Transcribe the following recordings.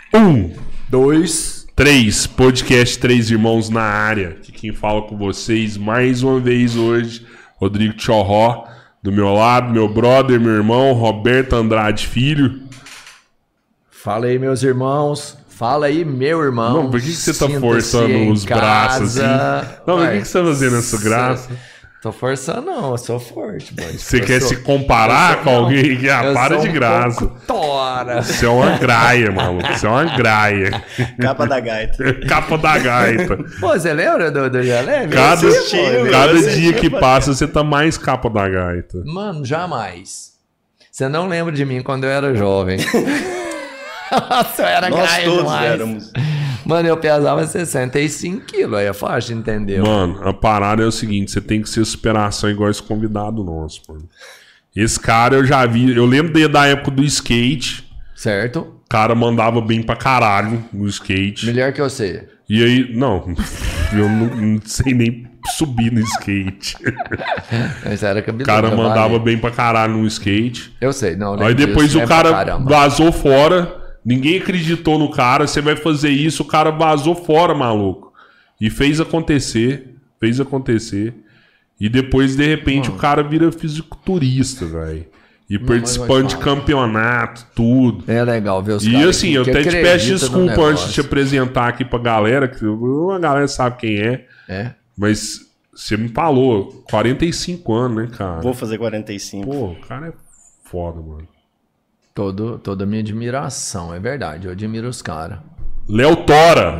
Um, dois, três. Podcast Três Irmãos na área. Aqui quem fala com vocês mais uma vez hoje, Rodrigo Tchorró. Do meu lado, meu brother, meu irmão, Roberto Andrade Filho. Fala aí, meus irmãos. Fala aí, meu irmão. Não, por que você tá forçando os braços assim? Não, por que você tá fazendo essa graça? Tô forçando, não. Eu sou forte, mano. Você quer se comparar com alguém? Para de graça. Tora. Você é uma graia, maluco. Você é uma graia. Capa da gaita. Capa da gaita. Pô, você lembra do Jalé? Cada dia que passa, você tá mais capa da gaita. Mano, jamais. Você não lembra de mim quando eu era jovem. Nossa, eu era graia todos demais. éramos. Mano, eu pesava 65 quilos, aí é fácil, entendeu? Mano, a parada é o seguinte, você tem que ser superação igual esse convidado nosso, mano. Esse cara eu já vi, eu lembro da época do skate. Certo? O cara mandava bem pra caralho no skate. Melhor que você. E aí, não, eu não sei nem subir no skate. Mas era O cara mandava bem pra caralho no skate. Eu sei, não. Aí depois o cara vazou fora. Ninguém acreditou no cara, você vai fazer isso, o cara vazou fora, maluco. E fez acontecer. E depois, de repente, o cara vira fisiculturista, velho. E participante de campeonato, tudo. É legal ver os caras. E assim, eu até te peço desculpa antes de te apresentar aqui pra galera, que a galera sabe quem é. É. Mas você me falou, 45 anos, né, cara? Vou fazer 45. Pô, o cara é foda, mano. Toda a minha admiração, é verdade. Eu admiro os caras. Léo Tora.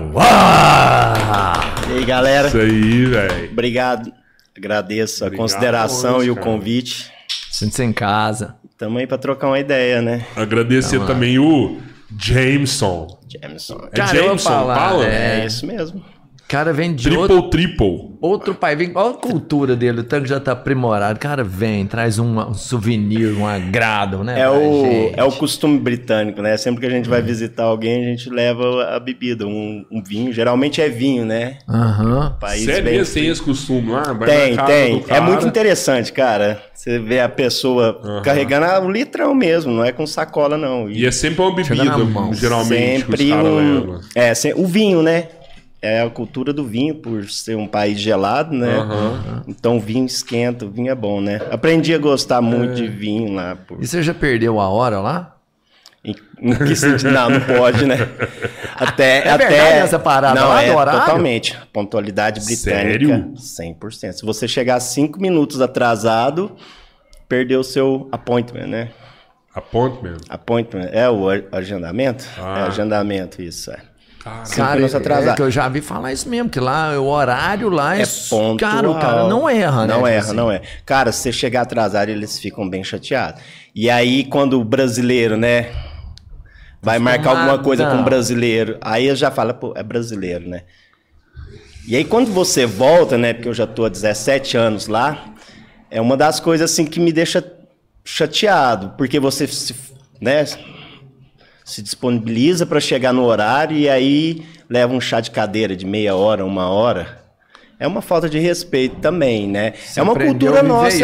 E aí, galera? Isso aí, velho. Obrigado. Agradeço a consideração hoje, e o convite. Sinta-se em casa. Tamo aí pra trocar uma ideia, né? Agradecer também o Jameson. É cara, Jameson, fala? É isso mesmo. Cara, vem de triple. Outro pai, vem. Olha a cultura dele, o tanque já tá aprimorado. Cara, vem, traz um souvenir, um agrado, né? É o costume britânico, né? Sempre que a gente vai visitar alguém, a gente leva a bebida, um vinho. Geralmente é vinho, né? Aham. Sério, tem esse costume lá? Tem. É muito interessante, cara. Você vê a pessoa carregando um litrão mesmo, não é com sacola, não. E é sempre uma bebida, geralmente, sempre que os caras levam. O vinho, né? É a cultura do vinho, por ser um país gelado, né? Então o vinho esquenta, o vinho é bom, né? Aprendi a gostar muito de vinho lá. E você já perdeu a hora lá? Em que sentido? Não pode, né? Verdade essa parada não, lá do horário? Totalmente. Pontualidade britânica, sério? 100%. Se você chegar 5 minutos atrasado, perdeu o seu appointment, né? Appointment? É o agendamento? É agendamento, isso, Cara, é que eu já vi falar isso mesmo, que lá o horário lá é pontual. Cara, o cara não erra, né? Não erra. Cara, se você chegar atrasado, eles ficam bem chateados. E aí, quando o brasileiro, né, vai marcar alguma coisa com o brasileiro, aí eu já falo, pô, é brasileiro, né? E aí, quando você volta, né, porque eu já tô há 17 anos lá, é uma das coisas, assim, que me deixa chateado, porque você, né, se disponibiliza para chegar no horário e aí leva um chá de cadeira de meia hora, 1 hora. É uma falta de respeito também, né? Você é uma cultura nossa.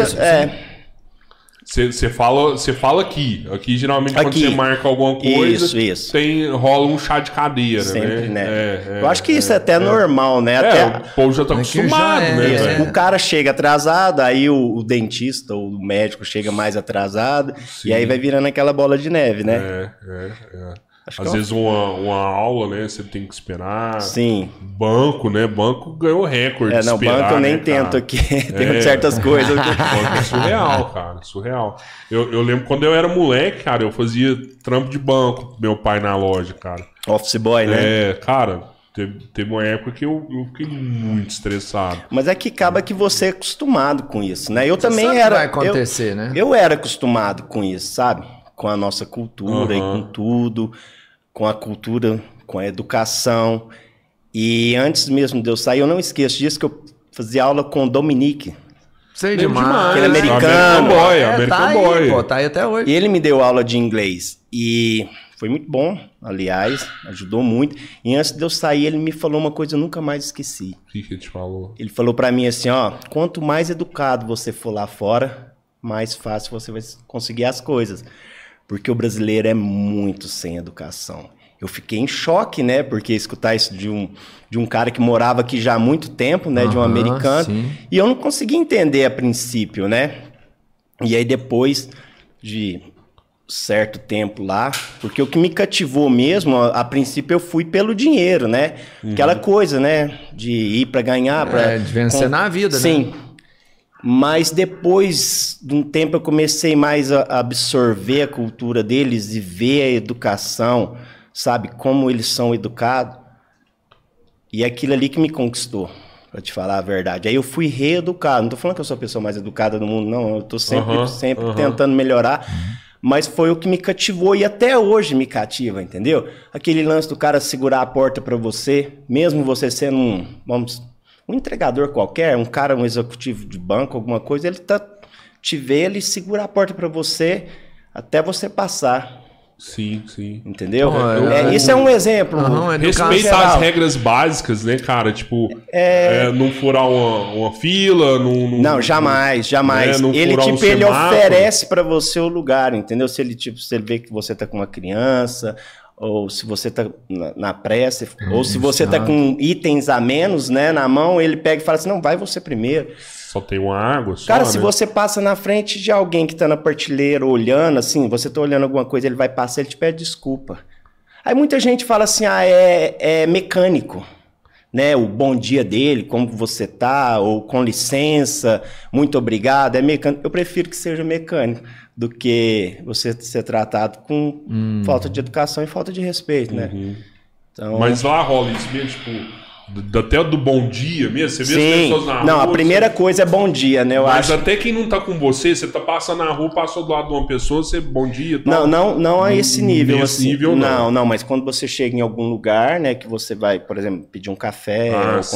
Você fala aqui. Aqui, geralmente, quando você marca alguma coisa, isso. rola um chá de cadeira, sempre, né? Eu acho que isso é até normal, né? O povo já tá acostumado, né? O cara chega atrasado, aí o dentista ou o médico chega mais atrasado, e aí vai virando aquela bola de neve, né? Às vezes uma aula, né? Você tem que esperar. Sim. Banco, né? Banco ganhou recorde. Banco eu nem tento aqui. Tem certas coisas. Banco é surreal, cara. Surreal. Eu lembro quando eu era moleque, cara, eu fazia trampo de banco, meu pai na loja, cara. Office boy, né? Cara, teve uma época que eu fiquei muito estressado. Mas é que acaba que você é acostumado com isso, né? Eu você também sabe era. Vai acontecer, né? Eu era acostumado com isso, sabe? Com a nossa cultura e com tudo. Com a cultura, com a educação. E antes mesmo de eu sair, eu não esqueço disso, que eu fazia aula com o Dominique. Sei demais. Aquele americano. American Boy. Pô, tá aí até hoje. E ele me deu aula de inglês. E foi muito bom, aliás, ajudou muito. E antes de eu sair, ele me falou uma coisa que eu nunca mais esqueci. O que ele te falou? Ele falou pra mim assim, ó, quanto mais educado você for lá fora, mais fácil você vai conseguir as coisas. Porque o brasileiro é muito sem educação. Eu fiquei em choque, né? Porque escutar isso de um cara que morava aqui já há muito tempo, né? De um americano. Sim. E eu não conseguia entender a princípio, né? E aí depois de certo tempo lá, porque o que me cativou mesmo, a princípio eu fui pelo dinheiro, né? Aquela coisa, né? De ir para ganhar, de vencer na vida, sim. né? Sim. Mas depois de um tempo eu comecei mais a absorver a cultura deles e ver a educação, sabe? Como eles são educados. E é aquilo ali que me conquistou, para te falar a verdade. Aí eu fui reeducado. Não tô falando que eu sou a pessoa mais educada do mundo, não. Eu tô sempre tentando melhorar. Mas foi o que me cativou e até hoje me cativa, entendeu? Aquele lance do cara segurar a porta para você, mesmo você sendo um entregador qualquer, um executivo de banco, alguma coisa, ele te vê, ele segura a porta para você até você passar. Sim, sim. Entendeu? Isso é um exemplo. Respeitar as regras básicas, né, cara? Tipo, não furar uma fila, não, jamais. Ele oferece para você o lugar, entendeu? Se ele vê que você tá com uma criança, ou se você tá na pressa, ou se você tá com itens a menos, né, na mão, ele pega e fala assim, não, vai você primeiro. Só tem uma água só, cara, se você passa na frente de alguém que tá na prateleira olhando, assim, você tá olhando alguma coisa, ele vai passar, ele te pede desculpa. Aí muita gente fala assim, é mecânico, né? O bom dia dele, como você tá, ou com licença, muito obrigado, é mecânico. Eu prefiro que seja mecânico do que você ser tratado com falta de educação e falta de respeito, né? Então... Mas lá rola isso mesmo, tipo... Até do bom dia mesmo? Você vê as pessoas na rua... Não, a primeira coisa é bom dia, né? Mas até quem não tá com você tá passando na rua, passou do lado de uma pessoa, você bom dia... Tal. Não a esse nível. Nesse nível, não, mas quando você chega em algum lugar, né, que você vai, por exemplo, pedir um café...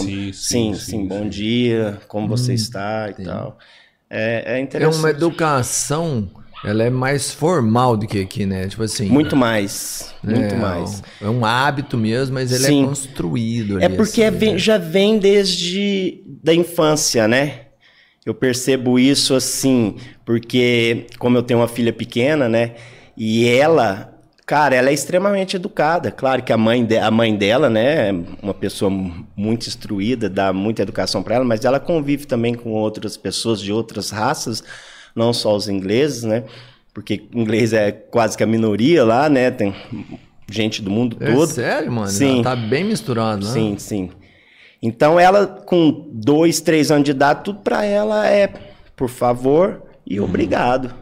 Sim, bom dia, como você está e tal. É interessante. É uma educação... Ela é mais formal do que aqui, né? Tipo assim... Muito mais. É um hábito mesmo, mas ele é construído ali. É porque assim, já vem desde da infância, né? Eu percebo isso assim, porque como eu tenho uma filha pequena, né? E ela, cara, ela é extremamente educada. Claro que a mãe dela, né? É uma pessoa muito instruída, dá muita educação para ela, mas ela convive também com outras pessoas de outras raças, não só os ingleses, né? Porque inglês é quase que a minoria lá, né? Tem gente do mundo todo. Sério, mano? Sim. Ela tá bem misturado, né? Sim. Então ela, com 2, 3 anos de idade, tudo pra ela é por favor e obrigado.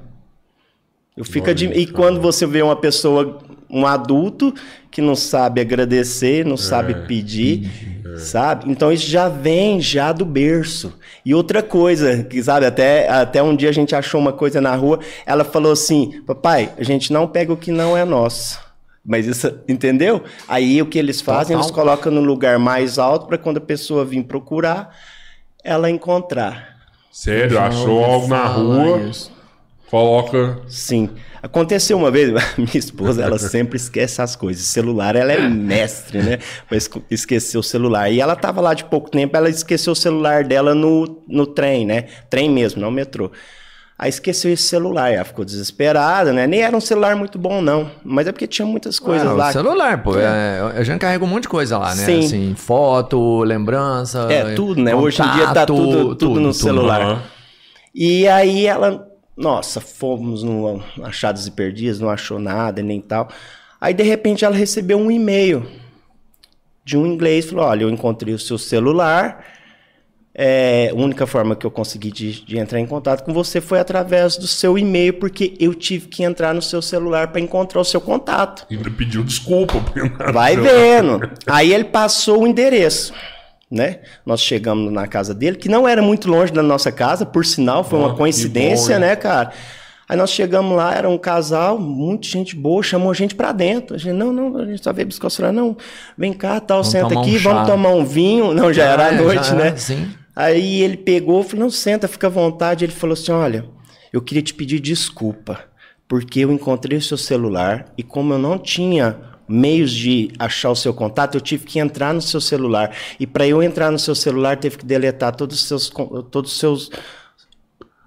E quando você vê uma pessoa, um adulto, que não sabe agradecer, não sabe pedir, sabe? Então isso já vem do berço. E outra coisa, que sabe, até um dia a gente achou uma coisa na rua, ela falou assim, papai, a gente não pega o que não é nosso. Mas isso, entendeu? Aí o que eles fazem, eles colocam no lugar mais alto para quando a pessoa vir procurar, ela encontrar. Sério? Achou algo na rua, coloca... Sim. Aconteceu uma vez, minha esposa, ela sempre esquece as coisas. Celular, ela é mestre, né? Mas esqueceu o celular. E ela tava lá de pouco tempo, ela esqueceu o celular dela no trem, né? Trem mesmo, não metrô. Aí esqueceu esse celular, ela ficou desesperada, né? Nem era um celular muito bom, não. Mas é porque tinha muitas coisas lá. O celular, pô. A gente carrega um monte de coisa lá, né? Sim. Assim, foto, lembrança... tudo, né? Contato, hoje em dia tá tudo no celular. E aí ela... Nossa, fomos no Achados e Perdidos, não achou nada, nem tal. Aí, de repente, ela recebeu um e-mail de um inglês. Falou, olha, eu encontrei o seu celular. A única forma que eu consegui de entrar em contato com você foi através do seu e-mail, porque eu tive que entrar no seu celular para encontrar o seu contato. E ele pediu desculpa. Vai vendo. Aí ele passou o endereço. Né? Nós chegamos na casa dele, que não era muito longe da nossa casa, por sinal, foi uma coincidência, bom, né, cara? Aí nós chegamos lá, era um casal, muita gente boa, chamou a gente pra dentro. A gente, não, a gente só veio buscar o celular, não, vem cá, tal, senta aqui, vamos tomar um vinho. Não, já era à noite, né? Sim. Aí ele pegou, falou, não, senta, fica à vontade. Ele falou assim, olha, eu queria te pedir desculpa, porque eu encontrei o seu celular e como eu não tinha... meios de achar o seu contato, eu tive que entrar no seu celular. E para eu entrar no seu celular, teve que deletar todos os seus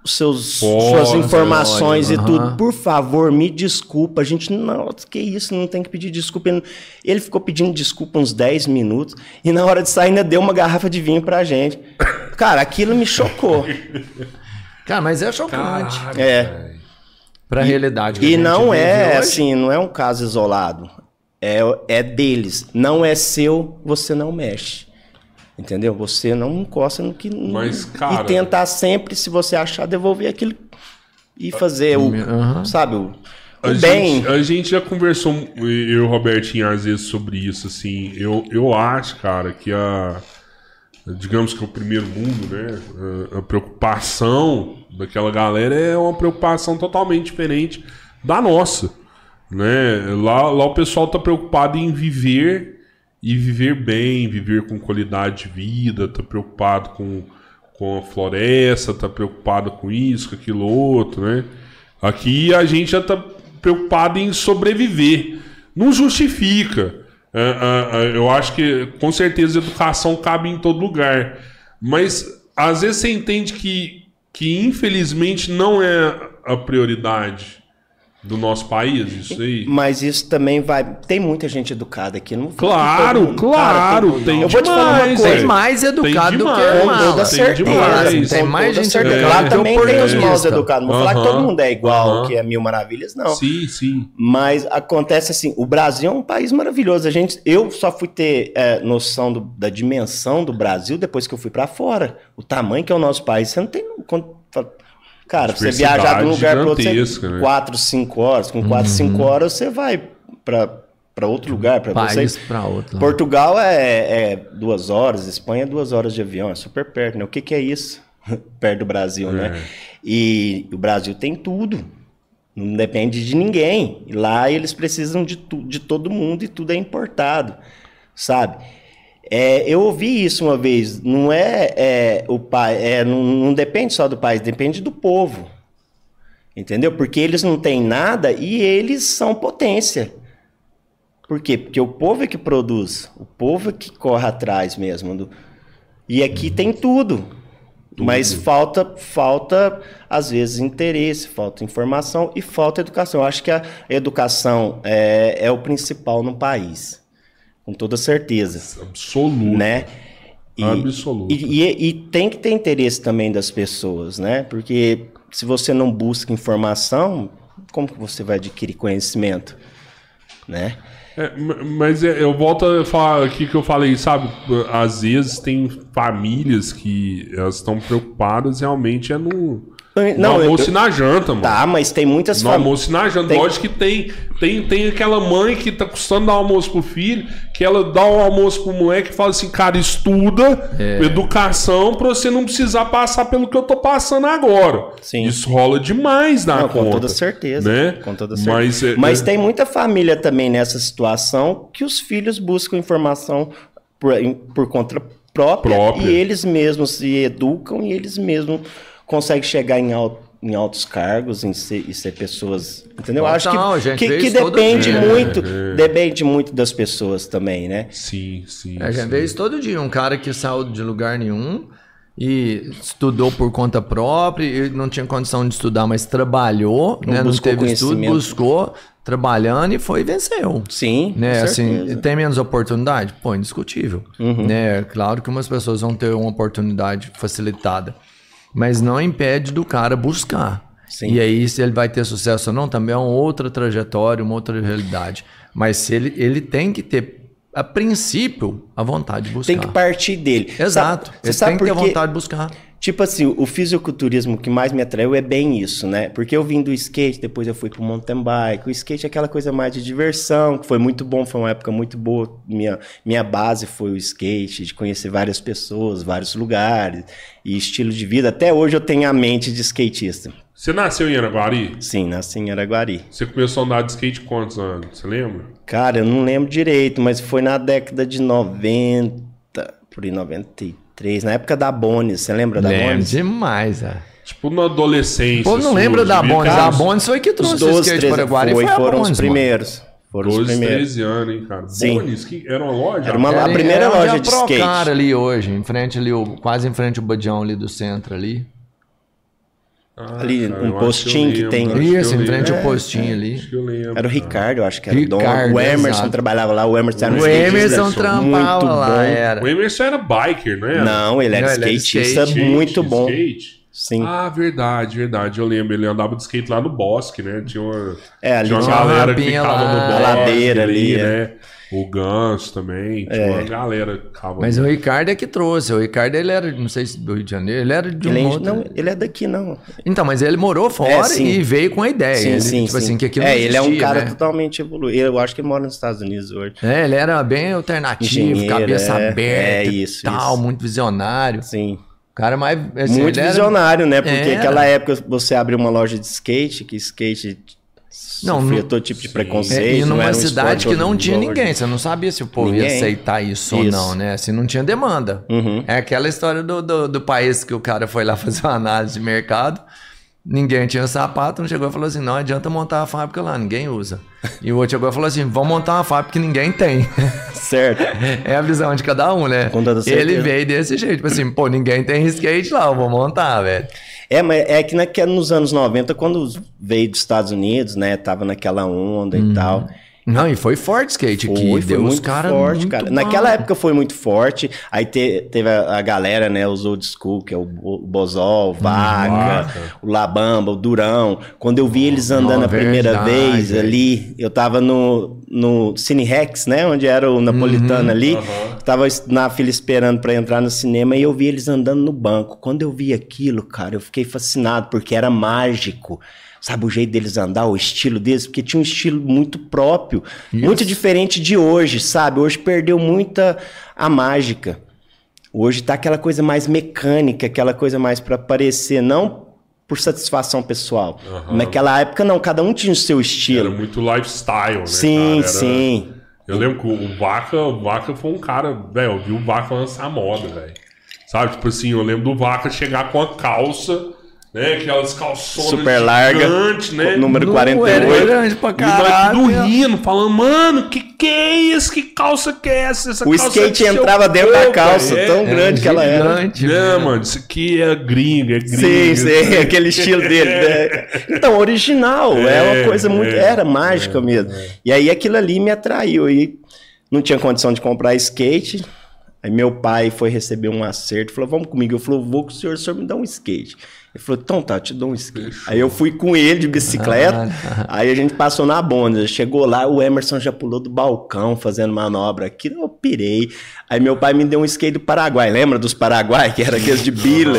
suas informações e tudo. Por favor, me desculpa. A gente, não, que isso, não tem que pedir desculpa. Ele ficou pedindo desculpa uns 10 minutos e na hora de sair ainda deu uma garrafa de vinho pra gente. Cara, aquilo me chocou. Cara, mas é chocante. É. Pra realidade. E não é assim, não é um caso isolado. É deles. Não é seu, você não mexe. Entendeu? Você não encosta no que... Mas, cara... E tentar sempre, se você achar, devolver aquilo e fazer sabe, o bem. A gente já conversou, eu e o Robertinho, às vezes, sobre isso, assim. Eu acho, cara, que digamos que o primeiro mundo, né? A preocupação daquela galera é uma preocupação totalmente diferente da nossa, né? Lá o pessoal tá preocupado em viver... E viver bem, viver com qualidade de vida, tá preocupado com a floresta, tá preocupado com isso, com aquilo outro, né? Aqui a gente já tá preocupado em sobreviver. Não justifica. Eu acho que, com certeza, a educação cabe em todo lugar. Mas, às vezes, você entende que infelizmente, não é a prioridade do nosso país, isso aí. Mas isso também vai... Tem muita gente educada aqui. Não claro. Tem eu vou te falar uma coisa. Tem mais educado do que mal. Toda certeza. Tem mais gente educada. Lá também tem os maus educados. Não vou falar que todo mundo é igual, que é mil maravilhas, não. Sim. Mas acontece assim, o Brasil é um país maravilhoso. Eu só fui ter noção da dimensão do Brasil depois que eu fui pra fora. O tamanho que é o nosso país. Você não tem... Cara, você viajar de um lugar para outro, 4, 5 horas. Com 4, 5 horas você vai para outro lugar. País para outro. Portugal é 2 horas, Espanha é 2 horas de avião, é super perto, né? O que é isso? Perto do Brasil, né? E o Brasil tem tudo. Não depende de ninguém. E lá eles precisam de todo mundo e tudo é importado, sabe? Eu ouvi isso uma vez, não o pai, não depende só do país, depende do povo, entendeu? Porque eles não têm nada e eles são potência. Por quê? Porque o povo é que produz, o povo é que corre atrás mesmo. E aqui tem tudo, mas falta às vezes interesse, falta informação e falta educação. Eu acho que a educação é o principal no país. Com toda certeza. Absoluto. Né? Absoluto. E tem que ter interesse também das pessoas, né? Porque se você não busca informação, como que você vai adquirir conhecimento? Né? Mas eu volto a falar aqui que eu falei, sabe? Às vezes tem famílias que elas estão preocupadas realmente no almoço e na janta, mano. Tá, mas tem muitas famílias. No almoço e na janta. Lógico que tem aquela mãe que tá custando dar almoço pro filho, que ela dá o almoço pro moleque e fala assim, cara, estuda, educação, pra você não precisar passar pelo que eu tô passando agora. Sim. Isso rola demais na conta. Com toda certeza. Né? Com toda certeza. Mas tem muita família também nessa situação que os filhos buscam informação por conta própria. E eles mesmos se educam e eles mesmos consegue chegar em altos cargos, em ser pessoas, entendeu? Acho que depende muito das pessoas também, né? Sim. A gente vê isso todo dia, um cara que saiu de lugar nenhum e estudou por conta própria, e não tinha condição de estudar, mas trabalhou, né? Não teve estudo, buscou, trabalhando e foi e venceu. Sim, né? Assim, tem menos oportunidade? Pô, indiscutível. Né? Claro que umas pessoas vão ter uma oportunidade facilitada, mas não impede do cara buscar. Sim. E aí, se ele vai ter sucesso ou não, também é uma outra trajetória, uma outra realidade. Mas se ele tem que ter, a princípio, a vontade de buscar. Tem que partir dele. Exato. Ele tem que ter vontade de buscar. Tipo assim, o fisiculturismo que mais me atraiu é bem isso, né? Porque eu vim do skate, depois eu fui pro mountain bike. O skate é aquela coisa mais de diversão, que foi muito bom, foi uma época muito boa. Minha base foi o skate, de conhecer várias pessoas, vários lugares e estilo de vida. Até hoje eu tenho a mente de skatista. Você nasceu em Araguari? Sim, nasci em Araguari. Você começou a andar de skate quantos anos? Você lembra? Cara, eu não lembro direito, mas foi na década de 90, por aí 93. Na época da Bones, você lembra da Bones? Lembro demais, Tipo na adolescência. Pô, não lembra da Bones. A Bones foi que trouxe o skate para Araguari. Foram os primeiros. Foram 12, 13 anos, hein, cara. Sim. Bones, que era uma loja? Era a primeira loja de skate. Era ali hoje, quase em frente ao Badião ali do centro ali. Ali, cara, um postinho que tem. Isso, em frente ao postinho ali. Era o Ricardo, eu acho que era o dono. O Emerson trabalhava lá, o Emerson era um skatista. O Emerson trampava lá, era. O Emerson era biker, não era? Não, ele era skatista muito bom. Skate? Sim. Ah, verdade. Eu lembro. Ele andava de skate lá no bosque, né? Tinha uma uma galera que ficava no bosque. Ladeira ali, né? O Ganso também. Tinha uma galera que ficava. Mas o Ricardo é que trouxe. O Ricardo, ele era, não sei se do Rio de Janeiro, ele era de um outro. Não, ele é daqui, não. Então, mas ele morou fora e veio com a ideia. Sim. Assim, que aquilo não existia, ele é um cara totalmente evoluído. Eu acho que ele mora nos Estados Unidos hoje. Ele era bem alternativo, cabeça aberta e tal, muito visionário. Sim. O cara mais... Assim, muito visionário, né? Porque naquela época você abriu uma loja de skate, que skate sofria todo tipo de preconceito. E numa cidade que não tinha ninguém. Você não sabia se o povo ia aceitar isso ou não, né? Assim, não tinha demanda. É aquela história do país que o cara foi lá fazer uma análise de mercado. Ninguém tinha sapato, não chegou e falou assim, não adianta montar a fábrica lá, ninguém usa. E o outro chegou e falou assim, vamos montar uma fábrica que ninguém tem. Certo. É a visão de cada um, né? Ele veio desse jeito, tipo assim, pô, ninguém tem skate lá, eu vou montar, velho. Mas é que nos anos 90, quando veio dos Estados Unidos, né, tava naquela onda e tal... Não, e foi forte skate aqui. Foi muito forte, cara. Naquela época foi muito forte. Aí teve a galera, né? Os old school, que é o Bozol, o Vaca, o Labamba, o Durão. Quando eu vi eles andando a primeira vez ali, eu tava no Cine Rex, né? Onde era o Napolitano ali. Tava na fila esperando pra entrar no cinema e eu vi eles andando no banco. Quando eu vi aquilo, cara, eu fiquei fascinado, porque era mágico. Sabe, o jeito deles andar, o estilo deles, porque tinha um estilo muito próprio, muito diferente de hoje, sabe? Hoje perdeu muita a mágica. Hoje tá aquela coisa mais mecânica, aquela coisa mais para aparecer, não por satisfação pessoal. Naquela época, não, cada um tinha o seu estilo. Era muito lifestyle, né? Sim, sim. Eu lembro que o Vaca foi um cara, velho, eu vi o Vaca lançar moda, velho. Sabe, tipo assim, eu lembro do Vaca chegar com a calça... Né? Aquelas calçonas super larga, né? Número 48. Era grande pra caralho. E o rindo, falando, mano, que é isso? Que calça que é essa? O skate entrava dentro da calça, tão grande que ela era. Não, mano, isso aqui é gringa, Sim, aquele estilo dele. Né? Então, original, é uma coisa muito... Era mágica mesmo. E aí aquilo ali me atraiu. E não tinha condição de comprar skate. Aí meu pai foi receber um acerto, falou, vamos comigo. Eu falei, vou com o senhor me dá um skate. Ele falou, então tá, eu te dou um skate. Aí eu fui com ele de bicicleta, aí a gente passou na Bonda. Chegou lá, o Emerson já pulou do balcão fazendo manobra aqui, eu pirei. Aí meu pai me deu um skate do Paraguai, lembra dos Paraguai, que era aqueles de bila?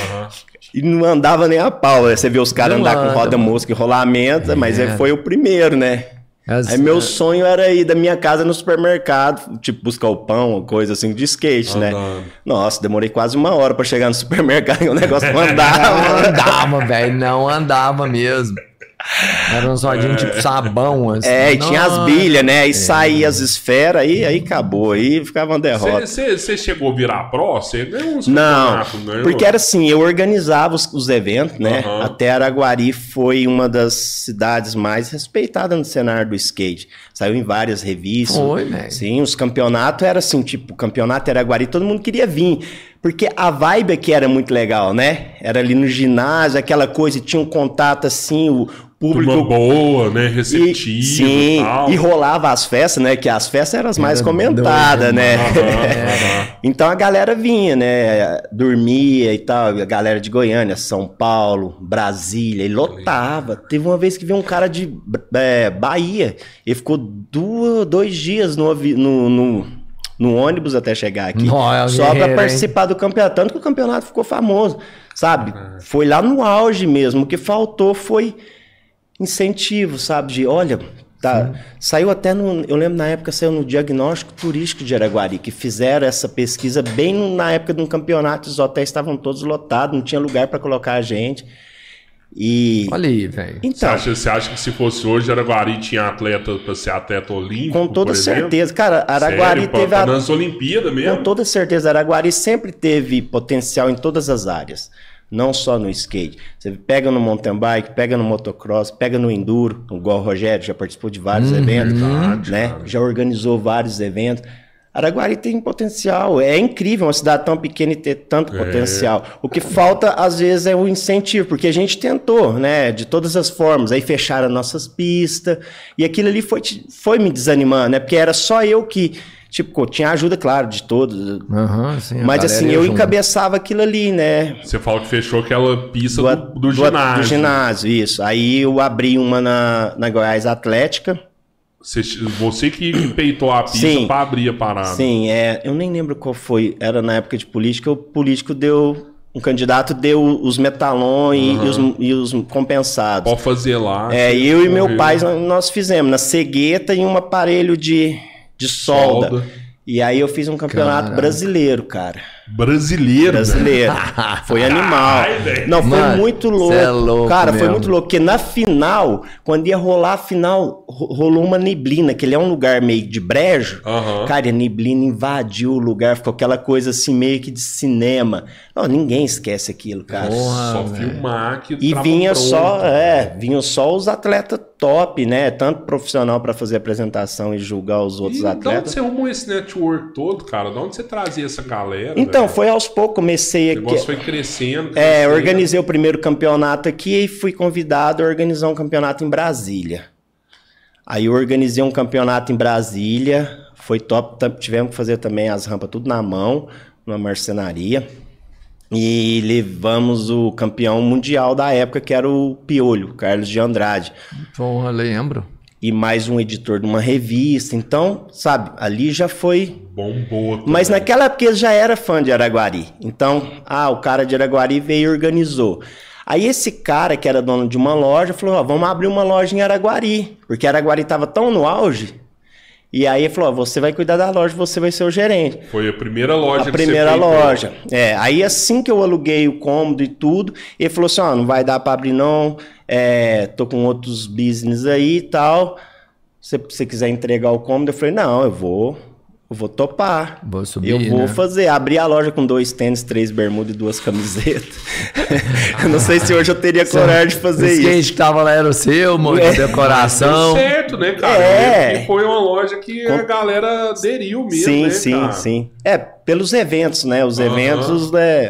E não andava nem a pau. Você vê os caras andar com roda mosca e rolamento, mas foi o primeiro, né? Aí meu sonho era ir da minha casa no supermercado, tipo, buscar o pão, coisa assim, de skate, né? Nossa, demorei quase 1 hora pra chegar no supermercado e o negócio não andava. Não andava, velho, não andava mesmo. Era um rodinho tipo sabão, assim. E tinha as bilhas, né? Aí saía as esferas, aí acabou, aí ficava uma derrota. Você chegou a virar pró? Você ganhou uns campeonatos, não? Porque era assim, eu organizava os eventos, né? Até Araguari foi uma das cidades mais respeitadas no cenário do skate. Saiu em várias revistas. Foi, né? Sim, os campeonatos era assim, tipo, campeonato Araguari, todo mundo queria vir. Porque a vibe aqui era muito legal, né? Era ali no ginásio, aquela coisa, e tinha um contato assim, o público... Turma boa, né? Receptivo e tal. E rolava as festas, né? Que as festas eram as mais comentadas, né? Então a galera vinha, né? Dormia e tal. A galera de Goiânia, São Paulo, Brasília, e lotava. Teve uma vez que veio um cara de Bahia. Ele ficou 2 dias no ônibus até chegar aqui, só para participar do campeonato. Tanto que o campeonato ficou famoso, sabe? Foi lá no auge mesmo. O que faltou foi incentivo, sabe? De, olha, tá, saiu até eu lembro na época, saiu no Diagnóstico Turístico de Araguari, que fizeram essa pesquisa bem na época de um campeonato, os hotéis estavam todos lotados, não tinha lugar para colocar a gente. E... Olha aí, velho. Então, você acha que se fosse hoje, Araguari tinha atleta para ser atleta olímpico? Com toda certeza. Cara, Araguari Sério? teve... Nas Olimpíadas mesmo? Com toda certeza. Araguari sempre teve potencial em todas as áreas. Não só no skate. Você pega no mountain bike, pega no motocross, pega no enduro. Igual o Rogério, já participou de vários eventos. Verdade, né? Já organizou vários eventos. Araguari tem potencial. É incrível uma cidade tão pequena e ter tanto potencial. O que falta, às vezes, é o incentivo, porque a gente tentou, né? De todas as formas. Aí fecharam nossas pistas. E aquilo ali foi me desanimando, né? Porque era só eu que... Tipo, tinha ajuda, claro, de todos. Sim, mas assim, eu encabeçava aquilo ali, né? Você fala que fechou aquela pista do ginásio. Do ginásio, isso. Aí eu abri uma na Goiás Atlética. Você que peitou a pista para abrir a parada. Sim, eu nem lembro qual foi. Era na época de política, o político deu... Um candidato deu os metalões e os compensados. Pode fazer lá. Eu e meu pai, nós fizemos na cegueta e um aparelho de solda. E aí eu fiz um campeonato brasileiro, cara. Brasileiro? Foi animal. Não, foi muito louco. É louco cara, mesmo. Foi muito louco. Porque na final, quando ia rolar a final, rolou uma neblina, que ele é um lugar meio de brejo. Cara, a neblina invadiu o lugar, ficou aquela coisa assim, meio que de cinema. Não, ninguém esquece aquilo, cara. Só filmar que e vinha só os atletas top, né? Tanto profissional para fazer apresentação e julgar os outros atletas. De onde você arrumou esse network todo, cara? De onde você trazia essa galera? Então, foi aos poucos, comecei aqui. O negócio foi crescendo. Organizei o primeiro campeonato aqui e fui convidado a organizar um campeonato em Brasília. Aí eu organizei um campeonato em Brasília, foi top, tivemos que fazer também as rampas tudo na mão, numa marcenaria. E levamos o campeão mundial da época, que era o Piolho, Carlos de Andrade. Porra, lembro. E mais um editor de uma revista. Então, sabe, ali já foi... Bombou. Mas naquela época ele já era fã de Araguari. Então, o cara de Araguari veio e organizou. Aí esse cara, que era dono de uma loja, falou, vamos abrir uma loja em Araguari. Porque Araguari estava tão no auge... E aí ele falou, você vai cuidar da loja, você vai ser o gerente. Foi a primeira loja que você fez. A primeira loja. Aí assim que eu aluguei o cômodo e tudo, ele falou assim, não vai dar para abrir não, tô com outros business aí e tal. Se você quiser entregar o cômodo, eu falei, não, eu vou topar. Vou subir, eu vou fazer. Abri a loja com 2 tênis, 3 bermudas e 2 camisetas. Eu não sei se hoje eu teria coragem de fazer isso. O skate que tava lá era o seu, mano, de decoração. Deu certo, né, cara? E foi uma loja que a galera aderiu mesmo, Sim. Pelos eventos, né? Os eventos,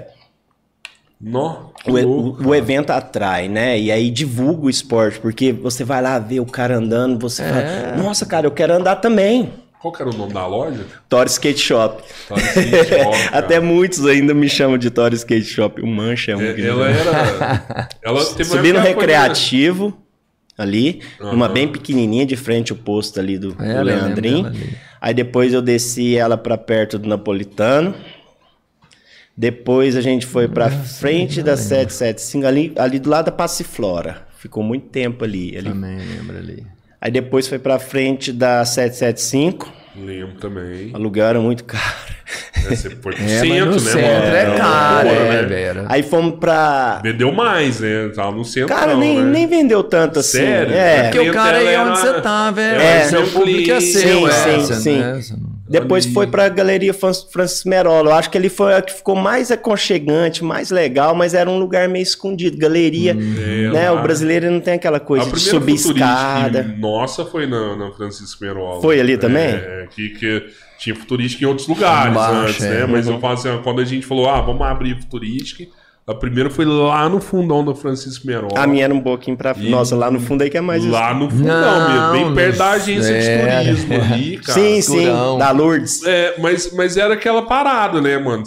o evento atrai, né? E aí divulga o esporte, porque você vai lá ver o cara andando, você fala, nossa, cara, eu quero andar também. Qual que era o nome da loja? Tori Skate Shop. Até muitos ainda me chamam de Tori Skate Shop. O Mancha é um que ela teve subi no recreativo ali, numa bem pequenininha, de frente ao posto ali do Leandrinho. Aí depois eu desci ela para perto do Napolitano. Depois a gente foi para frente da 775, ali do lado da Passiflora. Ficou muito tempo ali. Também lembro ali. Aí depois foi pra frente da 775. Lembro também. Aluguel era muito caro. Você foi pro centro, no centro é caro, velho. Aí fomos pra... Vendeu mais, né? Tava no centro. Cara, nem vendeu tanto assim. Sério? Porque o cara aí onde você tá, velho. Seu público é seu, sim. Depois foi pra Galeria Francis Merola. Eu acho que ele foi a que ficou mais aconchegante, mais legal, mas era um lugar meio escondido. Galeria, né? O brasileiro não tem aquela coisa de subir escada. Nossa, foi na Francisco Merola. Foi ali também? Que tinha futurística em outros lugares antes, né? Mas eu falo assim, quando a gente falou, vamos abrir futurística, a primeira foi lá no fundão da Francisco Merola. A minha era um pouquinho pra... Nossa, lá no fundo aí que é mais isso. Lá no fundão mesmo, bem perto da agência de turismo ali, cara. Sim, da Lourdes. Mas era aquela parada, né, mano?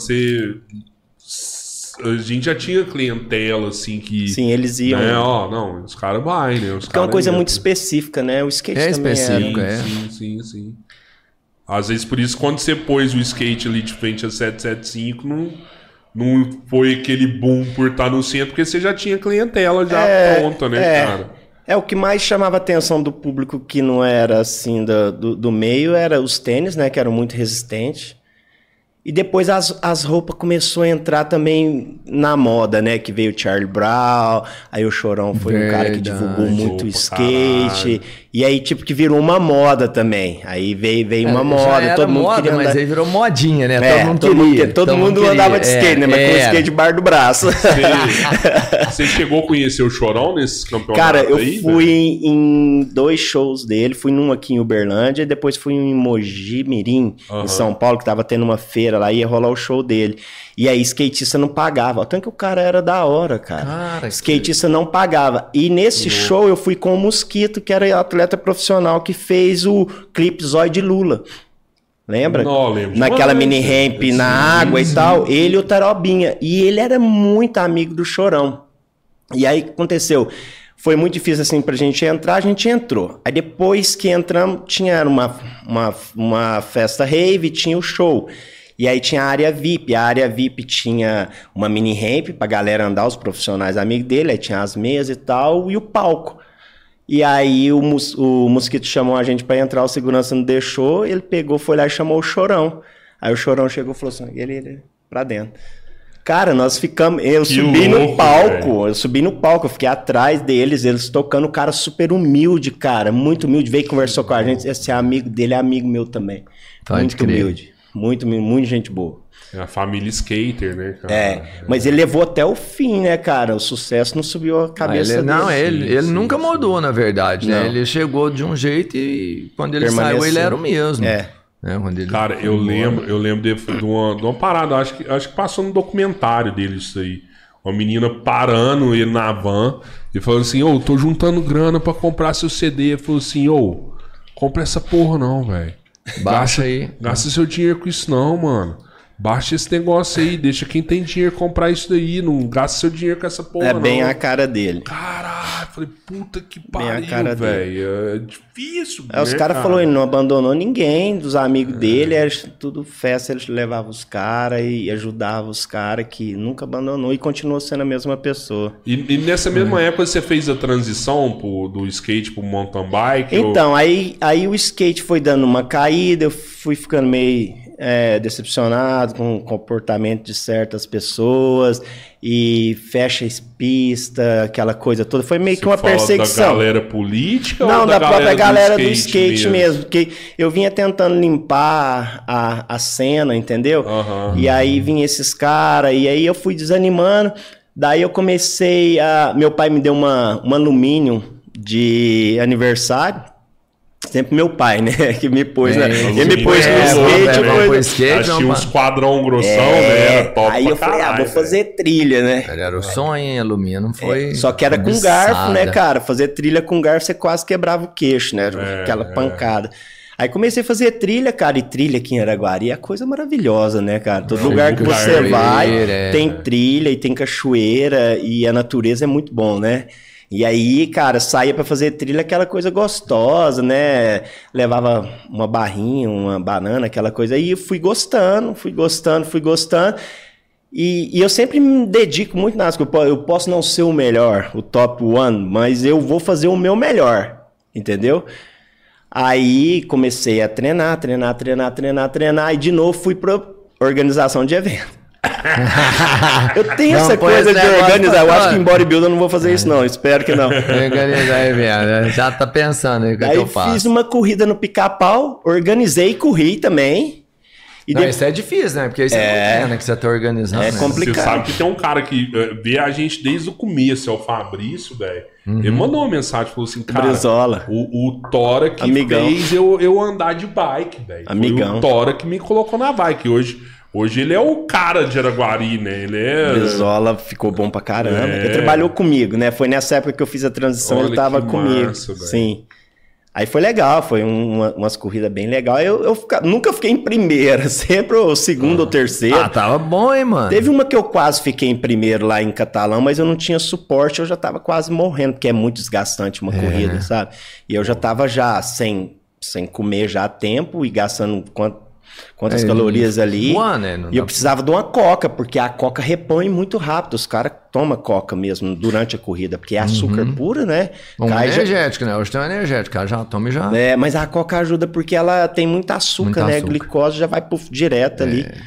A gente já tinha clientela, assim, que... Sim, eles iam. Né? Não, os caras vão, né? Porque é uma coisa muito específica, né? O skate também específico, Sim. Às vezes, por isso, quando você pôs o skate ali de frente a 775, não foi aquele boom por estar no centro, porque você já tinha clientela já pronta, né, cara? O que mais chamava a atenção do público que não era, assim, do meio, era os tênis, né? Que eram muito resistentes. E depois as roupas começou a entrar também na moda, né? Que veio o Charlie Brown, aí o Chorão foi um cara que divulgou muito skate. E aí, tipo, que virou uma moda também. Aí veio uma moda, todo mundo moda, queria andar... mas aí virou modinha, né? Todo mundo queria. Andava de skate, né? Mas com o skate debaixo do braço. Você chegou a conhecer o Chorão nesses campeonatos? Cara, eu fui em 2 shows dele. Fui num aqui em Uberlândia e depois fui em Mogi Mirim, em São Paulo, que tava tendo uma feira lá, ia rolar o show dele. E aí, skatista não pagava. Tanto que o cara era da hora, cara. Skatista não pagava. E nesse show eu fui com o Mosquito, que era atleta profissional, que fez o clipe Zóio de Lula. Lembra? Não, lembro. Naquela mini ramp na água e tal. Ele e o Tarobinha. E ele era muito amigo do Chorão. E aí, o que aconteceu? Foi muito difícil assim pra gente entrar, a gente entrou. Aí depois que entramos, tinha uma festa rave, tinha o show. E aí tinha a área VIP. A área VIP tinha uma mini ramp pra galera andar, os profissionais amigos dele. Aí tinha as mesas e tal, e o palco. E aí o Mosquito chamou a gente pra entrar, o segurança não deixou. Ele pegou, foi lá e chamou o Chorão. Aí o Chorão chegou e falou assim, ele pra dentro. Cara, nós ficamos... Eu subi no palco, eu fiquei atrás deles, eles tocando, o cara super humilde, cara, muito humilde, veio e conversou com a gente, esse amigo dele é amigo meu também. Muito humilde, muito gente boa. É a família skater, né, cara? Mas ele levou até o fim, né, cara? O sucesso não subiu a cabeça dele. Ele nunca mudou, na verdade, né? Ele chegou de um jeito e quando ele saiu, ele era o mesmo. Cara, eu lembro de uma parada, acho que passou no documentário dele isso aí. Uma menina parando ele na van e falando assim, tô juntando grana pra comprar seu CD. Ele falou assim, compra essa porra não, velho. Baixa aí. Gasta seu dinheiro com isso não, mano. Baixa esse negócio aí, deixa quem tem dinheiro comprar isso daí, não gasta seu dinheiro com essa porra não. É bem a cara dele. Caralho, falei, puta que pariu, velho. É difícil, né, os caras falaram, ele não abandonou ninguém dos amigos dele, era tudo festa, ele levava os caras e ajudava os caras, que nunca abandonou e continuou sendo a mesma pessoa. E nessa mesma época você fez a transição do skate pro mountain bike? Então, aí o skate foi dando uma caída, eu fui ficando meio... decepcionado com o comportamento de certas pessoas e fecha pista, aquela coisa toda. Foi meio que uma perseguição. Da galera política ou da própria galera do skate mesmo? Porque eu vinha tentando limpar a cena, entendeu? E aí vinha esses caras, e aí eu fui desanimando. Daí eu comecei a... Meu pai me deu uma alumínio de aniversário. Sempre meu pai, né? Que me pôs, ele me pôs no skate. Tinha uns quadrão grossão, né? Era top. Aí eu falei, vou fazer trilha, né? Era o sonho, hein? Alumínio não foi. Só que era com garfo, né, cara? Fazer trilha com garfo, você quase quebrava o queixo, né? Aquela pancada. Aí comecei a fazer trilha, cara, e trilha aqui em Araguari é coisa maravilhosa, né, cara? Todo lugar que você vai tem trilha e tem cachoeira e a natureza é muito bom, né? E aí, cara, saía pra fazer trilha, aquela coisa gostosa, né? Levava uma barrinha, uma banana, aquela coisa. E fui gostando. E eu sempre me dedico muito nas coisas. Eu posso não ser o melhor, o top one, mas eu vou fazer o meu melhor, entendeu? Aí comecei a treinar. E de novo fui pra organização de evento. Eu tenho essa coisa de organizar. Eu acho que em bodybuilder eu não vou fazer isso, não. Espero que não. Organizar evento. Já tá pensando aí o que eu faço. Aí fiz uma corrida no Pica-Pau, organizei e corri também. Isso é difícil, né? Porque isso é muito, né? Que você tá organizando. É complicado. Você sabe que tem um cara que vê a gente desde o começo, é o Fabrício, velho. Ele mandou uma mensagem, falou assim, cara, o Tora que fez eu andar de bike, velho. Foi o Tora que me colocou na bike. Hoje ele é o cara de Araguari, né? Brizola ficou bom pra caramba. Ele trabalhou comigo, né? Foi nessa época que eu fiz a transição, ele tava comigo. Massa, sim. Aí foi legal, foi umas corridas bem legais. Eu nunca fiquei em primeira, sempre o segundo ou terceiro. Tava bom, hein, mano? Teve uma que eu quase fiquei em primeiro lá em Catalão, mas eu não tinha suporte, eu já tava quase morrendo, porque é muito desgastante uma corrida, sabe? E eu já tava sem comer já há tempo e gastando quantas calorias ali. E eu precisava de uma coca, porque a coca repõe muito rápido. Os caras tomam coca mesmo durante a corrida, porque é açúcar puro, né? Energético, né? Hoje tem um energético, cara, já toma e já. Mas a coca ajuda porque ela tem muito açúcar, né? Glicose já vai direto ali.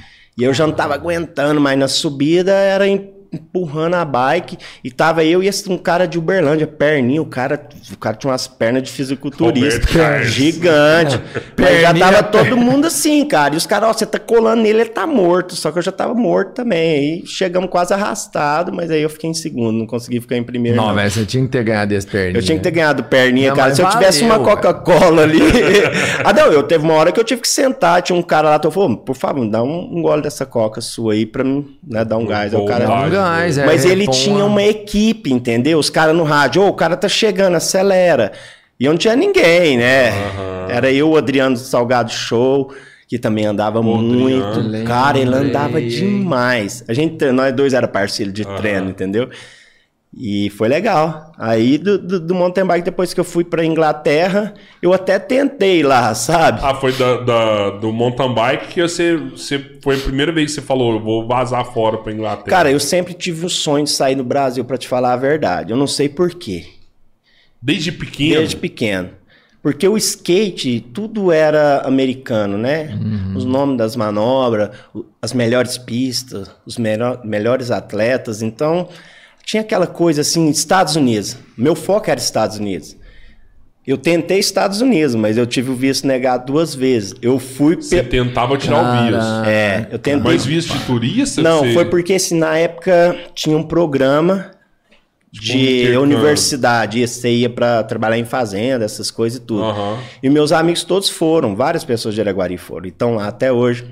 E eu já não tava aguentando, mas na subida era empurrando a bike, e tava eu e um cara de Uberlândia, perninho, o cara tinha umas pernas de fisiculturista gigante, mas já tava todo mundo assim, cara, e os caras, ó, você tá colando nele, ele tá morto, só que eu já tava morto também, aí chegamos quase arrastado, mas aí eu fiquei em segundo, não consegui ficar em primeiro. Não, velho, você tinha que ter ganhado esse perninho. Eu tinha que ter ganhado perninha, não, cara, se eu tivesse uma Coca-Cola ali... eu teve uma hora que eu tive que sentar, tinha um cara lá, falou, por favor, dá um gole dessa Coca sua aí pra mim, né, dar um gás, o cara... Mas ele tinha uma equipe, entendeu? Os caras no rádio, o cara tá chegando, acelera. E eu não tinha ninguém, né? Era eu, o Adriano Salgado Show, que também andava muito. Cara, ele andava demais. Nós dois era parceiro de treino, entendeu? E foi legal. Aí do mountain bike, depois que eu fui pra Inglaterra, eu até tentei lá, sabe? Foi do mountain bike que você foi a primeira vez que você falou, eu vou vazar fora pra Inglaterra. Cara, eu sempre tive o sonho de sair do Brasil, pra te falar a verdade. Eu não sei por quê. Desde pequeno? Desde pequeno. Porque o skate, tudo era americano, né? Os nomes das manobras, as melhores pistas, os melhores atletas. Então... tinha aquela coisa assim, Estados Unidos. Meu foco era Estados Unidos. Eu tentei Estados Unidos, mas eu tive o visto negado 2 vezes. Eu fui... Você tentava tirar o visto. Eu tentei... Mas visto de turista? Não, foi porque assim, na época tinha um programa de universidade. Você ia para trabalhar em fazenda, essas coisas e tudo. E meus amigos todos foram. Várias pessoas de Araguari foram. E estão lá até hoje.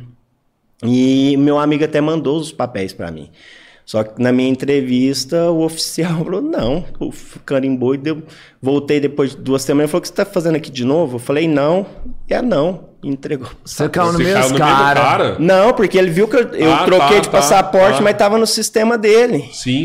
E meu amigo até mandou os papéis para mim. Só que na minha entrevista, o oficial falou, não, carimbou e voltei depois de 2 semanas. Ele falou, o que você tá fazendo aqui de novo? Eu falei, não, não. Entregou. Você caiu no mesmo cara? Não, porque ele viu que eu troquei de passaporte, mas tava no sistema dele. Sim.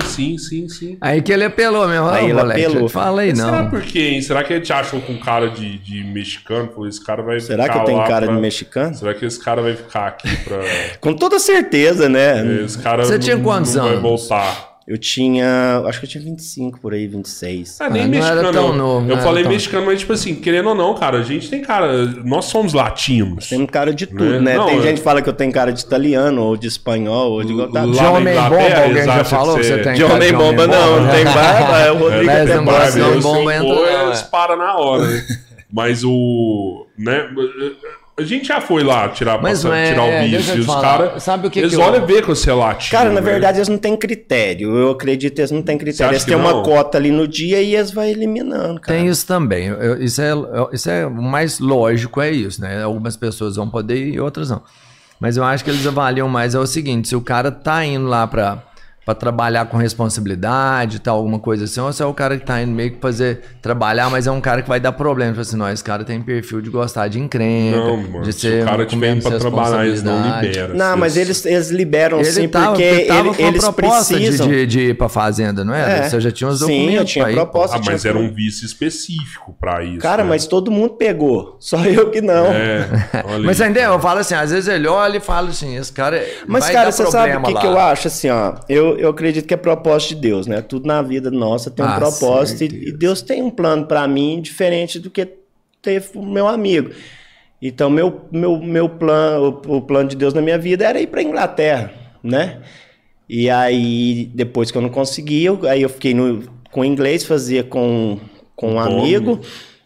Aí que ele apelou mesmo. Aí ele apelou. Eu te falei, não. Será por quê, hein? Será que ele te achou com cara de mexicano? Falou, esse cara vai Será que eu tenho cara de mexicano? Será que esse cara vai ficar aqui pra... Com toda certeza, né? Esse cara Você tinha quantos anos? Vai voltar. Eu tinha... Acho que eu tinha 25 por aí, 26. Nem mexicano. Não era tão novo. Eu falei mexicano, mas tipo assim, querendo ou não, cara, a gente tem cara... Nós somos latinos. Temos cara de tudo, né? Não, tem gente que fala que eu tenho cara de italiano, ou de espanhol, ou de... De homem bomba, alguém já falou que você tem de homem bomba, não tem barba. É o Rodrigo até barba. Não bomba entra, eles param na hora. Mas o... né... A gente já foi lá tirar o visto. E os caras, eles olham e vê que você é latino. Cara, na verdade, eles não têm critério. Eu acredito que eles não têm critério. Eles têm uma cota ali no dia e eles vão eliminando, cara. Tem isso também. Isso é o mais lógico, é isso, né? Algumas pessoas vão poder ir e outras não. Mas eu acho que eles avaliam mais é o seguinte, se o cara tá indo lá pra trabalhar com responsabilidade, tal, alguma coisa assim, ou se é o cara que tá indo meio que trabalhar, mas é um cara que vai dar problema. Tipo assim, não, esse cara tem perfil de gostar de encrenca, de ser... Se o cara tiver pra trabalhar, eles não liberam. Não, mas eles liberam sim, porque eles precisam... de ir pra fazenda, não era? Você já tinha os documentos. Sim, eu tinha proposta. Mas era um visto específico pra isso. Cara, né? Mas todo mundo pegou, só eu que não. Mas entendeu? Eu falo assim, às vezes ele olha e fala assim, esse cara mas, cara, você sabe o que eu acho, assim, ó, eu acredito que é propósito de Deus, né? Tudo na vida nossa tem um propósito e Deus tem um plano para mim diferente do que teve o meu amigo. Então, meu plano, o plano de Deus na minha vida era ir para Inglaterra, né? E aí, depois que eu não consegui, aí eu fiquei com inglês, fazia com um amigo.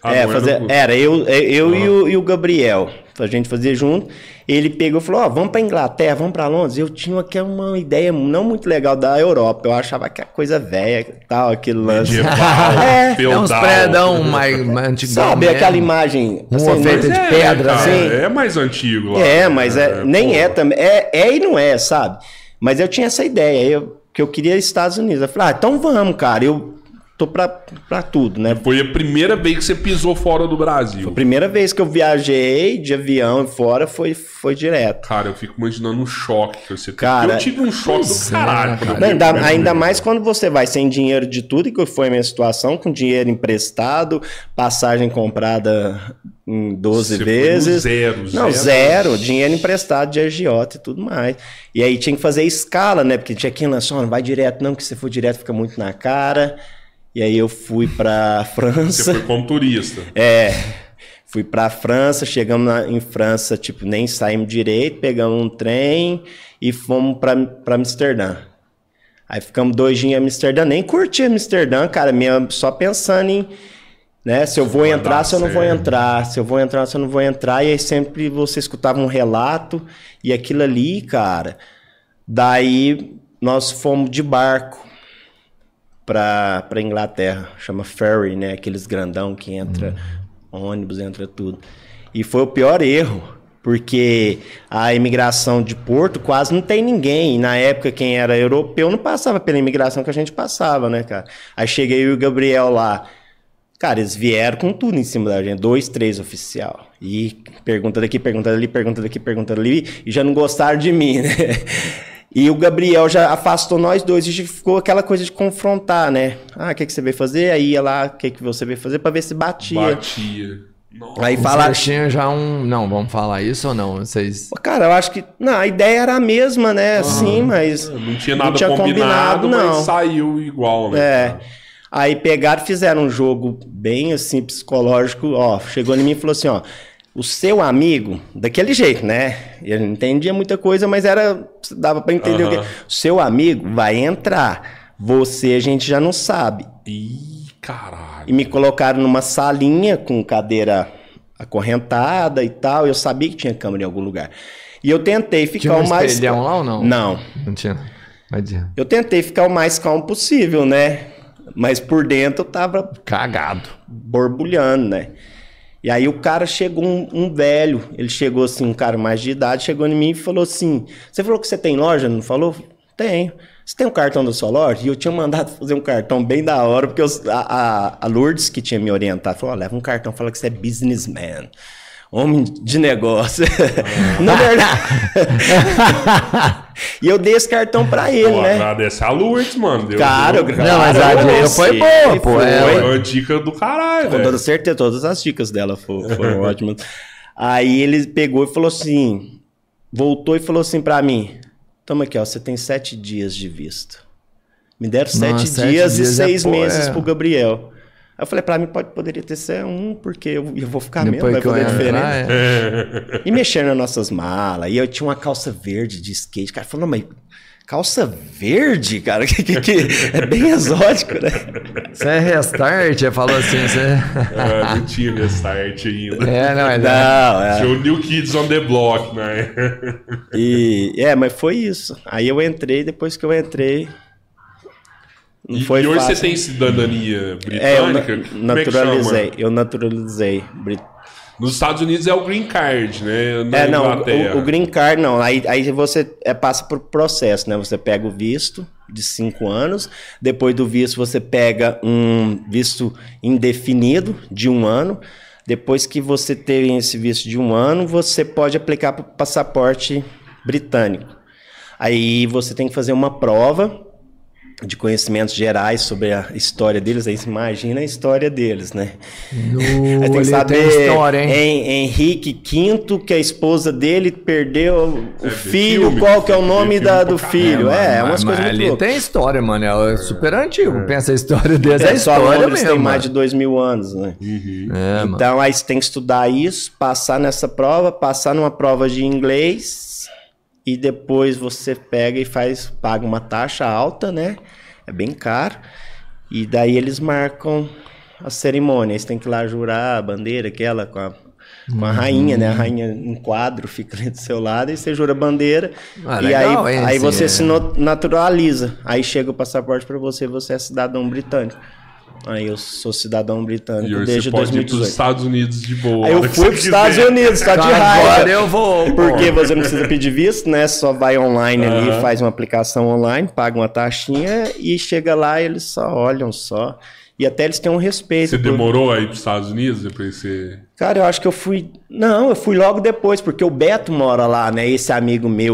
Era eu e o Gabriel. A gente fazia junto. Ele pegou e falou, vamos pra Inglaterra, vamos pra Londres. Eu tinha uma ideia não muito legal da Europa. Eu achava que a coisa velha, tal, aquele lance. É uns prédão mais antigão. Sabe, aquela imagem... Uma feita de pedra, assim. É mais antigo lá. Mas nem é também. É e não é, sabe? Mas eu tinha essa ideia, que eu queria Estados Unidos. Eu falei, então vamos, cara. Eu tô pra tudo, né? Foi a primeira vez que você pisou fora do Brasil. Foi a primeira vez que eu viajei de avião e fora, foi direto. Cara, eu fico imaginando um choque que você teve. Cara, eu tive um choque do caralho. Ainda mais quando você vai sem dinheiro de tudo, e que foi a minha situação, com dinheiro emprestado, passagem comprada em 12 vezes. Zero. Dinheiro emprestado de agiota e tudo mais. E aí tinha que fazer escala, né? Porque tinha quem lançou, não vai direto não, porque se for direto fica muito na cara. E aí eu fui pra França. Você foi como turista. Fui pra França, chegamos em França, tipo, nem saímos direito, pegamos um trem e fomos pra Amsterdã. Aí ficamos 2 dias em Amsterdã, nem curti Amsterdã, cara, só pensando em, né, se eu vou entrar, se eu não vou entrar, se eu vou entrar, se eu não vou entrar, e aí sempre você escutava um relato, e aquilo ali, cara, daí nós fomos de barco pra Inglaterra, chama ferry, né, aqueles grandão que entra ônibus, entra tudo, e foi o pior erro, porque a imigração de Porto quase não tem ninguém. E na época, quem era europeu não passava pela imigração que a gente passava, né, cara? Aí cheguei eu e o Gabriel lá. Cara, eles vieram com tudo em cima da gente. 2, 3 oficial. E pergunta daqui, pergunta dali, pergunta daqui, pergunta dali. E já não gostaram de mim, né? E o Gabriel já afastou nós dois. E ficou aquela coisa de confrontar, né? Ah, o que você veio fazer? Aí ia lá, o que você veio fazer? Pra ver se batia. Nossa. Aí fala... Você tinha já um... Não, vamos falar isso ou não? Vocês... Cara, eu acho que... Não, a ideia era a mesma, né? Sim, mas... Não tinha nada combinado, não. Mas saiu igual, né? É. Aí pegaram e fizeram um jogo bem, assim, psicológico. Ó, chegou em mim e falou assim, ó... O seu amigo... Daquele jeito, né? Ele não entendia muita coisa, mas era... Dava pra entender o que... O seu amigo vai entrar. Você, a gente já não sabe. Ih, caralho. E me colocaram numa salinha com cadeira acorrentada e tal. Eu sabia que tinha câmera em algum lugar. E eu tentei ficar o mais... Tinha um espelhão lá ou não? Não. Não tinha. Eu tentei ficar o mais calmo possível, né? Mas por dentro eu tava... Cagado. Borbulhando, né? E aí o cara chegou, um velho. Ele chegou assim, um cara mais de idade, chegou em mim e falou assim... Você falou que você tem loja, não falou? Tenho. Você tem um cartão da sua loja? E eu tinha mandado fazer um cartão bem da hora, porque a Lourdes, que tinha me orientado, falou, leva um cartão, fala que você é businessman, homem de negócio. Na verdade... E eu dei esse cartão pra ele, né? Agradece a Lourdes, mano. Cara, não, mas a dica foi boa, pô. Foi uma dica do caralho, com toda certeza, todas as dicas dela foram ótimas. Aí ele pegou e falou assim, voltou e falou assim pra mim... Toma aqui, ó, você tem 7 dias de visto. Me deram 7 dias e 6 meses pro Gabriel. Aí eu falei, pra mim poderia ter sido 1, porque eu vou ficar depois mesmo, vai fazer diferença. E mexendo nas nossas malas. E eu tinha uma calça verde de skate. O cara falou, não, mas calça verde, cara? É bem exótico, né? Você é Restart? Ele falou assim, você... Não tinha Restart ainda. Não. Tinha o New Kids on the Block, né? Mas foi isso. Aí eu entrei, depois que eu entrei... E hoje você tem cidadania britânica? Eu naturalizei. Nos Estados Unidos é o Green Card, né? O Green Card não. Aí você passa por processo, né? Você pega o visto de 5 anos. Depois do visto, você pega um visto indefinido de 1 ano. Depois que você tem esse visto de 1 ano, você pode aplicar para o passaporte britânico. Aí você tem que fazer uma prova de conhecimentos gerais sobre a história deles. Aí você imagina a história deles, né? Aí tem que saber história, Henrique V, que a esposa dele perdeu o filho, qual que é o nome do filho. Umas coisas muito loucas. Tem história, mano, é super antigo. Pensa a história deles, é história mesmo. Tem mais de 2000 anos, né? Então aí você tem que estudar isso, passar nessa prova, passar numa prova de inglês... E depois você pega e paga uma taxa alta, né? É bem caro. E daí eles marcam a cerimônia. Aí você tem que ir lá jurar a bandeira, aquela com a rainha, né? A rainha em quadro fica ali do seu lado e você jura a bandeira. Legal, aí você se naturaliza. Aí chega o passaporte para você é cidadão britânico. Aí eu sou cidadão britânico desde 2018. Você pode ir pros Estados Unidos de boa. Aí eu fui pros Estados Unidos, tá de raiva. Agora eu vou. Porque você não precisa pedir visto, né? Só vai online ali, faz uma aplicação online, paga uma taxinha e chega lá e eles só olham só. E até eles têm um respeito. Você demorou a ir pros Estados Unidos depois você... Cara, eu acho que eu fui... Não, eu fui logo depois, porque o Beto mora lá, né? Esse amigo meu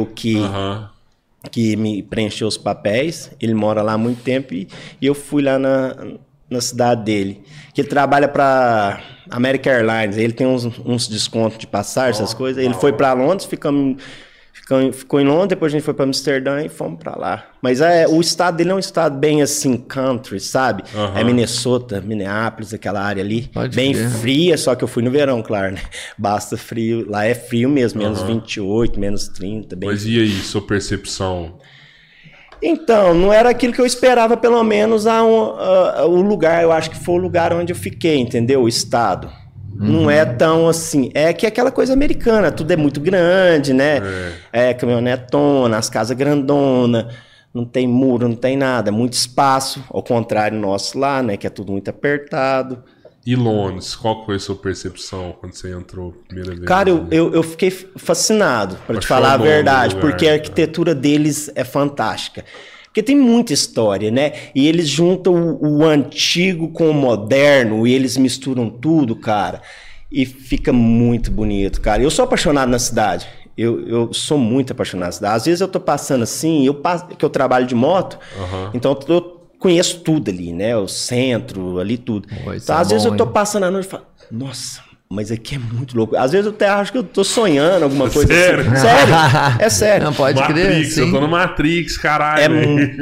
que me preencheu os papéis. Ele mora lá há muito tempo e eu fui lá na cidade dele, que ele trabalha para American Airlines, ele tem uns descontos de passagem, essas coisas. Ele foi para Londres, ficamos Ficou em Londres, depois a gente foi para Amsterdã e fomos para lá. Mas o estado dele é um estado bem assim, country, sabe? É Minnesota, Minneapolis, aquela área ali. Bem fria, só que eu fui no verão, claro, né? Basta frio. Lá é frio mesmo, menos 28, menos 30. Bem Mas frio. E aí, sua percepção? Então, não era aquilo que eu esperava, pelo menos o lugar. Eu acho que foi o lugar onde eu fiquei, entendeu? O estado. Não é tão assim. É que é aquela coisa americana, tudo é muito grande, né? Caminhonetona, as casas grandonas, não tem muro, não tem nada, muito espaço. Ao contrário nosso lá, né? Que é tudo muito apertado. E Londres, qual foi a sua percepção quando você entrou a primeira vez? Cara, eu fiquei fascinado, para te falar a verdade, porque a arquitetura deles é fantástica. Porque tem muita história, né? E eles juntam o antigo com o moderno e eles misturam tudo, cara. E fica muito bonito, cara. Eu sou apaixonado na cidade. Eu sou muito apaixonado na cidade. Às vezes eu tô passando assim, que eu trabalho de moto, então eu conheço tudo ali, né? O centro, ali tudo. Então, às vezes eu tô passando a noite e falo, nossa... Mas aqui é muito louco. Às vezes eu até acho que eu tô sonhando alguma coisa sério? assim. Sério? É sério. Não pode crer, sim. Eu tô no Matrix, caralho.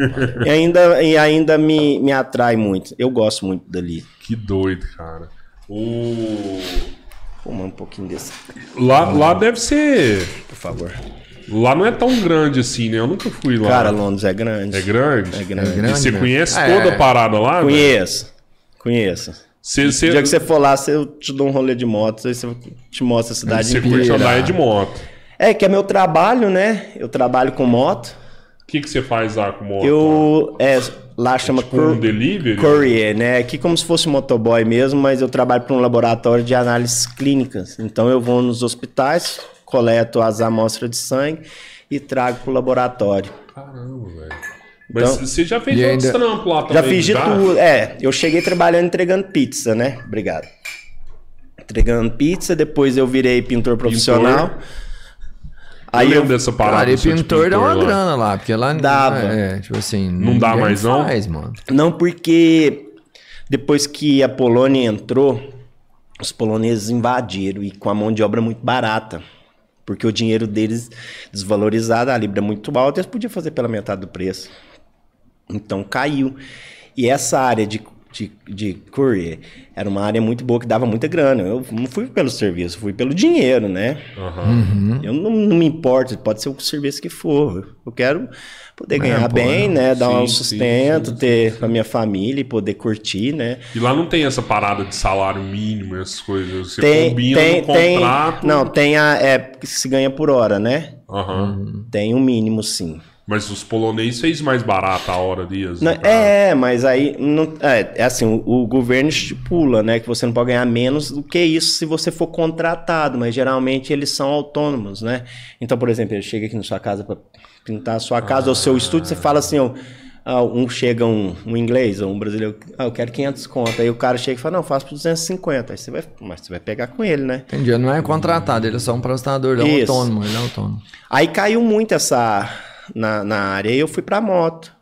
E ainda me atrai muito. Eu gosto muito dali. Que doido, cara. Fumar um pouquinho desse. Lá deve ser... Por favor. Lá não é tão grande assim, né? Eu nunca fui lá. Cara, Londres é grande. É grande? É grande. E você conhece toda a parada lá? Conheço. O dia que você for lá, eu te dou um rolê de moto, aí você te mostra a cidade inteira. Você curte andar de moto. Que é meu trabalho, né? Eu trabalho com moto. O que você faz lá com moto? Lá chama tipo um delivery? Courier, né? Aqui como se fosse motoboy mesmo, mas eu trabalho para um laboratório de análises clínicas. Então eu vou nos hospitais, coleto as amostras de sangue e trago pro laboratório. Caramba, velho. Mas então, você já fez outros trampos lá também? Já fiz de tudo. Eu cheguei trabalhando entregando pizza, né? Obrigado. Entregando pizza, depois eu virei pintor profissional. Aí eu lembro dessa parada. Cara, e pintor dá uma grana lá, porque lá dava. Tipo assim, não dá mais não? Mano. Não, porque depois que a Polônia entrou, os poloneses invadiram e com a mão de obra muito barata. Porque o dinheiro deles desvalorizado, a libra é muito alta, eles podiam fazer pela metade do preço. Então caiu. E essa área de courier era uma área muito boa que dava muita grana. Eu não fui pelo serviço, fui pelo dinheiro, né? Eu não me importo, pode ser o serviço que for. Eu quero poder ganhar bem, né? Dar um sustento, ter com a minha família e poder curtir, né? E lá não tem essa parada de salário mínimo, essas coisas. Você combina no contrato. Não, tem que se ganha por hora, né? Tem um mínimo, sim. Mas os poloneses fez mais barato a hora deles. Mas aí não, assim, o governo estipula, né, que você não pode ganhar menos do que isso se você for contratado, mas geralmente eles são autônomos, né? Então, por exemplo, ele chega aqui na sua casa para pintar a sua casa ou seu estúdio, você fala assim, chega um inglês ou um brasileiro, eu quero 500 conto, aí o cara chega e fala, não, faço por 250, aí mas você vai pegar com ele, né? Entendi, não é contratado, ele é só um prestador, ele é autônomo, ele é autônomo. Aí caiu muito na área e eu fui pra moto.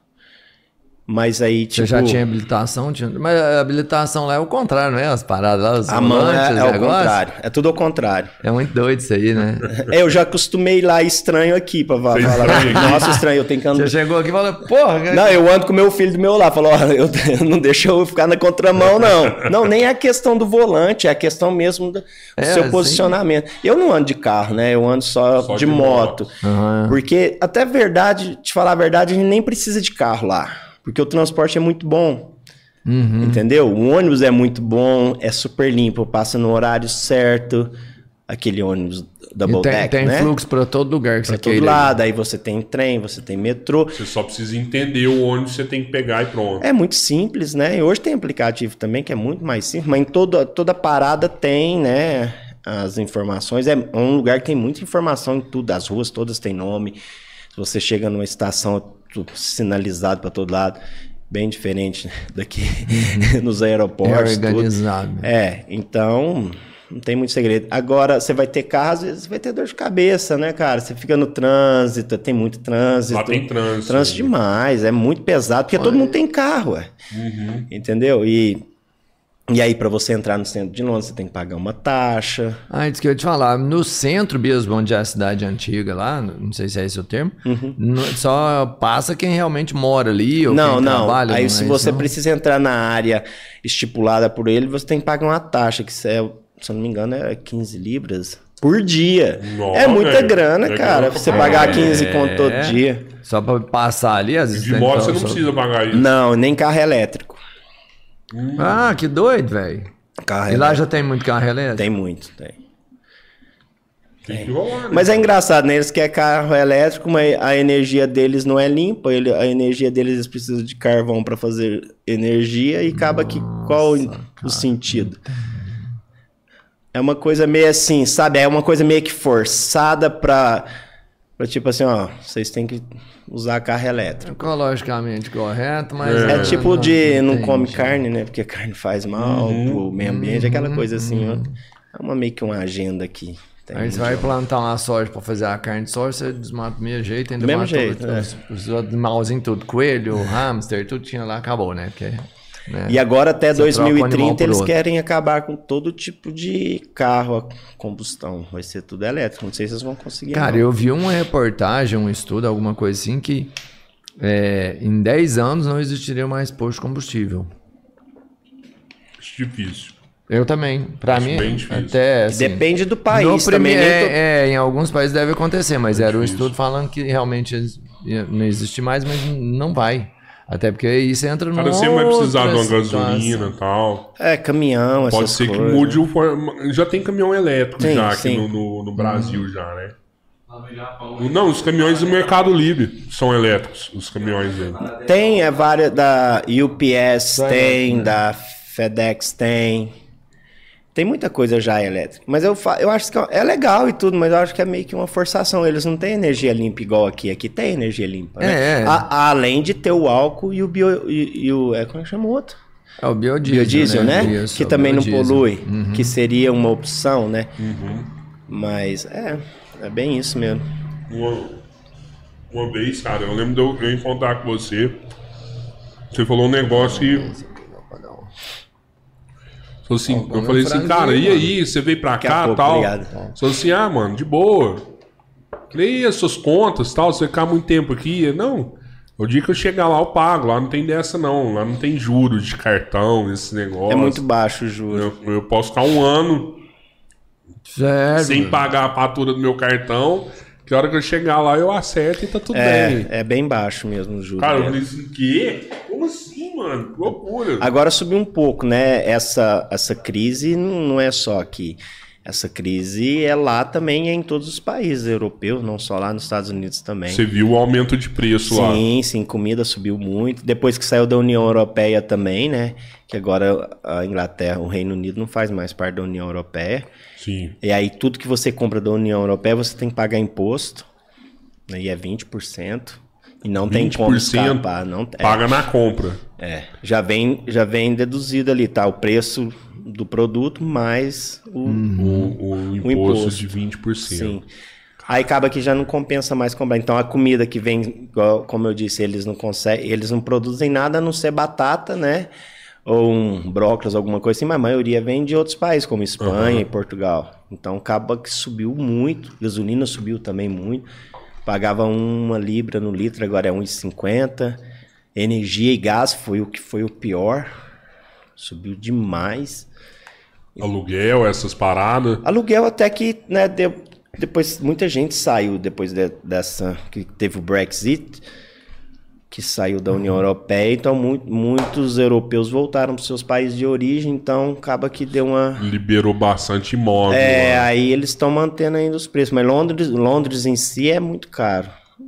Mas aí, tipo... Você já tinha habilitação? Mas a habilitação lá é o contrário, não é? As paradas lá, os volantes, é o contrário. É tudo ao contrário. É muito doido isso aí, né? Eu já acostumei lá estranho aqui pra falar. Nossa, estranho, eu tenho que andar... Você chegou aqui e falou, porra... Não, eu ando com meu filho do meu lado. Falou, não deixa eu ficar na contramão, não. Não, nem é a questão do volante, é a questão mesmo do seu posicionamento. Eu não ando de carro, né? Eu ando só de moto. Porque, até te falar a verdade, a gente nem precisa de carro lá. Porque o transporte é muito bom, entendeu? O ônibus é muito bom, é super limpo, passa no horário certo, aquele ônibus double deck, tem né? Tem fluxo para todo lugar que você quer. Pra todo lado, aí você tem trem, você tem metrô. Você só precisa entender o ônibus, você tem que pegar e pronto. É muito simples, né? E hoje tem aplicativo também, que é muito mais simples, mas em toda parada tem, né, as informações. É um lugar que tem muita informação em tudo, as ruas todas têm nome. Se você chega numa estação... sinalizado para todo lado, bem diferente daqui nos aeroportos. É organizado. Tudo. Então não tem muito segredo. Agora, você vai ter carro, às vezes vai ter dor de cabeça, né, cara? Você fica no trânsito, tem muito trânsito. Lá tem trânsito. Trânsito demais, é muito pesado, porque todo mundo tem carro, entendeu? E E aí, para você entrar no centro de Londres, você tem que pagar uma taxa. Isso que eu ia te falar. No centro mesmo, onde é a cidade antiga lá, não sei se é esse o termo, só passa quem realmente mora ali ou quem trabalha. Aí se você precisa entrar na área estipulada por ele, você tem que pagar uma taxa, que se eu não me engano é 15 libras por dia. Nossa, é muita grana, cara. Você pagar 15 conto todo dia. Só para passar ali, às vezes. De moto você não precisa pagar isso. Não, nem carro elétrico. Que doido, velho. E lá já tem muito carro elétrico? Tem muito, tem. Tem que rolar, né? Mas é engraçado, né? Eles querem carro elétrico, mas a energia deles não é limpa. A energia deles, eles precisam de carvão para fazer energia. E acaba que qual o sentido? É uma coisa meio assim, sabe? É uma coisa meio que forçada pra tipo assim, ó, vocês têm que usar carro elétrico. Ecologicamente correto, mas... É tipo não come carne, né? Porque a carne faz mal pro meio ambiente, aquela coisa assim, ó. É meio que uma agenda aqui. Aí você vai plantar uma soja pra fazer a carne de soja, você desmata do mesmo jeito, ainda mata os animalzinhos tudo, coelho, hamster, tudo tinha lá, acabou, né? Porque... E agora até 2030 eles querem acabar com todo tipo de carro a combustão. Vai ser tudo elétrico. Não sei se vocês vão conseguir. Cara, eu vi uma reportagem, um estudo, alguma coisa assim, que em 10 anos não existiria mais posto de combustível. Difícil. Eu também. Pra mim, bem difícil. Até, assim, depende do país também. Em alguns países deve acontecer, mas era um estudo falando que realmente não existe mais, mas não vai. Até porque aí você entra no. Cara, você vai precisar de uma gasolina e tal. Caminhão, essas coisas. Pode ser que mude o. Já tem caminhão elétrico aqui no Brasil já, né? Não, os caminhões do Mercado Livre são elétricos, os caminhões dele. Tem, várias da UPS, da FedEx tem. Tem muita coisa já elétrica. Mas eu acho que é legal e tudo, mas eu acho que é meio que uma forçação. Eles não têm energia limpa igual aqui. Aqui tem energia limpa, né? Além de ter o álcool e o como é que chama o outro? É o biodiesel, né? Isso, que também não polui. Que seria uma opção, né? Mas é bem isso mesmo. Uma vez, cara, eu lembro de eu encontrar com você. Você falou um negócio que... Assim, eu falei assim, cara, e aí? Você veio pra cá e tal? Falei assim, mano, de boa. Falei, as suas contas e tal, você ficar muito tempo aqui? Não, o dia que eu chegar lá eu pago, lá não tem dessa não, lá não tem juros de cartão, esse negócio. É muito baixo o juro. Eu posso ficar um ano sem pagar a fatura do meu cartão, que a hora que eu chegar lá eu acerto e tá tudo bem. É bem baixo mesmo o juro. Cara, eu falei assim, quê? Como assim, mano? Que loucura. Agora subiu um pouco, né? Essa crise não é só aqui. Essa crise é lá também, é em todos os países europeus, não só lá nos Estados Unidos também. Você viu o aumento de preço lá? Sim, comida subiu muito. Depois que saiu da União Europeia também, né? Que agora a Inglaterra, o Reino Unido não faz mais parte da União Europeia. Sim. E aí tudo que você compra da União Europeia, você tem que pagar imposto. Aí é 20%. E não tem como escapar. Paga na compra. Já vem deduzido ali, tá? O preço do produto mais o imposto de 20%. Sim. Aí acaba que já não compensa mais comprar. Então a comida que vem, como eu disse, eles não produzem nada a não ser batata, né? Ou um brócolis, alguma coisa assim, mas a maioria vem de outros países, como Espanha e Portugal. Então acaba que subiu muito, gasolina subiu também muito. Pagava 1 libra no litro, agora é 1,50. Energia e gás foi o pior. Subiu demais. Aluguel, essas paradas. Aluguel até que, né, depois muita gente saiu depois dessa que teve o Brexit, que saiu da União Europeia, então muitos europeus voltaram para os seus países de origem, então acaba que deu uma... Liberou bastante imóvel. Aí eles estão mantendo ainda os preços, mas Londres em si é muito caro,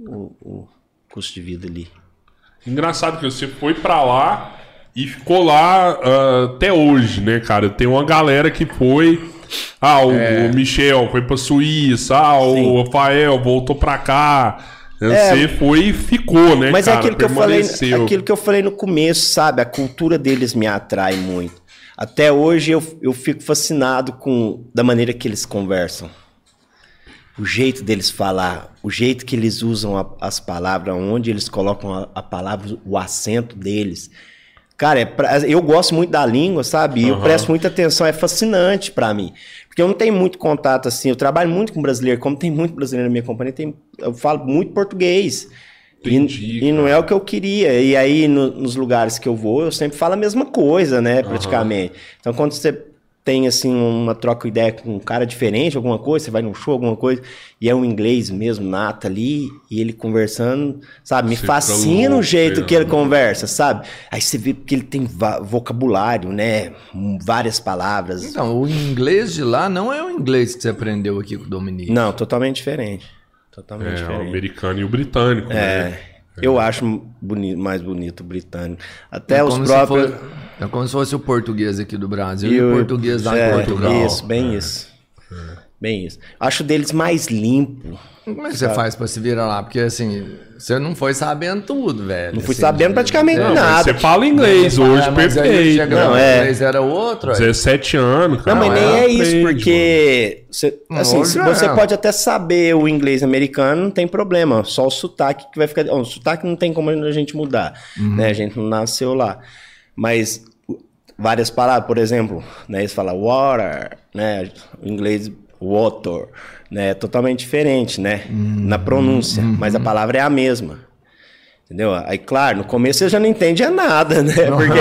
o custo de vida ali. Engraçado que você foi para lá e ficou lá até hoje, né, cara? Tem uma galera que foi... o Michel foi para Suíça, o Rafael voltou para cá... Você foi e ficou, né, mas cara? Mas é aquilo que eu falei no começo, sabe? A cultura deles me atrai muito. Até hoje eu fico fascinado da maneira que eles conversam. O jeito deles falar, o jeito que eles usam as palavras, onde eles colocam a palavra, o acento deles. Cara, eu gosto muito da língua, sabe? E eu presto muita atenção, é fascinante pra mim. Porque eu não tenho muito contato, assim, eu trabalho muito com brasileiro, como tem muito brasileiro na minha companhia, eu falo muito português. Entendi, e não é o que eu queria. E aí, nos lugares que eu vou, eu sempre falo a mesma coisa, né? Praticamente. Então, quando você tem, assim, uma troca de ideia com um cara diferente, alguma coisa, você vai num show, alguma coisa, e é um inglês mesmo, nato ali, e ele conversando, sabe? Me fascina o jeito que ele conversa, sabe? Aí você vê que ele tem vocabulário, né? Várias palavras. Então, o inglês de lá não é o inglês que você aprendeu aqui com o Dominique. Não, totalmente diferente. Totalmente diferente. O americano e o britânico, né? Eu acho mais bonito o britânico. Até os próprios... É como se fosse o português aqui do Brasil e o português lá em Portugal. Isso, bem isso. Bem isso. Acho deles mais limpo. Como é que você faz pra se virar lá? Porque assim, você não foi sabendo tudo, velho. Não fui sabendo praticamente nada. Você fala inglês hoje, perfeito. Não, inglês era outro. 17 anos, cara. Não, mas nem é isso, porque você pode até saber o inglês americano, não tem problema. Só o sotaque que vai ficar... O sotaque não tem como a gente mudar, né? A gente não nasceu lá. Mas várias palavras, por exemplo, né, eles falam water, né, o inglês water, né, é totalmente diferente, né, na pronúncia, mas a palavra é a mesma, entendeu? Aí, claro, no começo você já não entende nada, né, porque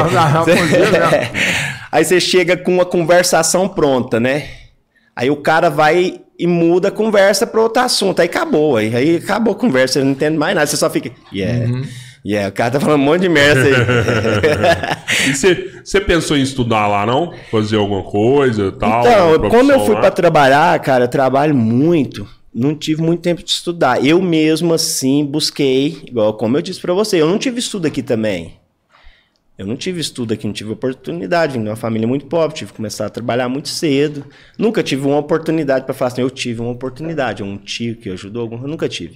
aí você chega com uma conversação pronta, né, aí o cara vai e muda a conversa para outro assunto, aí acabou, aí acabou a conversa, você não entende mais nada, você só fica, o cara tá falando um monte de merda aí. E você pensou em estudar lá, não? Fazer alguma coisa e tal? Então, como eu fui para trabalhar, cara, eu trabalho muito. Não tive muito tempo de estudar. Eu mesmo, assim, busquei, igual como eu disse para você, eu não tive estudo aqui também. Não tive oportunidade. Vim de uma família muito pobre, tive que começar a trabalhar muito cedo. Nunca tive uma oportunidade para falar assim, eu tive uma oportunidade, um tio que ajudou, eu nunca tive.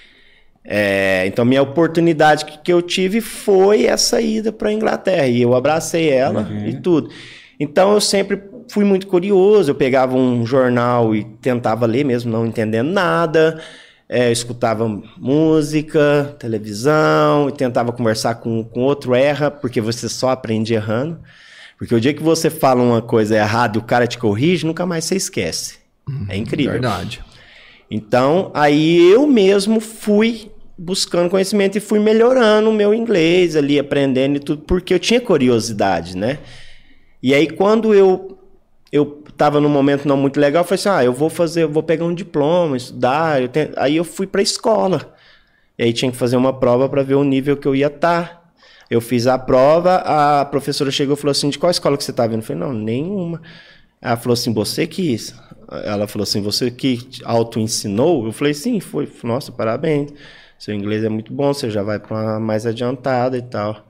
Então, minha oportunidade que eu tive foi essa ida para a Inglaterra. E eu abracei ela e tudo. Então, eu sempre fui muito curioso. Eu pegava um jornal e tentava ler mesmo, não entendendo nada. Escutava música, televisão, e tentava conversar com outro porque você só aprende errando. Porque o dia que você fala uma coisa errada e o cara te corrige, nunca mais você esquece. É incrível. Verdade. Então, aí eu mesmo fui buscando conhecimento e fui melhorando o meu inglês ali, aprendendo e tudo, porque eu tinha curiosidade, né? E aí, quando eu estava num momento não muito legal, eu falei assim, eu vou pegar um diploma, estudar. Aí eu fui para a escola. E aí tinha que fazer uma prova para ver o nível que eu ia estar. Eu fiz a prova, a professora chegou e falou assim, de qual escola que você está vendo? Eu falei, não, nenhuma. Ela falou assim, você quis? Ela falou assim, você que auto-ensinou? Eu falei, sim, foi. Nossa, parabéns. Seu inglês é muito bom, você já vai para uma mais adiantada e tal.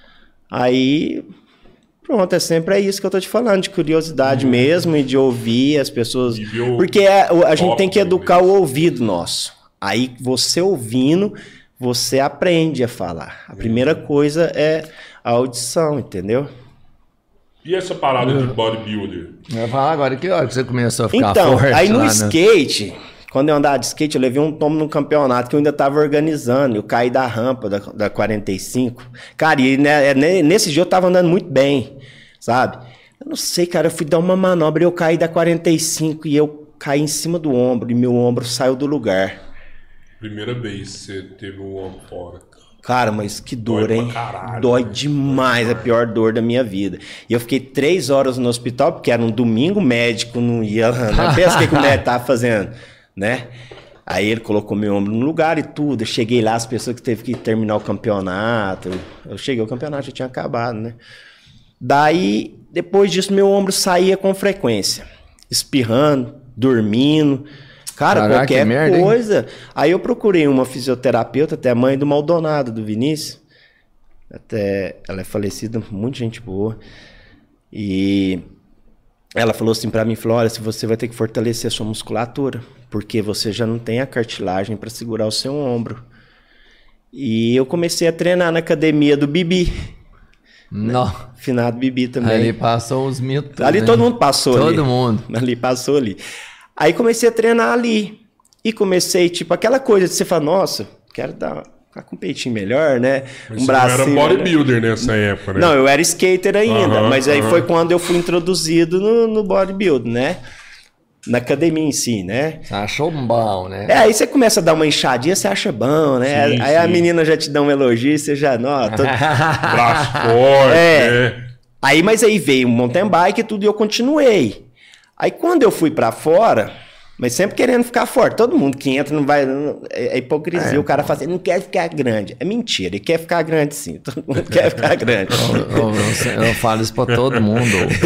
Aí, pronto, sempre isso que eu tô te falando, de curiosidade mesmo e de ouvir as pessoas. Porque a gente tem que educar o ouvido nosso. Aí, você ouvindo, você aprende a falar. A primeira coisa é a audição, entendeu? E essa parada de bodybuilder? Eu ia falar agora, que hora que você começou a ficar então, forte? Aí no skate, quando eu andava de skate, eu levei um tombo no campeonato que eu ainda estava organizando. Eu caí da rampa da 45. Cara, e nesse dia eu tava andando muito bem, sabe? Eu não sei, cara, eu fui dar uma manobra e eu caí da 45 e eu caí em cima do ombro e meu ombro saiu do lugar. Primeira vez que você teve o ombro fora. Cara, mas que dor, hein? Caralho, dói demais, a pior dor da minha vida. E eu fiquei 3 horas no hospital, porque era um domingo, o médico não ia... Não pensa o que o médico tava fazendo, né? Aí ele colocou meu ombro no lugar e tudo. Eu cheguei lá, as pessoas que teve que terminar o campeonato. Eu cheguei, o campeonato já tinha acabado, né? Daí, depois disso, meu ombro saía com frequência. Espirrando, dormindo... Cara, caraca, qualquer merda, coisa. Hein? Aí eu procurei uma fisioterapeuta, até a mãe do Maldonado, do Vinícius. Até ela é falecida, muita gente boa. E ela falou assim pra mim, falou, olha, se você vai ter que fortalecer a sua musculatura, porque você já não tem a cartilagem para segurar o seu ombro. E eu comecei a treinar na academia do Bibi. Não. Né? Finado Bibi também. Ali passou os mitos. Ali todo mundo passou. Todo mundo. Ali passou ali. Aí comecei a treinar ali. E comecei, tipo, aquela coisa de você falar, nossa, quero dar ficar com um peitinho melhor, né? Mas um bracinho. Não era bodybuilder nessa época, né? Não, eu era skater ainda, mas aí foi quando eu fui introduzido no bodybuilding, né? Na academia em si, né? Você achou bom, né? Aí você começa a dar uma inchadinha, você acha bom, né? Sim, aí a menina já te dá um elogio, você já nota. Braço forte, né? Mas aí veio um mountain bike e tudo, e eu continuei. Aí quando eu fui pra fora, mas sempre querendo ficar forte, todo mundo que entra não vai... É hipocrisia, o cara fala assim, não quer ficar grande. É mentira, ele quer ficar grande sim, todo mundo quer ficar grande. Eu falo isso pra todo mundo.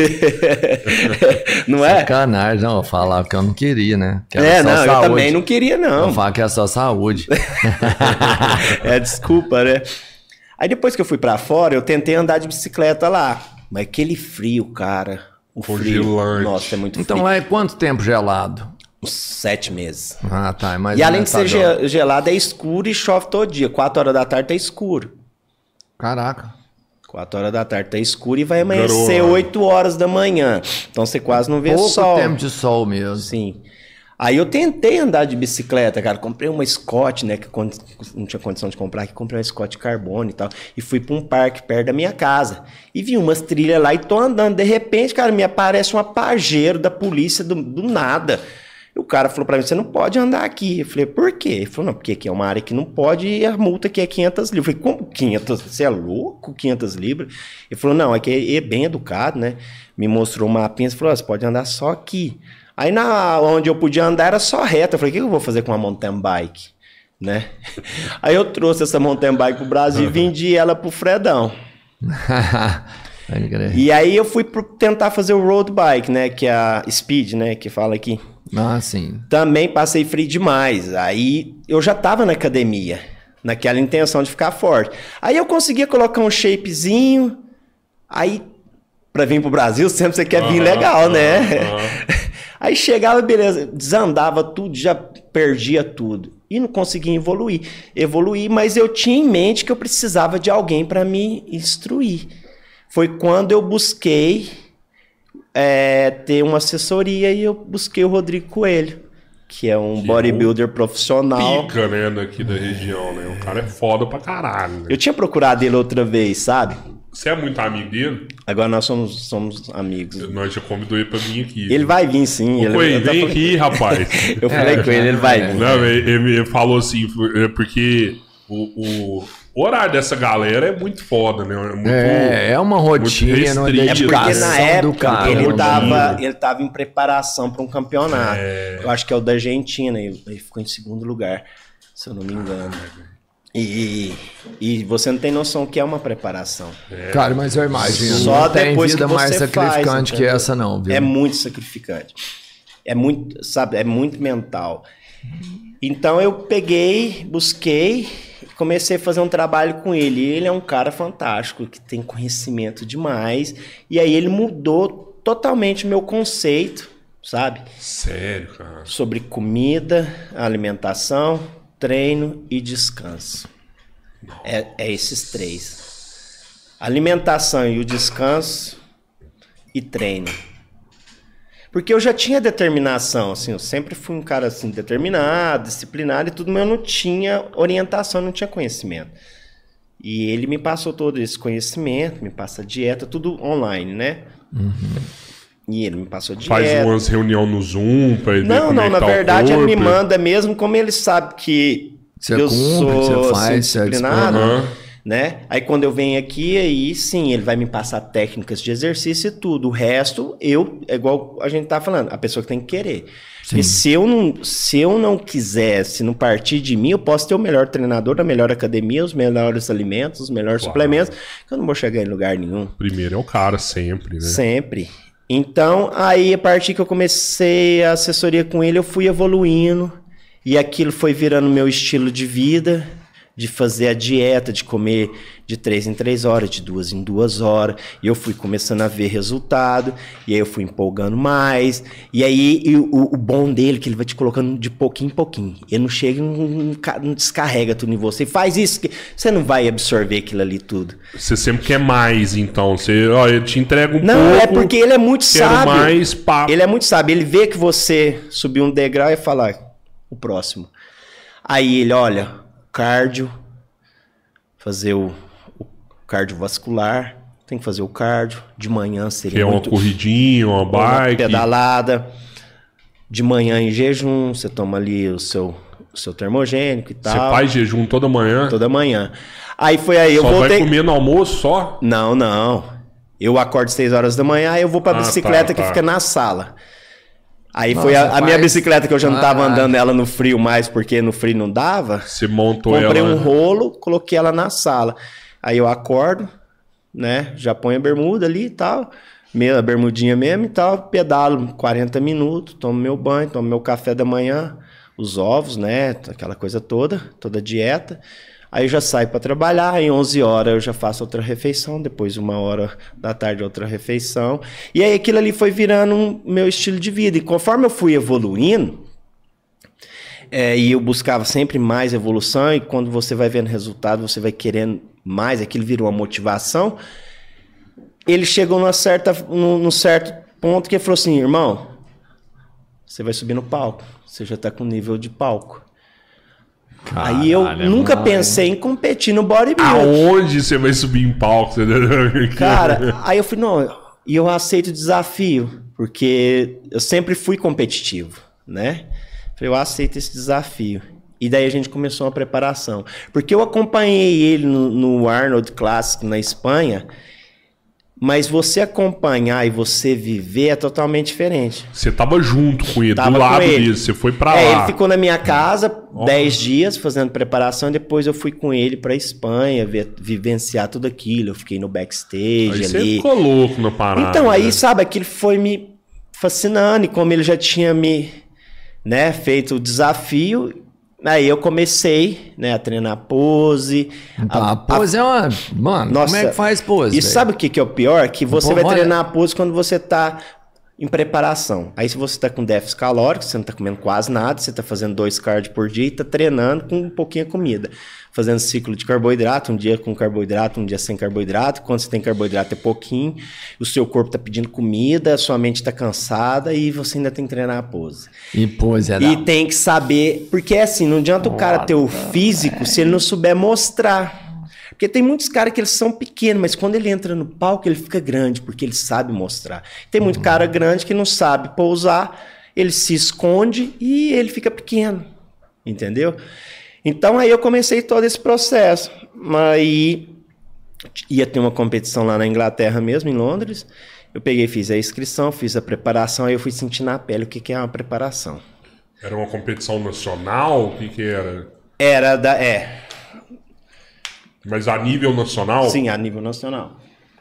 Não é? Sacanagem, não, eu falava que eu não queria, né? Que não, eu também não queria não. Eu falo que é só saúde. Desculpa, né? Aí depois que eu fui pra fora, eu tentei andar de bicicleta lá, mas aquele frio, cara, o frio, nossa, é muito frio. Então lá é quanto tempo gelado? Uns 7 meses. Ah, tá. Mas e além de ser gelado, é escuro e chove todo dia. 4 horas da tarde tá escuro. Caraca. 4 horas da tarde tá escuro e vai amanhecer 8 horas da manhã. Então você quase não vê sol. Pouco tempo de sol mesmo. Sim. Aí eu tentei andar de bicicleta, cara. Comprei uma Scott, né? Que não tinha condição de comprar, que comprei uma Scott de carbono e tal. E fui pra um parque perto da minha casa. E vi umas trilhas lá e tô andando. De repente, cara, me aparece um pajeiro da polícia do nada. E o cara falou pra mim, você não pode andar aqui. Eu falei, por quê? Ele falou, não, porque aqui é uma área que não pode e a multa aqui é 500 libras. Eu falei, como 500? Você é louco? 500 libras? Ele falou, não, aqui é bem educado, né? Me mostrou um mapinha, ele falou, você pode andar só aqui. Aí onde eu podia andar era só reta. Eu falei, o que eu vou fazer com uma mountain bike? Né? Aí eu trouxe essa mountain bike pro Brasil e vendi ela pro Fredão. E aí eu fui tentar fazer o road bike, né? Que é a speed, né? Que fala aqui. Ah, sim. Também passei frio demais. Aí eu já tava na academia, naquela intenção de ficar forte. Aí eu conseguia colocar um shapezinho. Aí, pra vir pro Brasil, sempre você quer vir legal, né? Aí chegava, beleza, desandava tudo, já perdia tudo. E não conseguia evoluir, mas eu tinha em mente que eu precisava de alguém para me instruir. Foi quando eu busquei ter uma assessoria e eu busquei o Rodrigo Coelho, que é um bodybuilder profissional. Pica, né, daqui da região, né? O cara é foda pra caralho. Né? Eu tinha procurado ele outra vez, sabe? Você é muito amigo dele? Agora nós somos amigos. Nós já convidou ele pra vir aqui. Ele vai vir, sim. Vem aqui, rapaz. Eu falei com ele vai vir. Não, ele falou assim, porque o horário dessa galera é muito foda, né? É uma rotina. É porque na época ele tava em preparação para um campeonato. Eu acho que é o da Argentina. Ele ficou em segundo lugar, se eu não me engano. E você não tem noção que é uma preparação. Cara, mas eu imagino. Só não tem depois vida que mais você sacrificante que essa, não, viu? É muito sacrificante. É muito, sabe, é muito mental. Então eu peguei, busquei, comecei a fazer um trabalho com ele. E ele é um cara fantástico, que tem conhecimento demais. E aí ele mudou totalmente o meu conceito, sabe? Sério, cara? Sobre comida, alimentação, treino e descanso. É esses 3. Alimentação e o descanso e treino. Porque eu já tinha determinação, assim, eu sempre fui um cara assim, determinado, disciplinado e tudo, mas eu não tinha orientação, não tinha conhecimento. E ele me passou todo esse conhecimento, me passa dieta, tudo online, né? Uhum. E ele me passou dieta. Faz umas reuniões no Zoom pra ele ver como na verdade ele me manda mesmo, como ele sabe que eu sou disciplinado, né? Aí quando eu venho aqui, aí sim, ele vai me passar técnicas de exercício e tudo. O resto, é igual a gente tá falando, a pessoa que tem que querer. Sim. E se eu não quiser, se não partir de mim, eu posso ter o melhor treinador, a melhor academia, os melhores alimentos, os melhores suplementos, que eu não vou chegar em lugar nenhum. Primeiro é o cara, sempre, né? Sempre. Então, aí a partir que eu comecei a assessoria com ele, eu fui evoluindo e aquilo foi virando meu estilo de vida, de fazer a dieta, de comer de 3 em 3 horas, de 2 em 2 horas, e eu fui começando a ver resultado, e aí eu fui empolgando mais, e aí o bom dele é que ele vai te colocando de pouquinho em pouquinho, ele não chega e não descarrega tudo em você, faz isso, que você não vai absorver aquilo ali tudo. Você sempre quer mais, então, ele te entrega pouco. Não, é porque ele é muito sábio, mais, ele é muito sábio, ele vê que você subiu um degrau e fala, o próximo. Aí ele, olha, cardio, fazer o cardiovascular, tem que fazer o cardio. De manhã seria que é uma corridinha, uma bike. Uma pedalada. De manhã em jejum, você toma ali o seu termogênico e tal. Você faz jejum toda manhã? Toda manhã. Aí foi aí, eu só voltei... vai comer no almoço só? Não. Eu acordo 6 horas da manhã, aí eu vou pra bicicleta que fica na sala. Aí foi a minha bicicleta que eu já não tava andando ela no frio mais, porque no frio não dava. Você montou Comprei ela... um rolo, coloquei ela na sala. Aí eu acordo, né? Já ponho a bermuda ali e tal. A bermudinha mesmo e tal. Pedalo 40 minutos, tomo meu banho, tomo meu café da manhã. Os ovos, né? Aquela coisa toda a dieta. Aí eu já saio para trabalhar, em 11 horas eu já faço outra refeição, depois 1h da tarde outra refeição. E aí aquilo ali foi virando meu estilo de vida. E conforme eu fui evoluindo, e eu buscava sempre mais evolução, e quando você vai vendo resultado, você vai querendo mais, aquilo vira uma motivação. Ele chegou num certo ponto que ele falou assim, irmão, você vai subir no palco, você já tá com nível de palco. Caralho, aí eu nunca pensei em competir no bodybuilding. Aonde você vai subir em palco? Cara, aí eu falei, não, e eu aceito o desafio, porque eu sempre fui competitivo, né? Falei, eu aceito esse desafio. E daí a gente começou uma preparação. Porque eu acompanhei ele no Arnold Classic na Espanha, mas você acompanhar e você viver é totalmente diferente. Você tava junto com ele, do lado dele, você foi pra lá. Ele ficou na minha casa 10 dias fazendo preparação, e depois eu fui com ele pra Espanha, vivenciar tudo aquilo. Eu fiquei no backstage aí ali. Você ficou louco na parada. Então, aí, sabe, aquilo foi me fascinando, e como ele já tinha me, né, feito o desafio... Aí eu comecei, né, a treinar pose. A pose é uma... Mano, nossa, como é que faz pose? E sabe o que é o pior? Que você vai treinar a pose quando você tá em preparação. Aí se você tá com déficit calórico, você não tá comendo quase nada, você tá fazendo 2 cardio por dia e tá treinando com um pouquinho de comida. Fazendo ciclo de carboidrato, um dia com carboidrato, um dia sem carboidrato. Quando você tem carboidrato é pouquinho, o seu corpo tá pedindo comida, a sua mente tá cansada e você ainda tem que treinar a pose. E pose é E tem que saber, porque assim, não adianta o cara ter o físico se ele não souber mostrar. Porque tem muitos caras que eles são pequenos, mas quando ele entra no palco ele fica grande, porque ele sabe mostrar. Tem muito cara grande que não sabe pousar, ele se esconde e ele fica pequeno, entendeu? Então aí eu comecei todo esse processo. Aí ia ter uma competição lá na Inglaterra mesmo, em Londres. Eu peguei, fiz a inscrição, fiz a preparação, aí eu fui sentir na pele o que é uma preparação. Era uma competição nacional? O que era? Mas a nível nacional? Sim, a nível nacional.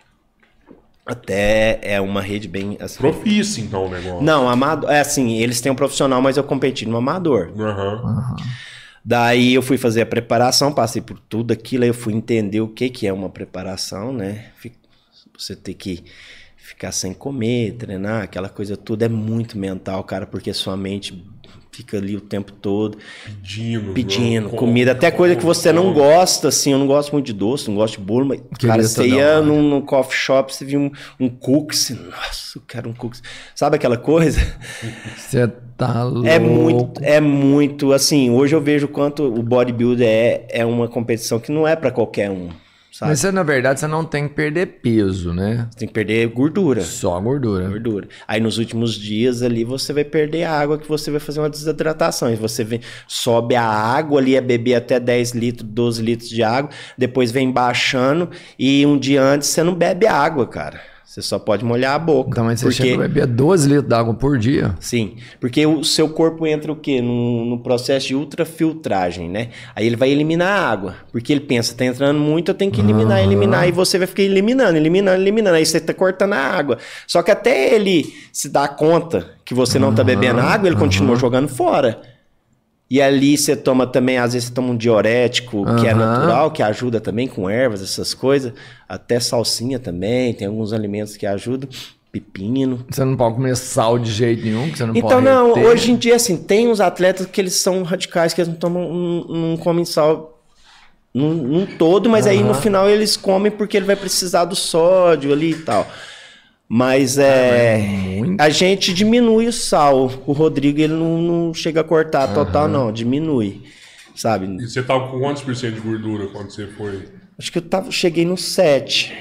Até é uma rede bem... Assim, profissa, então, o negócio. Não, amador. É assim, eles têm um profissional, mas eu competi no amador. Daí eu fui fazer a preparação, passei por tudo aquilo, aí eu fui entender o que é uma preparação, né? Você ter que ficar sem comer, treinar, aquela coisa toda é muito mental, cara, porque sua mente fica ali o tempo todo pedindo comida, até coisa que você não gosta, assim, eu não gosto muito de doce, não gosto de bolo, mas, cara, você ia num coffee shop, você viu um cookies, nossa, eu quero um cookies, sabe aquela coisa? Você tá louco. É muito, assim, hoje eu vejo quanto o bodybuilder é uma competição que não é pra qualquer um. Sabe? Mas na verdade você não tem que perder peso, né? Você tem que perder gordura. Só gordura. Aí nos últimos dias ali você vai perder a água, que você vai fazer uma desidratação. E você sobe a água ali, é beber até 10 litros, 12 litros de água. Depois vem baixando e um dia antes você não bebe água, cara. Você só pode molhar a boca. Então, mas você chega a beber 12 litros de água por dia? Sim, porque o seu corpo entra o quê? No processo de ultrafiltragem, né? Aí ele vai eliminar a água, porque ele pensa, tá entrando muito, eu tenho que eliminar, e você vai ficar eliminando. Aí você tá cortando a água. Só que até ele se dar conta que você não tá bebendo água, ele continua jogando fora. E ali você toma também, às vezes você toma um diurético, que é natural, que ajuda também com ervas, essas coisas. Até salsinha também, tem alguns alimentos que ajudam. Pepino. Você não pode comer sal de jeito nenhum, que você não então, pode não, reter. Hoje em dia, assim, tem uns atletas que eles são radicais, que eles não comem sal num todo, mas aí no final eles comem porque ele vai precisar do sódio ali e tal. Mas a gente diminui o sal. O Rodrigo, ele não chega a cortar total, não. Diminui, sabe? E você tava com quantos por cento de gordura quando você foi? Acho que cheguei no 7.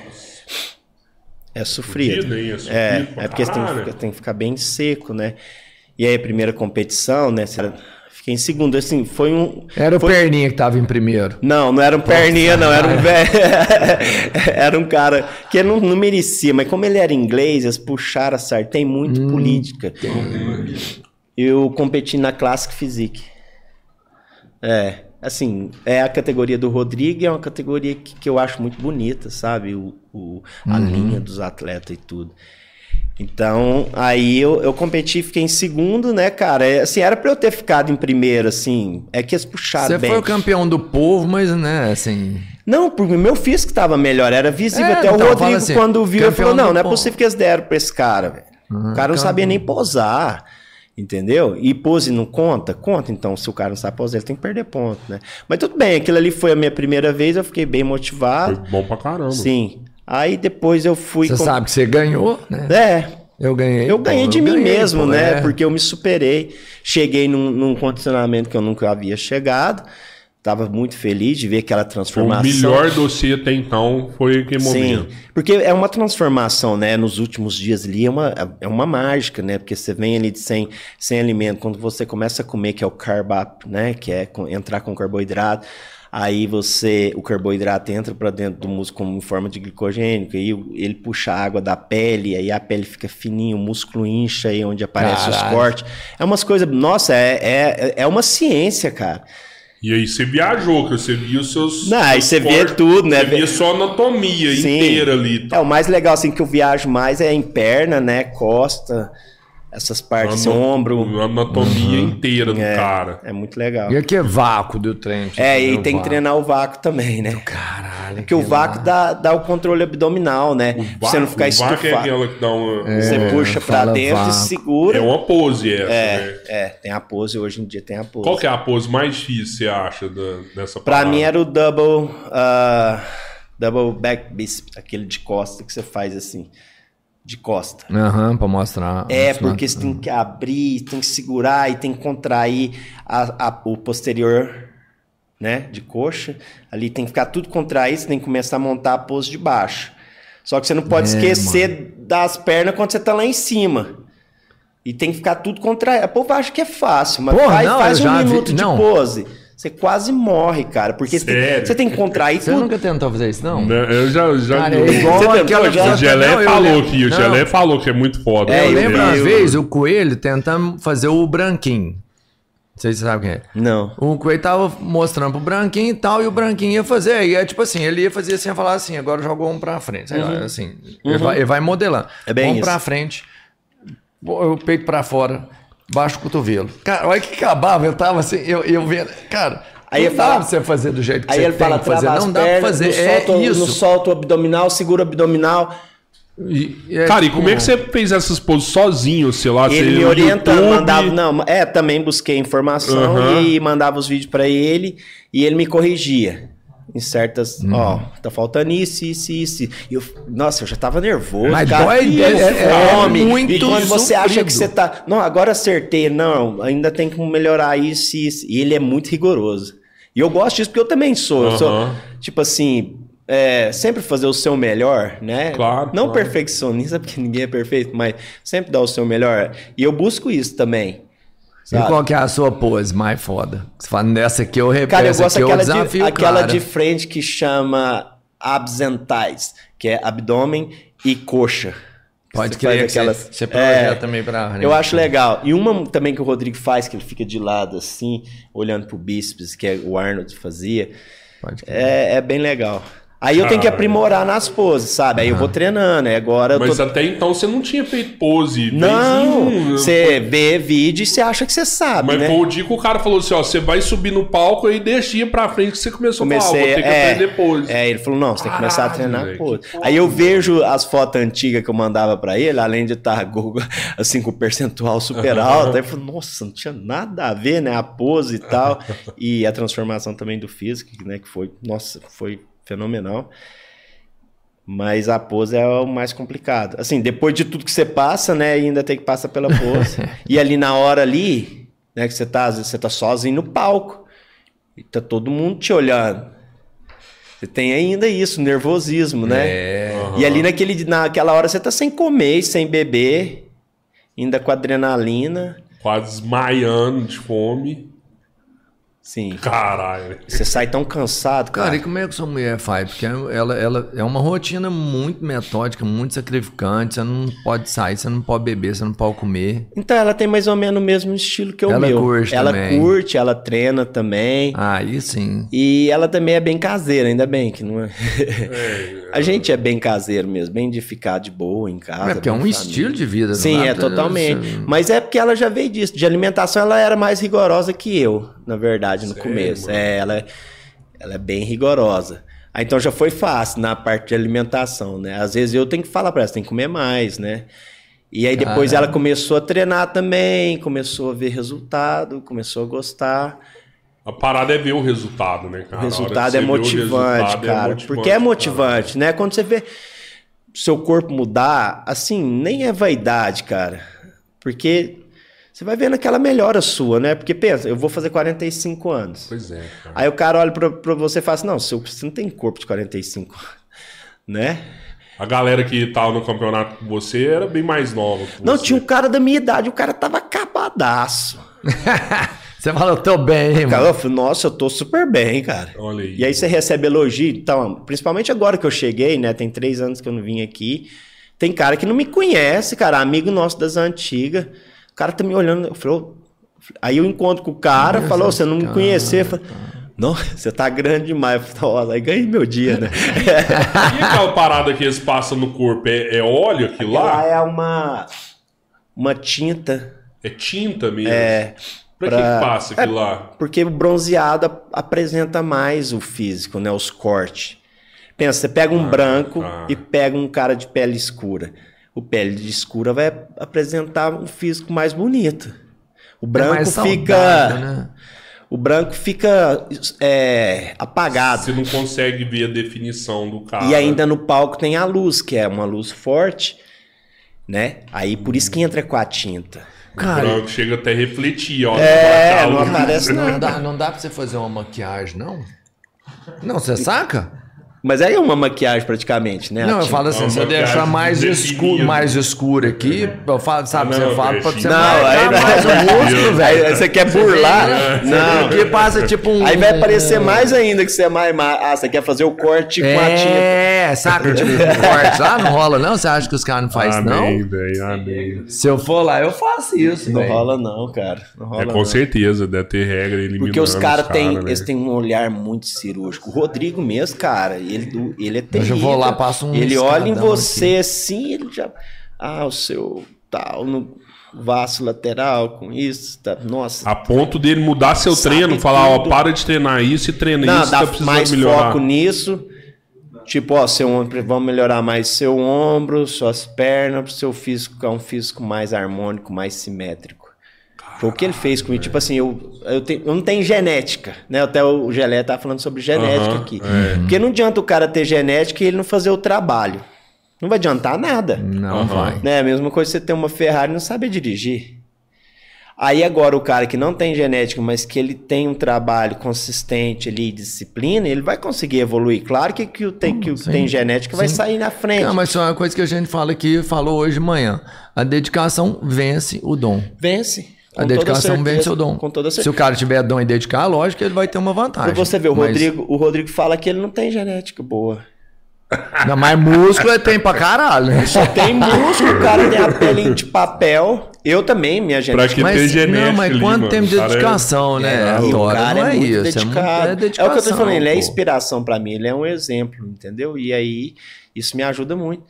É sofrido. É porque você tem que ficar bem seco, né? E aí, a primeira competição, né? Fiquei em segundo, assim, foi um... Era o Perninha que tava em primeiro. Não era um Perninha, não. Era um velho... Era um cara que não merecia, mas como ele era inglês, eles puxaram a sarda. Tem muito política. Eu competi na Classic Physique. Assim, é a categoria do Rodrigo, é uma categoria que eu acho muito bonita, sabe? A linha dos atletas e tudo. Então, aí eu competi e fiquei em segundo, né, cara? Assim, era pra eu ter ficado em primeiro, assim. É que eles puxaram bem. Você foi o campeão do povo, mas, né, assim... Não, porque o meu físico tava melhor, era visível. Até então, o Rodrigo, assim, quando viu, ele falou, não é possível que eles deram pra esse cara, velho. O cara não sabia nem posar. Entendeu? E pose não conta? Conta. Então, se o cara não sabe posar, ele tem que perder ponto, né? Mas tudo bem, aquilo ali foi a minha primeira vez, eu fiquei bem motivado. Foi bom pra caramba. Sim. Aí depois eu fui... Você sabe que você ganhou, né? Eu ganhei. Eu ganhei de mim mesmo, né? Porque eu me superei. Cheguei num condicionamento que eu nunca havia chegado. Tava muito feliz de ver aquela transformação. O melhor dossiê até então foi aquele momento. Sim, porque é uma transformação, né? Nos últimos dias ali é uma mágica, né? Porque você vem ali de sem alimento. Quando você começa a comer, que é o carb up, né? Que é entrar com carboidrato. Aí o carboidrato entra para dentro do músculo como em forma de glicogênico, aí ele puxa a água da pele, aí a pele fica fininha, o músculo incha, aí onde aparecem os cortes. É umas coisas... Nossa, é uma ciência, cara. E aí você viajou, que você via os seus... Não, aí você vê tudo, né? Você via só a anatomia inteira ali. Tá? O mais legal, assim, que eu viajo mais é em perna, né? Costa, essas partes, ombro. A anatomia inteira do cara. É muito legal. E aqui é vácuo do treino. E tem que treinar o vácuo também, né? Caralho. Porque o vácuo dá o controle abdominal, né? Pra você não ficar estufado. O vácuo é aquela que dá uma... Você puxa pra dentro e segura. É uma pose essa, né? Tem a pose, hoje em dia tem a pose. Qual que é a pose mais difícil, você acha, dessa parada? Pra mim era o double back bicep, aquele de costa que você faz assim. De costa. Pra mostrar. Porque você tem que abrir, tem que segurar e tem que contrair o posterior, né, de coxa. Ali tem que ficar tudo contraído, você tem que começar a montar a pose de baixo. Só que você não pode esquecer das pernas quando você tá lá em cima. E tem que ficar tudo contraído. O povo acha que é fácil, mas faz um minuto de pose. Você quase morre, cara. Porque você tem que contrair tudo. Você nunca tentou fazer isso, não? Eu já... Cara, é igual aquela... O Gelé falou aqui. O Gelé falou que é muito foda. Eu lembro uma vez o Coelho tentando fazer o branquinho. Não sei se você sabe quem é. Não. O Coelho tava mostrando pro branquinho e tal, e o branquinho ia fazer. E é tipo assim, ele ia fazer assim, ia falar assim, agora jogou um pra frente. Assim, ele vai modelando. É bem isso. Pra frente, o peito pra fora. Baixo o cotovelo. Cara, olha que acabava, eu tava assim, eu vendo. Cara, aí não dá pra você fazer do jeito que aí você ele fala, tem que fazer. Não dá pra fazer. Isso. No solto abdominal, segura o abdominal. Cara, e como é que você fez essas poses sozinho, sei lá? Ele me orientando, mandava... também busquei informação e mandava os vídeos pra ele e ele me corrigia. Em certas, tá faltando isso. E nossa, eu já tava nervoso. Mas dói, é muito. E quando você acha que você tá... Não, agora acertei. Não, ainda tem que melhorar isso e isso. E ele é muito rigoroso. E eu gosto disso porque eu também sou. Eu sou, tipo assim, sempre fazer o seu melhor, né? Claro. Não perfeccionista, porque ninguém é perfeito, mas sempre dar o seu melhor. E eu busco isso também. Sabe? E qual que é a sua pose mais foda? Você fala, nessa aqui eu repito, cara, eu gosto aquela de frente que chama abs and thighs, que é abdômen e coxa. Pode crer que você projeta também pra... Eu acho legal. E uma também que o Rodrigo faz, que ele fica de lado assim, olhando pro bíceps, que o Arnold fazia. Pode crer. É bem legal. Aí eu tenho que aprimorar nas poses, sabe? Aí eu vou treinando, agora... Mas até então você não tinha feito pose. Não, você vê vídeo e você acha que você sabe, mas né? foi o dia que o cara falou assim, você vai subir no palco e deixa ir pra frente que você começou a falar, vou ter que aprender pose. Ele falou, não, você tem que começar a treinar pose. Aí eu vejo as fotos antigas que eu mandava pra ele, além de estar assim com o percentual super alto, aí eu falei, nossa, não tinha nada a ver, né? A pose e tal. E a transformação também do físico, né? Que foi, nossa, foi... fenomenal, mas a pose é o mais complicado. Assim, depois de tudo que você passa, né, ainda tem que passar pela pose. E ali na hora ali, né, que às vezes você tá sozinho no palco e tá todo mundo te olhando. Você tem ainda isso, nervosismo, né? E ali naquela hora você tá sem comer, sem beber, ainda com adrenalina. Quase desmaiando de fome. Sim. Caralho. Você sai tão cansado, cara. Cara, e como é que sua mulher faz? Porque ela é uma rotina muito metódica, muito sacrificante. Você não pode sair, você não pode beber, você não pode comer. Então ela tem mais ou menos o mesmo estilo que o meu. Ela curte, ela treina também. Aí sim. E ela também é bem caseira, ainda bem que não é. A gente é bem caseiro mesmo, bem de ficar de boa em casa. É porque é um estilo de vida. Sim, é totalmente. Mas é porque ela já veio disso. De alimentação ela era mais rigorosa que eu, na verdade, no começo. Ela é bem rigorosa. Aí então já foi fácil na parte de alimentação, né? Às vezes eu tenho que falar pra ela, você tem que comer mais, né? E aí depois ela começou a treinar também, começou a ver resultado, começou a gostar. A parada é ver o resultado, né, cara? O resultado é motivante, cara. Porque é motivante, né? Quando você vê seu corpo mudar, assim, nem é vaidade, cara. Porque você vai vendo aquela melhora sua, né? Porque pensa, eu vou fazer 45 anos. Pois é, cara. Aí o cara olha pra você e fala assim, não, você não tem corpo de 45 anos, né? A galera que tava no campeonato com você era bem mais nova. Não, tinha um cara da minha idade, o cara tava acabadaço. Você fala, eu tô bem, hein, mano? Eu falei, nossa, eu tô super bem, cara. Olha aí. E aí você recebe elogio. Então, principalmente agora que eu cheguei, né? Tem 3 anos que eu não vim aqui. Tem cara que não me conhece, cara. Amigo nosso das antigas. O cara tá me olhando. Eu falei, aí eu encontro com o cara, falou, você não me conhecia. Eu falei, não, você tá grande demais. Eu falei, aí ganhei meu dia, né? E aquela parada que eles passam no corpo? É óleo aquilo lá? É uma tinta. É tinta mesmo? É. Pra que passa aquilo lá? Porque o bronzeado apresenta mais o físico, né? Os cortes. Pensa, você pega um branco e pega um cara de pele escura. O pele escura vai apresentar um físico mais bonito. O branco fica... né? O branco fica apagado. Você não consegue ver a definição do cara. E ainda no palco tem a luz, que é uma luz forte, né? Aí por isso que entra com a tinta. Cara, o branco chega até a refletir, ó. Não aparece nada. Não dá pra você fazer uma maquiagem, não? Não, você saca? Mas aí é uma maquiagem praticamente, né? Não, eu falo assim, você deixar mais escuro aqui, eu falo, sabe, você fala pra você mais o músculo, velho. Aí você quer burlar? Não. Que passa tipo um... Aí vai aparecer mais ainda que você é mais... Ah, você quer fazer o corte com a tinta. Saca? Tipo, corte lá não rola não? Você acha que os caras não fazem não? Amém. Se eu for lá, eu faço isso, Não rola não, cara. Não rola com certeza, deve ter regra eliminando. Porque os caras eles têm um olhar muito cirúrgico. O Rodrigo mesmo, cara... Ele é terrível. Eu vou lá, passo um... Ele olha em você aqui. Assim, ele já... o seu tal no vaso lateral com isso, tá, nossa. A ponto dele mudar seu treino, falar, para de treinar isso e treina isso, tá precisando mais melhorar. Foco nisso. Tipo, seu ombro, vamos melhorar mais seu ombro, suas pernas, pro seu físico, é um físico mais harmônico, mais simétrico. Foi o que ele fez comigo. Tipo assim, eu não tenho genética, né? Até o Gelé tá falando sobre genética aqui. Porque não adianta o cara ter genética e ele não fazer o trabalho. Não vai adiantar nada. Não vai. Né? A mesma coisa que você ter uma Ferrari e não saber dirigir. Aí agora o cara que não tem genética, mas que ele tem um trabalho consistente ali, disciplina, ele vai conseguir evoluir. Claro que o tem genética vai sair na frente. Não, mas só uma coisa que a gente fala aqui, falou hoje de manhã. A dedicação vence o dom. Vence. A dedicação vence o dom. Com toda certeza. Se o cara tiver dom e dedicar, lógico que ele vai ter uma vantagem. Pra você ver, o Rodrigo fala que ele não tem genética boa. Não, mas músculo ele tem pra caralho, né? Só tem músculo, o cara tem a pele de papel. Eu também, minha genética. Pra que ter genética. Não, mas quanto tempo de dedicação, né? O cara não é muito isso. dedicado. É dedicação, o que eu tô falando, ele é inspiração pra mim, ele é um exemplo, entendeu? E aí, isso me ajuda muito.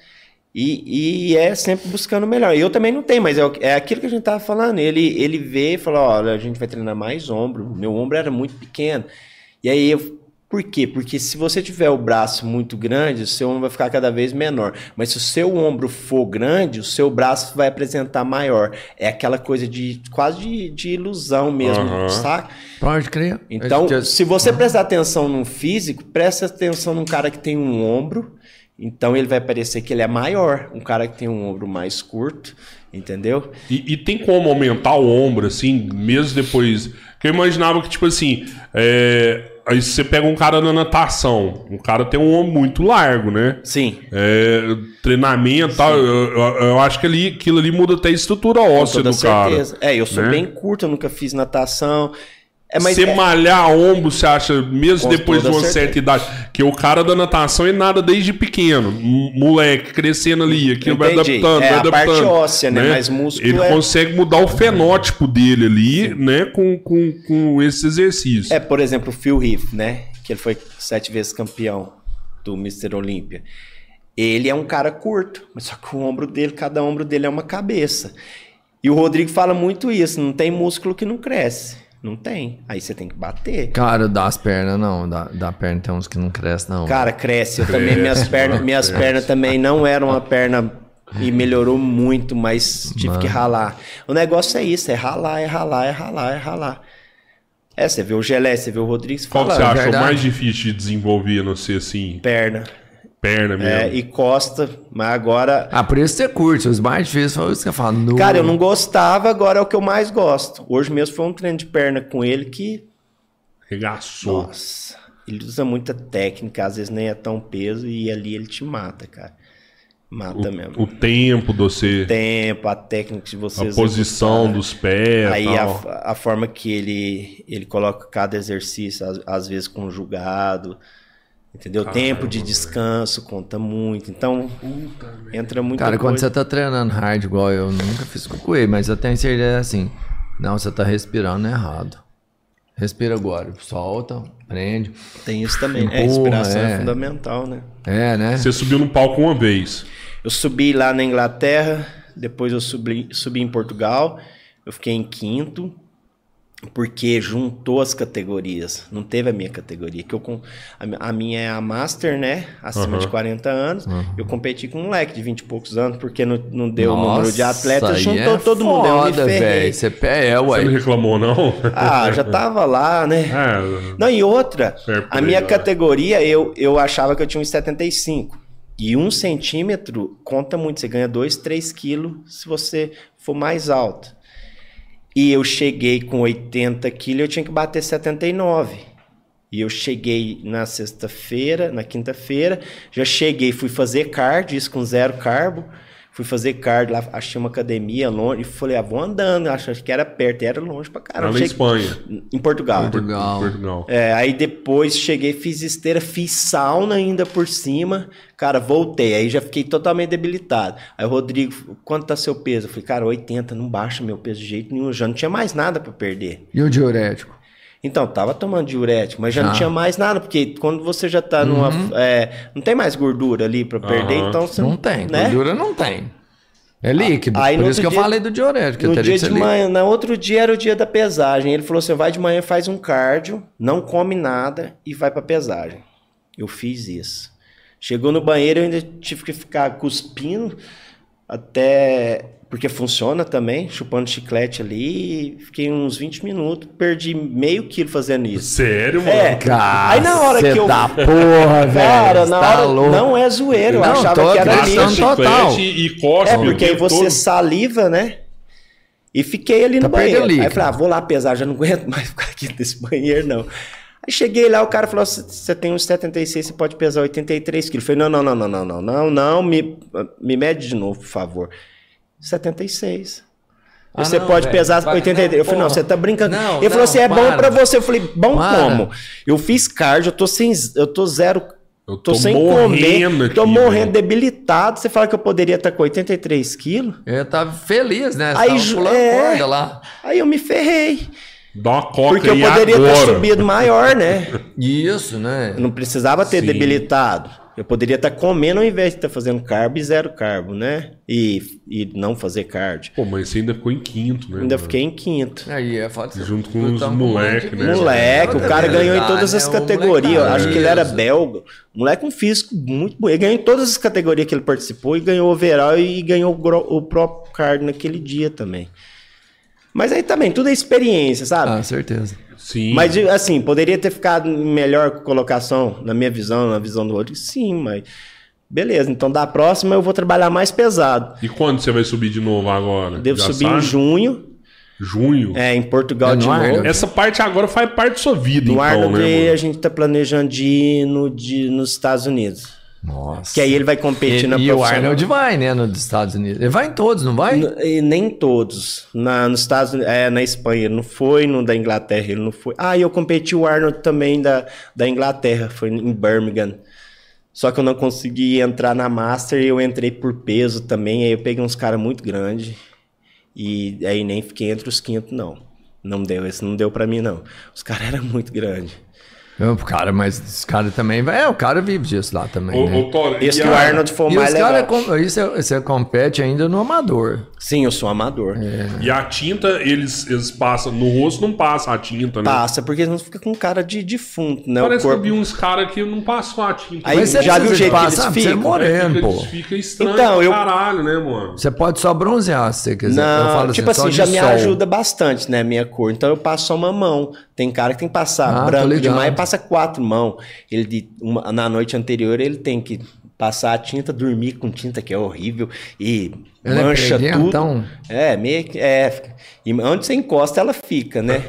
E é sempre buscando o melhor. Eu também não tenho, mas é aquilo que a gente tava falando. Ele vê e fala, olha, a gente vai treinar mais ombro. Meu ombro era muito pequeno. E aí, por quê? Porque se você tiver o braço muito grande, o seu ombro vai ficar cada vez menor. Mas se o seu ombro for grande, o seu braço vai apresentar maior. É aquela coisa quase de ilusão mesmo, saca? Pode crer. Então, se você prestar atenção no físico, presta atenção num cara que tem um ombro. Então ele vai parecer que ele é maior, um cara que tem um ombro mais curto, entendeu? E tem como aumentar o ombro, assim, mesmo depois... Porque eu imaginava que, tipo assim, Aí você pega um cara na natação, o cara tem um ombro muito largo, né? Sim. Treinamento e tal, eu acho que aquilo ali muda até a estrutura óssea do certeza. cara. Eu sou bem curto, eu nunca fiz natação. Você malhar ombro, você acha, mesmo depois de uma certa idade, que o cara da natação é nada desde pequeno, moleque, crescendo ali, aquilo vai adaptando, vai adaptando. A parte óssea, né? Mas músculo ele consegue mudar o fenótipo dele ali, né, com esse exercício. Por exemplo, o Phil Heath, né, que ele foi 7 vezes campeão do Mr. Olímpia. Ele é um cara curto, mas só que o ombro dele, cada ombro dele é uma cabeça. E o Rodrigo fala muito isso, não tem músculo que não cresce. Não tem. Aí você tem que bater. Cara, das pernas não. Da perna tem uns que não crescem, não. Cara, cresce. Eu também, minhas pernas também não eram uma perna e melhorou muito, mas tive que ralar. O negócio é isso, é ralar. Você vê o Gelé, você vê o Rodrigues. Qual que você acha o mais difícil de desenvolver, não sei assim? Perna mesmo. E costa, mas agora... por isso você curte, os mais difíceis foi isso que eu falo. Cara, eu não gostava, agora é o que eu mais gosto. Hoje mesmo foi um treino de perna com ele que... Regaçou. Nossa, ele usa muita técnica, às vezes nem é tão peso e ali ele te mata, cara. Mata mesmo. O tempo de você... O tempo, a técnica de você... A posição dos pés. Aí a forma que ele coloca cada exercício, às vezes conjugado... Entendeu? Tempo de descanso conta muito. Então, entra muita coisa. Cara, quando você tá treinando hard, igual eu nunca fiz com o mas eu tenho certeza assim. Não, você tá respirando errado. Respira agora. Solta, prende. Tem isso também. Respiração é fundamental, né? Né? Você subiu no palco uma vez. Eu subi lá na Inglaterra. Depois eu subi em Portugal. Eu fiquei em 5º. Porque juntou as categorias. Não teve a minha categoria. A minha é a Master, né? Acima de 40 anos. Eu competi com um moleque de 20 e poucos anos, porque não deu o número de atletas. Juntou todo mundo. Eu me ferrei. Você não reclamou, não? Já tava lá, né? Não, e outra. A minha categoria, eu achava que eu tinha 1,75. E 1 centímetro conta muito. Você ganha 2, 3 quilos se você for mais alto. E eu cheguei com 80 quilos, eu tinha que bater 79. E eu cheguei na na quinta-feira, já cheguei, fui fazer cardio, isso com 0 carbo. Fui fazer cardio lá, achei uma academia longe, e falei, vou andando, achei que era perto, era longe pra caramba. Na Espanha? Em Portugal. Portugal. Aí depois cheguei, fiz esteira, fiz sauna ainda por cima, cara, voltei, aí já fiquei totalmente debilitado. Aí o Rodrigo, quanto tá seu peso? Eu falei, cara, 80, não baixa meu peso de jeito nenhum, já não tinha mais nada pra perder. E o diurético? Então, tava tomando diurético, mas já não tinha mais nada, porque quando você já tá numa... não tem mais gordura ali pra perder, então você não tem, né? Gordura não tem. É líquido, por isso que eu falei do diurético. No dia de manhã, no outro dia era o dia da pesagem. Ele falou assim, vai de manhã, faz um cardio, não come nada e vai pra pesagem. Eu fiz isso. Chegou no banheiro, eu ainda tive que ficar cuspindo até... Porque funciona também, chupando chiclete ali. Fiquei uns 20 minutos, perdi meio quilo fazendo isso. Sério, mano? Cara, aí na hora que eu... porra, velho. Cara, na hora... Não é zoeiro, eu achava que era lixo. Total. E cospe, porque aí você saliva, né? E fiquei ali no banheiro. Aí eu falei, vou lá pesar, já não aguento mais ficar aqui nesse banheiro, não. Aí cheguei lá, o cara falou, você tem uns 76, você pode pesar 83 quilos. Eu falei, não, me mede de novo, por favor. 76. Você pode pesar 83. Eu falei, não, você tá brincando. Ele falou assim, bom pra você. Eu falei, bom como? Eu fiz cardio, eu tô zero... Eu tô sem comer, tô morrendo, debilitado. Você fala que eu poderia estar com 83 quilos? Eu tava feliz, né? Aí, corda lá. Aí eu me ferrei. Dá uma coca. Porque eu poderia ter subido maior, né? Isso, né? Eu não precisava ter debilitado. Eu poderia estar comendo ao invés de estar fazendo carbo e 0 carbo, né? E não fazer cardio. Pô, mas você ainda ficou em 5º, né? Ainda fiquei em 5º. Aí é foda. Junto com os moleques, né? Moleque, o cara ganhou em todas as categorias. Eu acho que ele era belga. O moleque com físico muito bom. Ele ganhou em todas as categorias que ele participou e ganhou o overall e ganhou o próprio cardio naquele dia também. Mas aí também, tudo é experiência, sabe? Certeza. Sim. Mas, assim, poderia ter ficado em melhor colocação, na minha visão, na visão do outro. Sim, mas... Beleza, então da próxima eu vou trabalhar mais pesado. E quando você vai subir de novo agora? Devo subir em junho. Junho. Em Portugal de novo. Essa parte agora faz parte da sua vida, no então, Arnold, né? A gente tá planejando de ir nos Estados Unidos. Nossa. Que aí ele vai competir na profissional. E o Arnold vai, né, nos Estados Unidos. Ele vai em todos, não vai? Nem todos. Nos Estados Unidos, na Espanha ele não foi, no da Inglaterra ele não foi. E eu competi o Arnold também da Inglaterra, foi em Birmingham. Só que eu não consegui entrar na Master e eu entrei por peso também. Aí eu peguei uns caras muito grandes e aí nem fiquei entre os quintos, não. Não deu, esse não deu pra mim, não. Os caras eram muito grandes. Cara, mas esse cara também vai. O cara vive disso lá também. Né? Esse do Arnold foi o mais legal. Você compete ainda no amador. Sim, eu sou amador. E a tinta, eles passam. No rosto não passa a tinta, né? Passa, porque não fica com cara de defunto, né? Parece que eu vi uns caras que não passam a tinta. Aí você já viu o jeito que eles ficam? Você é moreno, pô. Fica estranho pra caralho, né, mano? Você pode só bronzear, se você quiser. Não, eu falo tipo assim, já me ajuda bastante, né, a minha cor. Então eu passo só uma mão. Tem cara que tem que passar branco demais e passa 4 mãos. Na noite anterior ele tem que passar a tinta, dormir com tinta, que é horrível, e mancha tudo. Então... meio que... E onde você encosta, ela fica, né?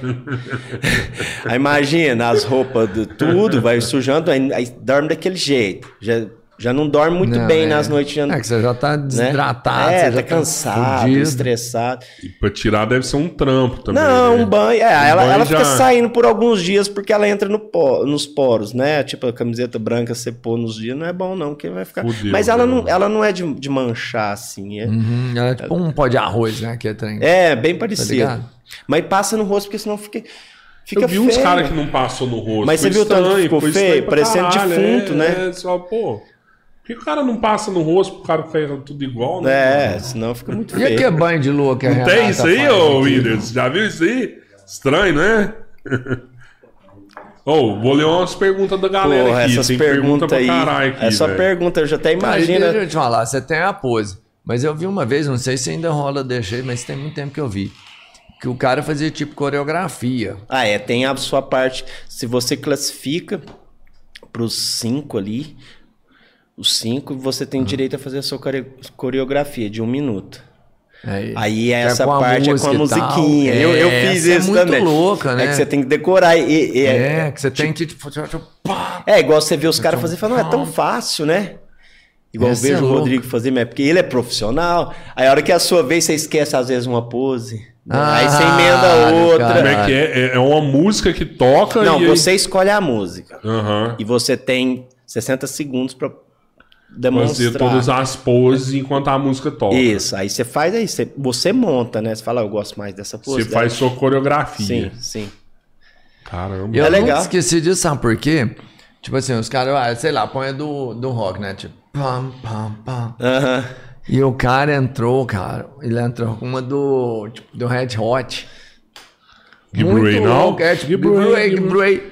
Aí imagina, as roupas, tudo vai sujando, aí dorme daquele jeito. Já não dorme muito bem nas noites. Que você já tá desidratado. Né? Você já tá cansado, estressado. E pra tirar deve ser um trampo também. Não, né? um banho. Ela fica saindo por alguns dias porque ela entra nos poros, né? Tipo, a camiseta branca você pôr nos dias não é bom, não, porque vai ficar. Fudeu, mas ela não é de manchar, assim. Ela é tipo um pó de arroz, né? Que bem parecido. Tá, mas passa no rosto, porque senão fica. Eu vi uns caras que não passou no rosto. Mas você viu o tanto que ficou feio? Parecendo defunto, né? Só, pô. Por que o cara não passa no rosto pro cara ficar tudo igual, né? Senão fica muito feio. E que é banho de lua que a Renata tem isso aí, ô Whindersson? Já viu isso aí? Estranho, né? Vou ler umas perguntas da galera aqui. Essas perguntas aí. Aqui, essa pergunta eu já até imagino. Deixa eu te falar, você tem a pose. Mas eu vi uma vez, não sei se ainda rola, deixei, mas tem muito tempo que eu vi. Que o cara fazia tipo coreografia. Tem a sua parte. Se você classifica pros 5 ali... Os 5, você tem direito a fazer a sua coreografia de 1 minuto. Aí essa parte é com a musiquinha. Eu fiz isso também. É muito louca, né? É que você tem que decorar. Que você tem que... igual você vê os caras fazendo e fala, não é tão fácil, né? Igual eu vejo o Rodrigo fazer, mas porque ele é profissional. Aí a hora que é a sua vez, você esquece às vezes uma pose. Aí você emenda outra. Como é que é? É uma música que toca Não, você escolhe a música. Uhum. E você tem 60 segundos pra demonstrar. Fazer todas as poses enquanto a música toca. Isso, aí você faz aí, você monta, né? Você fala, eu gosto mais dessa pose. Você faz sua coreografia. Sim. Caramba. Eu nunca esqueci disso, sabe por quê? Tipo assim, os caras, sei lá, põe do rock, né? Tipo, pam, pam, pam. E o cara entrou, ele entrou com uma do Red Hot. Giveaway, não? Giveaway.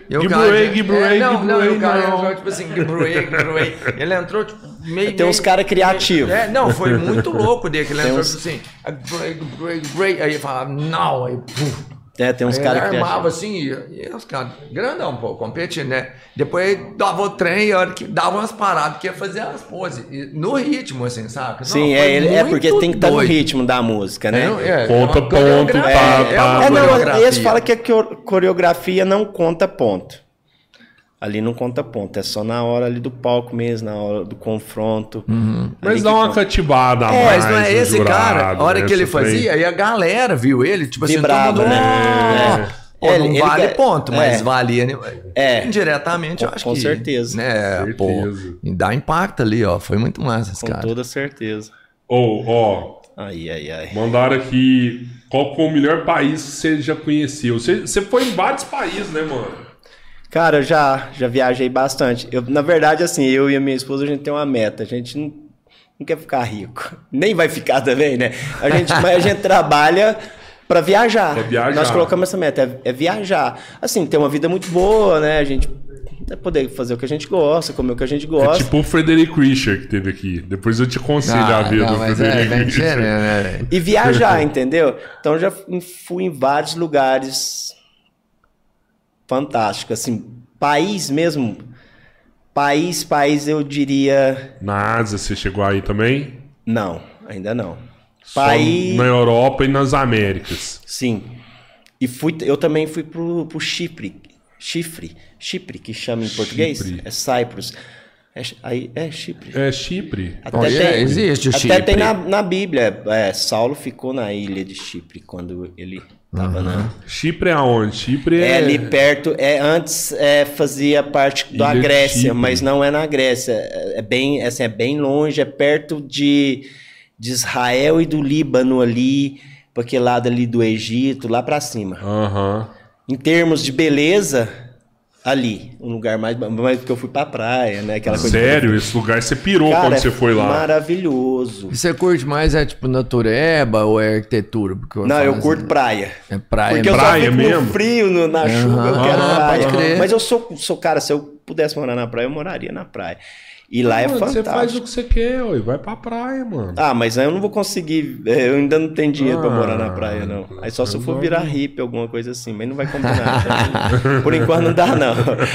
Não, o cara entrou, tipo assim, Giveaway. Ele entrou, tipo, meio... Tem uns caras criativos. Não, foi muito louco dele, que ele entrou, tipo assim, Giveaway. Aí ele falava, não, aí, puf. Tem uns caras criativos. Ele armava assim, e os caras, grandão, pô, competindo, né? Depois dava o trem, e a hora que dava umas paradas, que ia fazer as poses, no ritmo, assim, sabe? Sim, porque tem que estar no ritmo da música, né? Conta ponto, eles falam que a coreografia não conta ponto. Ali não conta ponto, é só na hora ali do palco mesmo, na hora do confronto. Mas dá uma cativada a mais. Mas não é esse cara, a hora que ele fazia, aí a galera viu ele, tipo assim, vibrava, né? Não vale ponto, mas valia indiretamente, eu acho que... Com certeza. Né, certeza. E dá impacto ali, ó, foi muito massa esse cara. Com toda certeza. Ai. Mandaram aqui, qual foi o melhor país que você já conheceu? Você foi em vários países, né, mano? Cara, eu já viajei bastante. Na verdade, assim, eu e a minha esposa, a gente tem uma meta. A gente não quer ficar rico. Nem vai ficar também, né? Mas a gente trabalha para viajar. Nós colocamos essa meta, é viajar. Assim, ter uma vida muito boa, né? A gente poder fazer o que a gente gosta, comer o que a gente gosta. É tipo o Frederic Richer que teve aqui. Depois eu te aconselho a ver do Frederic Richer. Né? E viajar, entendeu? Então, já fui em vários lugares... Fantástico, assim, país mesmo, país eu diria... Na Ásia você chegou aí também? Não, ainda não. País... Na Europa e nas Américas. Sim. E eu também fui pro Chipre, que chama em português. É Cyprus. É Chipre. É Chipre. Existe Chipre. Até tem na Bíblia. Saulo ficou na ilha de Chipre quando ele estava na... Chipre é aonde? Chipre é ali perto. Antes fazia parte da Grécia, mas não é na Grécia. É bem longe, é perto de Israel e do Líbano ali, para aquele lado ali do Egito, lá para cima. Em termos de beleza... Ali, um lugar mais que eu fui pra praia, né? Aquela coisa. Sério? Esse lugar você pirou quando você foi lá? Maravilhoso. E você curte mais, tipo, natureba ou é arquitetura? Não, eu curto praia. É praia. Porque praia eu só fico no frio, na chuva, eu quero praia. Pode crer. Mas eu sou cara, se eu pudesse morar na praia, eu moraria na praia. E lá fantástico. Você faz o que você quer, ué. Vai pra praia, mano. Mas aí eu não vou conseguir. Eu ainda não tenho dinheiro pra morar na praia, não. Aí só se eu for virar hippie, alguma coisa assim. Mas não vai combinar. Por enquanto não dá, não.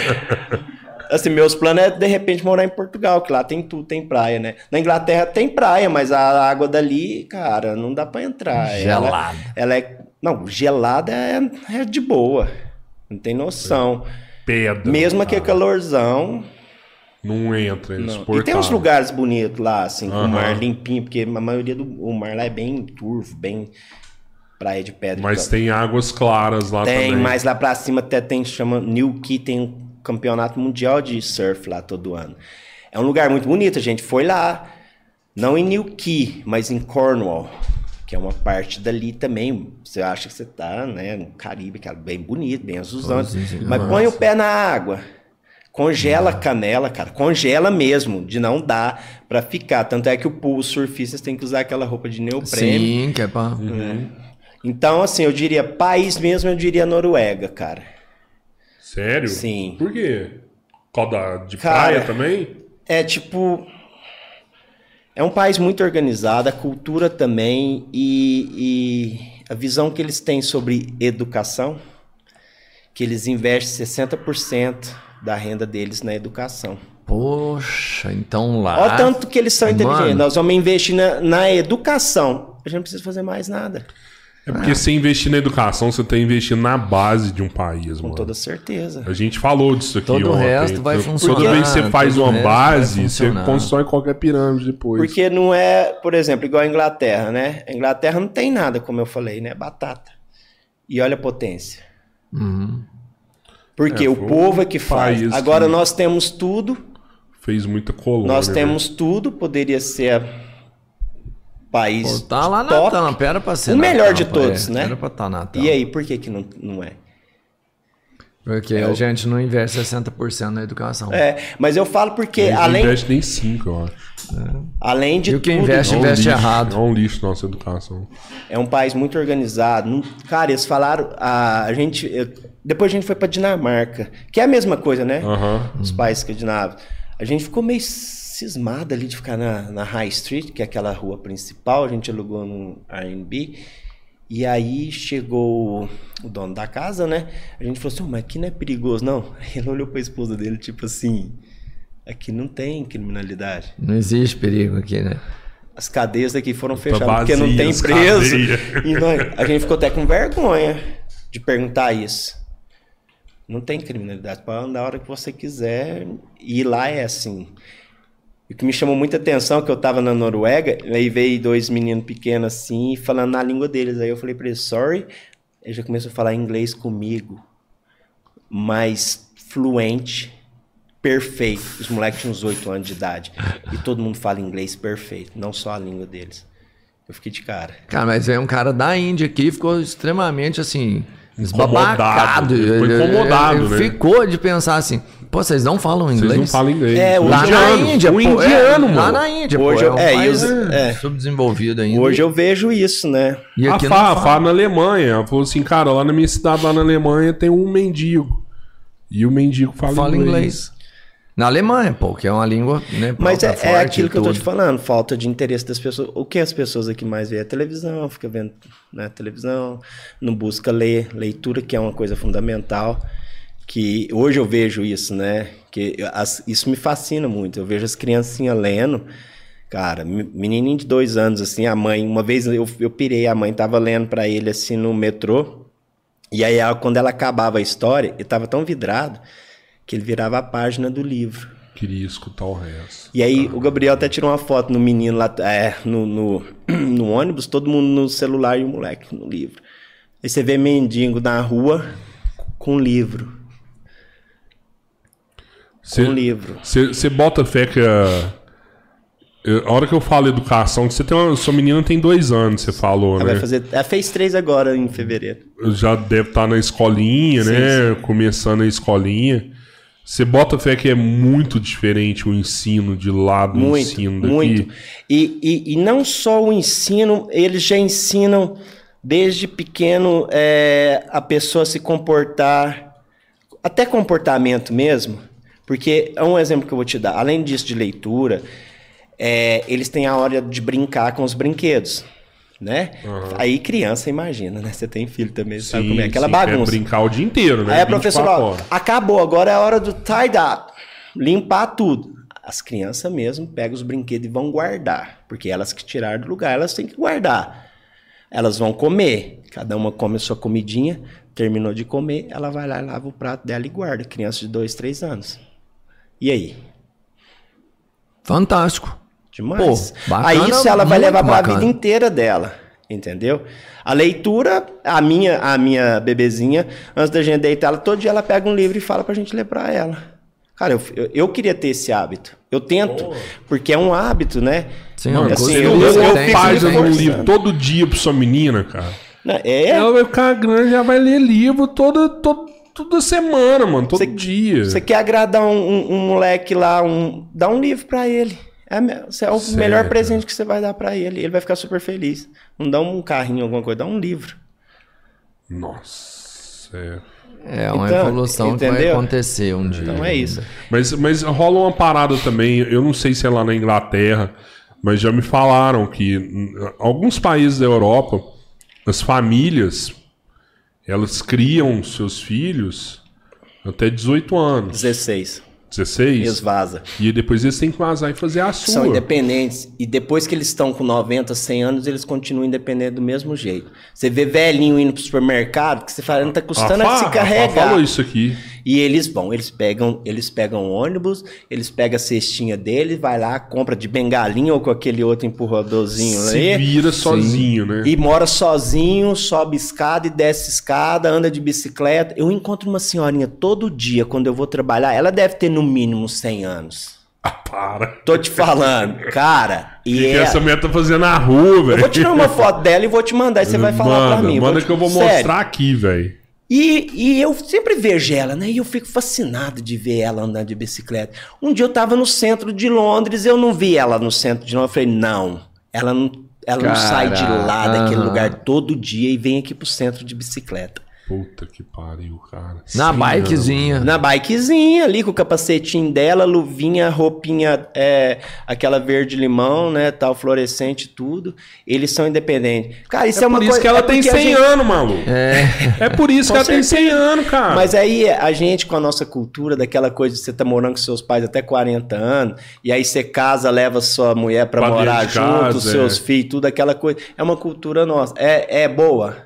Assim, meus planos é de repente morar em Portugal, que lá tem tudo, tem praia, né? Na Inglaterra tem praia, mas a água dali, cara, não dá pra entrar. Gelada. Ela é. Não, gelada é de boa. Não tem noção. Pedra. Mesmo que calorzão. Não entra, E tem uns lugares bonitos lá, assim, com o mar limpinho, porque a maioria do mar lá é bem turvo, bem praia de pedra. Mas tem águas claras lá também. Tem, mais lá pra cima até chama Newquay, tem um campeonato mundial de surf lá todo ano. É um lugar muito bonito, a gente foi lá, não em Newquay, mas em Cornwall, que é uma parte dali também. Você acha que você tá, né, no Caribe, que é bem bonito, bem azulzão, mas põe o pé na água. Congela a canela, cara. Congela mesmo, de não dar pra ficar. Tanto é que os surfistas têm que usar aquela roupa de neoprene. Sim, que é pra... Então, assim, eu diria país mesmo, eu diria Noruega, cara. Sério? Sim. Por quê? Por causa de praia também? É tipo... É um país muito organizado, a cultura também e a visão que eles têm sobre educação, que eles investem 60% da renda deles na educação. Poxa, então lá... Olha o tanto que eles são inteligentes. Nós vamos investir na educação. A gente não precisa fazer mais nada. É porque você investir na educação, você está investindo na base de um país, mano. Com toda certeza. A gente falou disso aqui ontem. Todo o resto vai funcionar. Toda vez que você faz uma base, você constrói qualquer pirâmide depois. Porque não é, por exemplo, igual a Inglaterra, né? A Inglaterra não tem nada, como eu falei, né? Batata. E olha a potência. Porque o povo é que faz. Agora nós temos tudo. Fez muita colônia. Nós temos tudo. Poderia ser país tá lá top. na tampa, era pra ser o melhor tampa, de todos, né? Era pra estar na tampa. E aí, por que não é? Porque a gente não investe 60% na educação. Mas eu falo porque não além... Não investe nem 5%, eu acho. Além de tudo... E o que investe lixo, errado. É um lixo nossa educação. É um país muito organizado. Cara, eles falaram... Depois a gente foi pra Dinamarca, que é a mesma coisa, né? Os países escandinavos. A gente ficou meio cismado ali de ficar na High Street, que é aquela rua principal. A gente alugou num Airbnb. E aí chegou o dono da casa, né? A gente falou assim, mas aqui não é perigoso, não. Ele olhou pra esposa dele, tipo assim, aqui não tem criminalidade. Não existe perigo aqui, né? As cadeias daqui foram fechadas porque não tem preso. E a gente ficou até com vergonha de perguntar isso. Não tem criminalidade, pode andar a hora que você quiser. E lá é assim. O que me chamou muita atenção é que eu tava na Noruega, aí veio 2 meninos pequenos assim, falando na língua deles. Aí eu falei pra eles, sorry. Ele já começou a falar inglês comigo, mas fluente, perfeito. Os moleques tinham uns 8 anos de idade. E todo mundo fala inglês perfeito, não só a língua deles. Eu fiquei de cara. Cara, mas veio um cara da Índia aqui, ficou extremamente assim... Esbabacado. Ele ficou incomodado, né? Ficou de pensar assim, pô, vocês não falam inglês? Vocês não falam inglês. Lá na Índia, o indiano, mano. Lá na Índia, hoje pô. Subdesenvolvido ainda. Hoje eu vejo isso, né? E aqui a Fá na Alemanha, ela falou assim, cara, lá na minha cidade, lá na Alemanha, tem um mendigo. E o mendigo fala inglês. Na Alemanha, pô, que é uma língua, né? Mas é aquilo que eu tô te falando, falta de interesse das pessoas. O que as pessoas aqui mais veem é televisão, fica vendo, né, televisão, não busca leitura, que é uma coisa fundamental, que hoje eu vejo isso, né, que isso me fascina muito, eu vejo as criancinhas lendo, Cara, menininho de 2 anos, assim, a mãe... Uma vez eu pirei, a mãe tava lendo pra ele, assim, no metrô. E aí, quando ela acabava a história, ele tava tão vidrado que ele virava a página do livro. Queria escutar o resto. E aí, o Gabriel até tirou uma foto no menino lá, no ônibus, todo mundo no celular e o moleque no livro. Aí você vê mendigo na rua com livro. Com livro. Você bota fé que a hora que eu falo educação, que sua menina tem 2 anos, você falou, né? Ela fez 3 agora, em fevereiro. Já deve estar na escolinha, sim, né? Sim. Começando a escolinha. Você bota fé que é muito diferente o ensino de lá do ensino daqui? Muito. E não só o ensino, eles já ensinam desde pequeno a pessoa se comportar, até comportamento mesmo, porque é um exemplo que eu vou te dar. Além disso de leitura... eles têm a hora de brincar com os brinquedos, né? Uhum. Aí criança imagina, né? Você tem filho também, sim, sabe como é aquela bagunça. Quer brincar o dia inteiro, né? Aí a professora, acabou, agora é a hora do tie-up, limpar tudo. As crianças mesmo pegam os brinquedos e vão guardar, porque elas que tiraram do lugar, elas têm que guardar. Elas vão comer, cada uma come a sua comidinha, terminou de comer, ela vai lá e lava o prato dela e guarda. Criança de 2, 3 anos. E aí? Fantástico. Demais. Pô, bacana, aí isso ela vai levar para a vida inteira dela, entendeu? A leitura, a minha bebezinha, antes da gente deitar ela, todo dia ela pega um livro e fala pra gente ler pra ela. Cara, eu queria ter esse hábito. Eu tento, porque é um hábito, né? Sim, mano, assim, eu faço um livro todo dia pra sua menina, cara. Ela vai ficar grande, já vai ler livro toda semana, mano, todo dia. Você quer agradar um moleque lá, dá um livro pra ele. É o melhor presente que você vai dar pra ele. Ele vai ficar super feliz. Não dá um carrinho, alguma coisa, dá um livro. Nossa, É uma evolução que vai acontecer um dia. Então é isso. Mas rola uma parada também, eu não sei se é lá na Inglaterra, mas já me falaram que em alguns países da Europa, as famílias, elas criam seus filhos até 18 anos. 16. 16? Eles vazam. E depois eles têm que vazar e fazer a sua. São independentes. E depois que eles estão com 90, 100 anos, eles continuam independentes do mesmo jeito. Você vê velhinho indo pro supermercado, que você fala, não tá custando a se carregar. Falou isso aqui. E eles vão, eles pegam ônibus, eles pegam a cestinha dele, vai lá, compra de bengalinha ou com aquele outro empurradorzinho aí. Se vira sozinho, né? E mora sozinho, sobe escada e desce escada, anda de bicicleta. Eu encontro uma senhorinha todo dia, quando eu vou trabalhar, ela deve ter no mínimo 100 anos. Ah, para. Tô te falando, cara. O que essa mulher tá fazendo na rua, velho? Eu vou tirar uma foto dela e vou te mandar, e você vai falar pra mim. Manda que eu vou mostrar aqui, velho. E eu sempre vejo ela, né? E eu fico fascinado de ver ela andando de bicicleta. Um dia eu tava no centro de Londres, eu não vi ela no centro de Londres. Eu falei, não, ela não sai de lá, daquele lugar todo dia e vem aqui pro centro de bicicleta. Puta que pariu, cara. Na bikezinha. Na bikezinha, ali com o capacetinho dela, luvinha, roupinha, aquela verde-limão, né, tal, fluorescente, tudo. Eles são independentes. Cara, isso é uma coisa... por isso que ela tem 100 anos, maluco. É por isso que ela tem 100 anos, cara. Mas aí, a gente, com a nossa cultura, daquela coisa de você tá morando com seus pais até 40 anos, e aí você casa, leva sua mulher pra morar junto, seus filhos, tudo, aquela coisa. É uma cultura nossa. É boa.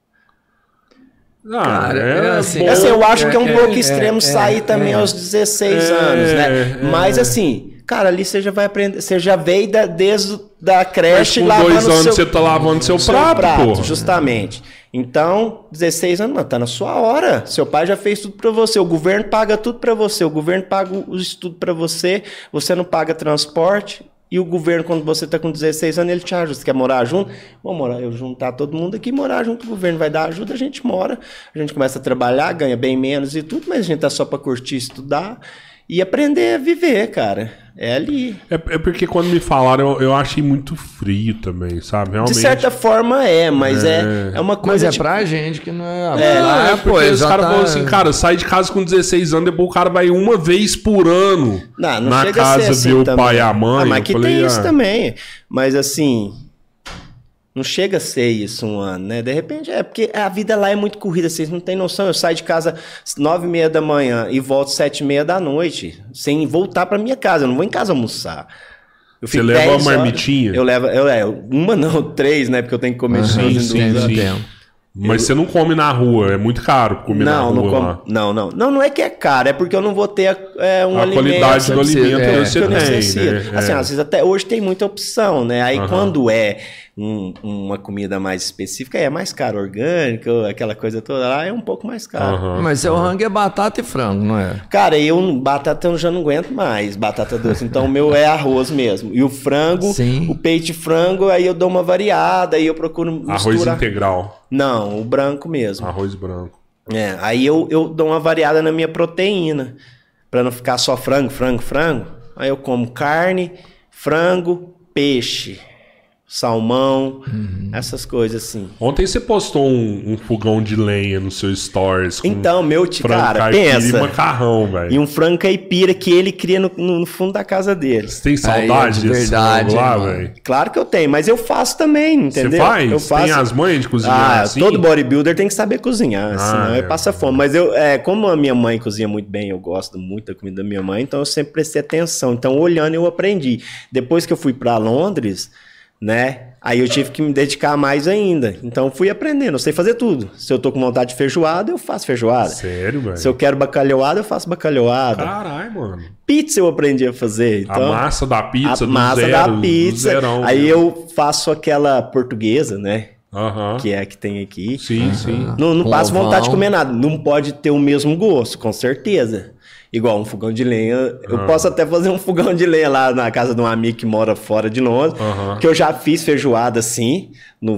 Cara, assim, eu acho que é um pouco extremo sair também aos 16 anos, né? Mas assim, cara, ali você já vai aprender, você já veio desde a creche lavando 2 anos você tá lavando seu prato, porra. Justamente. Então, 16 anos, tá na sua hora. Seu pai já fez tudo pra você, o governo paga tudo pra você, o governo paga o estudo pra você, você não paga transporte. E o governo, quando você está com 16 anos, ele te ajuda. Você quer morar junto? Vamos morar, eu juntar todo mundo aqui, morar junto, o governo vai dar ajuda, a gente mora, a gente começa a trabalhar, ganha bem menos e tudo, mas a gente tá só para curtir, estudar e aprender a viver, cara. É ali. É porque quando me falaram, eu achei muito frio também, sabe? Realmente. De certa forma mas é uma coisa... Mas pra gente que não é... porque os caras falam assim, cara, sai de casa com 16 anos, depois o cara vai uma vez por ano não na casa ver o pai e a mãe. Mas aqui tem isso também. Mas assim... Não chega a ser isso um ano, né? De repente, porque a vida lá é muito corrida, vocês não têm noção. Eu saio de casa às 9h30 da manhã e volto às 7h30 da noite, sem voltar para minha casa. Eu não vou em casa almoçar. Você leva uma marmitinha? Eu levo, uma não, 3, né? Porque eu tenho que comer sim. Mas você não come na rua, é muito caro comer na rua lá. Não é que é caro, é porque eu não vou ter um alimento... A qualidade do alimento que você tem, né? Assim, às vezes até hoje tem muita opção, né? Aí quando é uma comida mais específica, é mais caro, orgânico, aquela coisa toda lá, é um pouco mais caro. Mas seu rango é batata e frango, não é? Cara, batata eu já não aguento mais, batata doce. Então o meu é arroz mesmo. E o frango, o peito de frango, aí eu dou uma variada, aí eu procuro misturar. Arroz integral? Não, o branco mesmo. Arroz branco. Aí eu dou uma variada na minha proteína, pra não ficar só frango. Aí eu como carne, frango, peixe, salmão, essas coisas assim. Ontem você postou um fogão de lenha no seu stories. Então, cara, pensa. E macarrão, velho. E um frango caipira que ele cria no fundo da casa dele. Você tem saudade desse frango lá, velho? Claro que eu tenho, mas eu faço também, entendeu? Você faz? Eu faço. Tem as mães de cozinhar assim? Todo bodybuilder tem que saber cozinhar, senão passa fome. Mas como a minha mãe cozinha muito bem, eu gosto muito da comida da minha mãe, então eu sempre prestei atenção. Então, olhando, eu aprendi. Depois que eu fui pra Londres, né? Aí eu tive que me dedicar mais ainda. Então fui aprendendo, eu sei fazer tudo. Se eu tô com vontade de feijoada, eu faço feijoada. Sério, velho? Se eu quero bacalhoada, eu faço bacalhoada. Caralho, mano. Pizza eu aprendi a fazer. Então, a massa da pizza, do zerão, aí eu faço aquela portuguesa, né? Que é a que tem aqui. Sim. Não passo vontade de comer nada. Não pode ter o mesmo gosto, com certeza. Igual um fogão de lenha. Eu posso até fazer um fogão de lenha lá na casa de um amigo que mora fora de Londres. Que eu já fiz feijoada assim.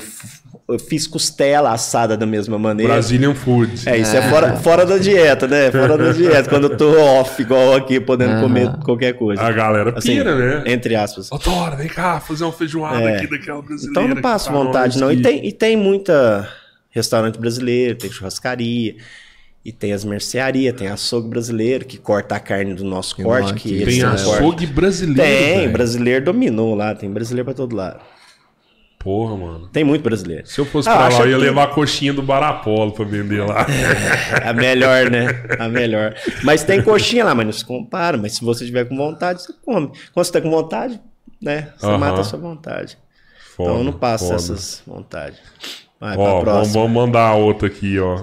Eu fiz costela assada da mesma maneira. Brazilian food. Isso é fora da dieta, né? Fora da dieta. Quando eu tô off, igual aqui, podendo comer qualquer coisa. A galera pira, assim, né? Entre aspas. Doutora, vem cá, fazer uma feijoada aqui daquela brasileira. Então não passo vontade, não. E tem muita restaurante brasileiro, tem churrascaria. E tem as mercearias, tem açougue brasileiro, que corta a carne do nosso corte. Tem açougue brasileiro? Tem, brasileiro dominou lá, tem brasileiro pra todo lado. Porra, mano. Tem muito brasileiro. Se eu fosse pra lá, eu ia levar a coxinha do Barapolo pra vender lá. A melhor, né? A melhor. Mas tem coxinha lá, mas não se compara. Mas se você tiver com vontade, você come. Quando você tá com vontade, né? Você mata a sua vontade. Então eu não passo essas vontades. Vai pra próxima. Vamos mandar outra aqui, ó.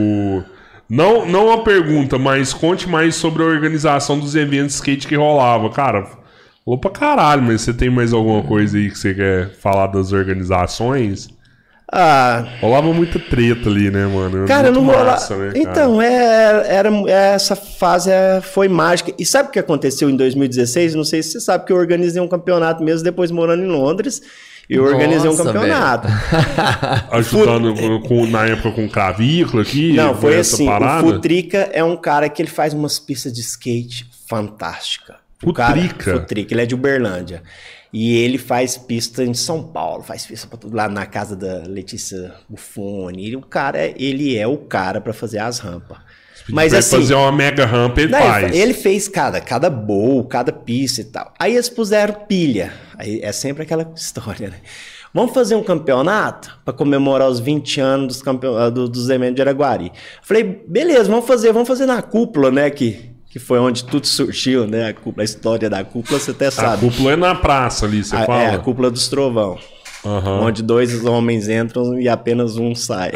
Não uma pergunta, mas conte mais sobre a organização dos eventos de skate que rolava. Cara, falou pra caralho, mas você tem mais alguma coisa aí que você quer falar das organizações? Rolava muita treta ali, né, mano? Cara, não rolava. Né, então, essa fase foi mágica. E sabe o que aconteceu em 2016? Não sei se você sabe que eu organizei um campeonato mesmo depois morando em Londres. Eu organizei um campeonato. Ajudando na época com clavícula aqui? Não, foi assim. Parada? O Futrica é um cara que ele faz umas pistas de skate fantásticas. Futrica? Ele é de Uberlândia. E ele faz pista em São Paulo, faz pista pra tudo lá na casa da Letícia Buffoni. Ele é o cara pra fazer as rampas. Mas assim, fazer uma mega rampa, ele faz. Ele fez cada bowl, cada pista e tal. Aí eles puseram pilha. Aí é sempre aquela história, né? Vamos fazer um campeonato para comemorar os 20 anos dos eventos de Araguari. Falei, beleza, vamos fazer na cúpula, né? Que foi onde tudo surgiu, né? A história da cúpula, você até sabe. A cúpula é na praça ali, você fala? É, a cúpula dos Trovão. Onde 2 homens entram e apenas um sai.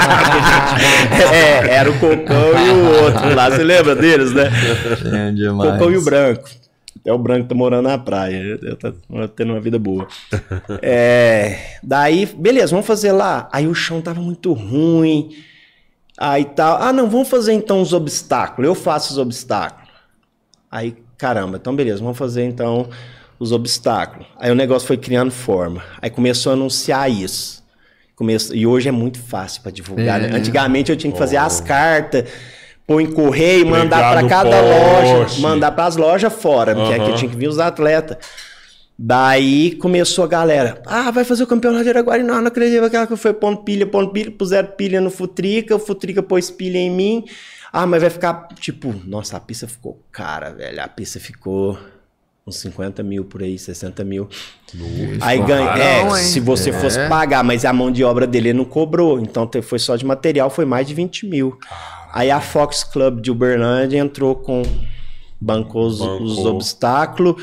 Era o Cocão e o outro lá. Você lembra deles, né? É demais. Cocão e o Branco. Até o Branco tá morando na praia. Tá tendo uma vida boa. Daí, beleza, vamos fazer lá. Aí o chão tava muito ruim. Aí tal. Não, vamos fazer então os obstáculos. Eu faço os obstáculos. Aí, caramba, então beleza, vamos fazer então os obstáculos. Aí o negócio foi criando forma. Aí começou a anunciar isso. E hoje é muito fácil para divulgar, né? Antigamente eu tinha que fazer as cartas, pôr em correio, mandar para cada loja, mandar para as lojas fora, porque aqui tinha que vir os atletas. Daí começou a galera, vai fazer o campeonato de Araguari, não acredito, aquela que foi pondo pilha, puseram pilha no Futrica, o Futrica pôs pilha em mim, mas vai ficar, tipo, nossa, a pista ficou cara, velho, a pista ficou uns 50 mil por aí, 60 mil. Nossa, aí ganha, se você fosse pagar, mas a mão de obra dele não cobrou, então foi só de material, foi mais de 20 mil. Aí a Fox Club de Uberlândia entrou bancou os obstáculos,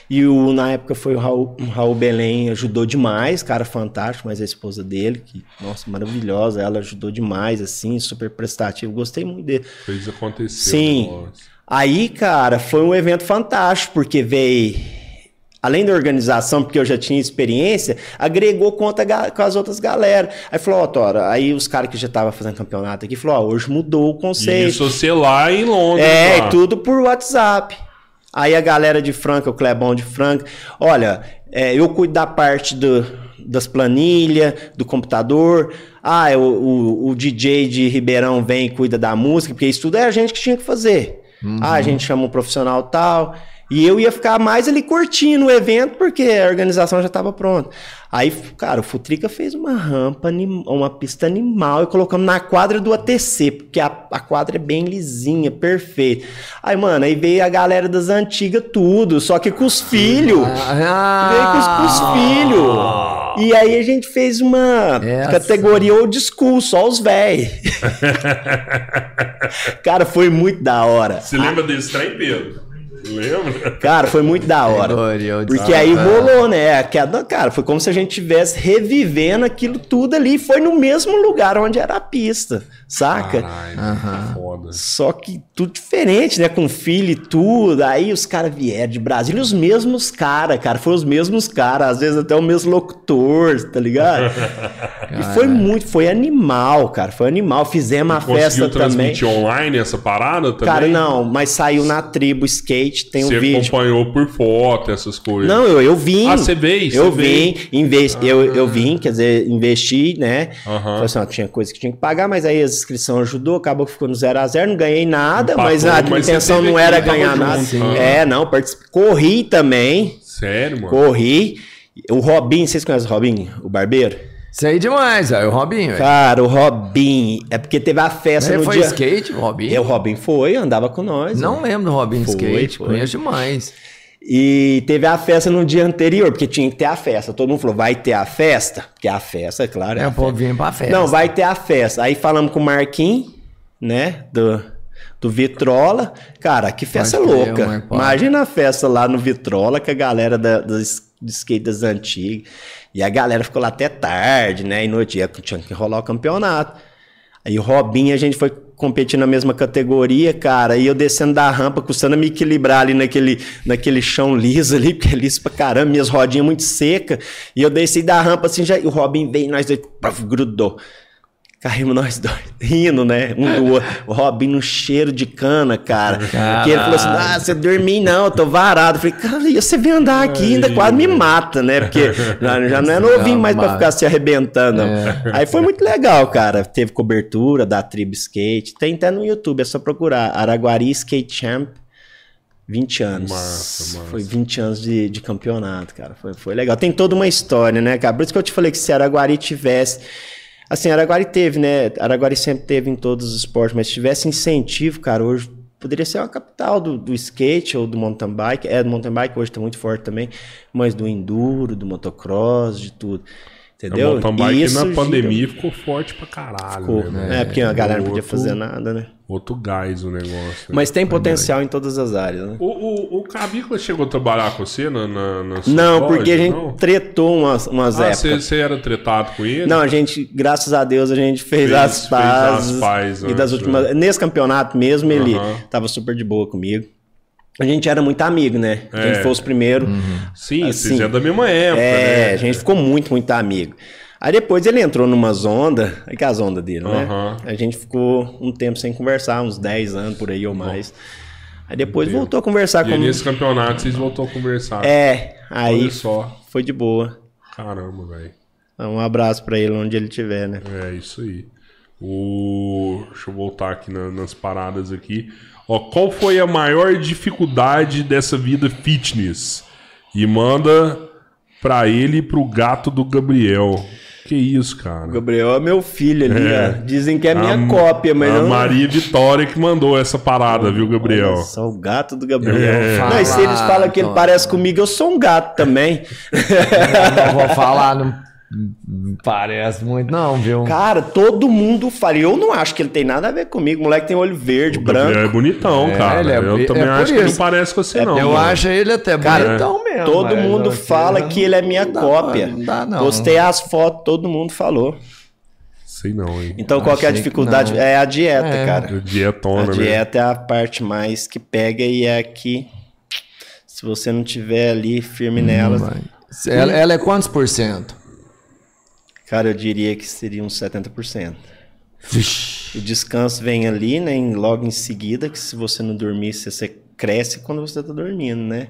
E na época foi o Raul Belém, ajudou demais, cara fantástico, mas a esposa dele, que, nossa, maravilhosa, ela ajudou demais, assim, super prestativo, gostei muito dele. Fez acontecer. Sim. Aí, cara, foi um evento fantástico, porque veio, além da organização, porque eu já tinha experiência, agregou com as outras galera. Aí falou, Tora, aí os caras que já estavam fazendo campeonato aqui, falou, hoje mudou o conceito. Isso, você lá em Londres. É, tudo por WhatsApp. Aí a galera de Franca, o Clebão de Franca, olha, eu cuido da parte das planilhas, do computador. O DJ de Ribeirão vem e cuida da música, porque isso tudo é a gente que tinha que fazer. A gente chama um profissional tal. E eu ia ficar mais ali curtindo o evento, porque a organização já estava pronta. Aí, cara, o Futrica fez uma rampa, uma pista animal, e colocamos na quadra do ATC, porque a quadra é bem lisinha, perfeita. Aí, mano, aí veio a galera das antigas tudo, só que com os filhos. Veio com os filhos. E aí a gente fez uma categoria old school, só os véi. Cara, foi muito da hora. Você lembra desse trem, Pedro? Lembra? Cara, foi muito da hora. Porque aí rolou, né? Cara, foi como se a gente estivesse revivendo aquilo tudo ali. Foi no mesmo lugar onde era a pista, saca? Caralho, foda. Só que tudo diferente, né? Com filho e tudo. Aí os caras vieram de Brasília, os mesmos caras, cara. Foram os mesmos caras, às vezes até o mesmo locutor, tá ligado? E foi animal, cara. Foi animal. Fizemos a festa também. Conseguiu transmitir online essa parada também? Cara, não, mas saiu na Tribo Skate. Tem um vídeo. Você acompanhou por foto essas coisas? Não, eu vim. Você veio? Eu vim, eu vim, quer dizer, investi, né? Falei assim, tinha coisa que tinha que pagar, mas aí a inscrição ajudou, acabou que ficou no 0-0, não ganhei nada, mas a intenção não era ganhar nada. Não, corri também. Sério, mano? Corri. O Robinho, vocês conhecem o Robinho, o barbeiro? Sei demais, o Robinho. Cara, o Robinho, é porque teve a festa no dia... Ele foi skate, o Robinho? O Robinho foi, andava com nós. Não lembro do Robinho skate, conheço demais. E teve a festa no dia anterior, porque tinha que ter a festa. Todo mundo falou, vai ter a festa? Porque a festa, claro... O povo vinha pra festa. Não, vai ter a festa. Aí falamos com o Marquinhos, né, do Vitrola. Cara, que festa louca. Imagina a festa lá no Vitrola, com a galera das skates antigas. E a galera ficou lá até tarde, né? E no dia tinha que rolar o campeonato. Aí o Robinho, a gente foi competir na mesma categoria, cara. E eu descendo da rampa, custando me equilibrar ali naquele chão liso ali, porque é liso pra caramba, minhas rodinhas muito secas. E eu desci da rampa assim, já, e o Robinho veio, nós dois, grudou. Caímos nós dois, rindo, né? Um do outro. O Robinho no cheiro de cana, cara. Que ele falou assim, você dormir não, eu tô varado. Eu falei, cara, e você vem andar aqui, ainda quase me mata, né? Porque já não é novinho mais pra ficar se arrebentando. Aí foi muito legal, cara. Teve cobertura da Tribo Skate. Tem até no YouTube, é só procurar. Araguari Skate Champ. 20 anos. Massa. Foi 20 anos de campeonato, cara. Foi legal. Tem toda uma história, né, cara? Por isso que eu te falei que se Araguari tivesse... Assim, Araguari teve, né? Araguari sempre teve em todos os esportes, mas se tivesse incentivo, cara, hoje poderia ser uma capital do skate ou do mountain bike. Do mountain bike hoje tá muito forte também, mas do enduro, do motocross, de tudo. Entendeu? O mountain bike na pandemia ficou forte pra caralho. Né, porque a galera não podia fazer nada, né? Outro gás o negócio. Né? Mas tem potencial em todas as áreas, né? O Cavícola chegou a trabalhar com você na Não, porque a gente tretou umas épocas. Você era tretado com ele? Não, a gente, graças a Deus, a gente fez as pazes. E das últimas... Né? Nesse campeonato mesmo, ele tava super de boa comigo. A gente era muito amigo, né? A gente foi os primeiros. Sim, assim, vocês eram da mesma época, né? A gente ficou muito, muito amigo. Aí depois ele entrou numas ondas, aí que as ondas dele, né? A gente ficou um tempo sem conversar, uns 10 anos por aí ou mais. Aí depois voltou a conversar comigo. E nesse campeonato vocês voltou a conversar. Aí foi de boa. Caramba, velho. Um abraço pra ele onde ele estiver, né? É, isso aí. Deixa eu voltar aqui nas paradas aqui. Qual foi a maior dificuldade dessa vida fitness? E manda pra ele e pro gato do Gabriel. Que isso, cara? O Gabriel é meu filho ali, ó. Dizem que é minha cópia, mas a Maria Vitória que mandou essa parada, viu, Gabriel? Olha só, o gato do Gabriel. Não, e se eles falam que ele parece comigo, eu sou um gato também. Não vou falar, não. Parece muito, não, viu? Cara, todo mundo fala. Eu não acho que ele tem nada a ver comigo. O moleque tem olho verde, branco. É bonitão, cara. Eu também acho que ele não parece com você, não. Eu acho ele até bonitão mesmo. Todo mundo fala que ele é minha cópia. Não dá, não. Postei as fotos, todo mundo falou. Sei não, hein? Então, qual que é a dificuldade? É a dieta, cara. A dietona, né? A dieta é a parte mais que pega e é que se você não tiver ali firme nela... Ela é quantos por cento? Cara, eu diria que seria uns 70%. Vixe. O descanso vem ali, né? Logo em seguida, que se você não dormir, você cresce quando você tá dormindo, né?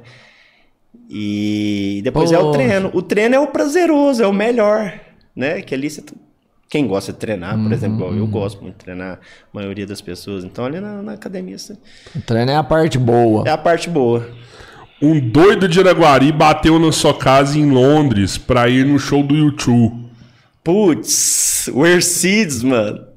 E depois é o treino. O treino é o prazeroso, é o melhor, né? Que ali você... Quem gosta de treinar, por exemplo, igual eu gosto muito de treinar, a maioria das pessoas. Então, ali na academia... O treino é a parte boa. É a parte boa. Um doido de Araguari bateu na sua casa em Londres pra ir no show do YouTube. Putz, o Ercides, mano.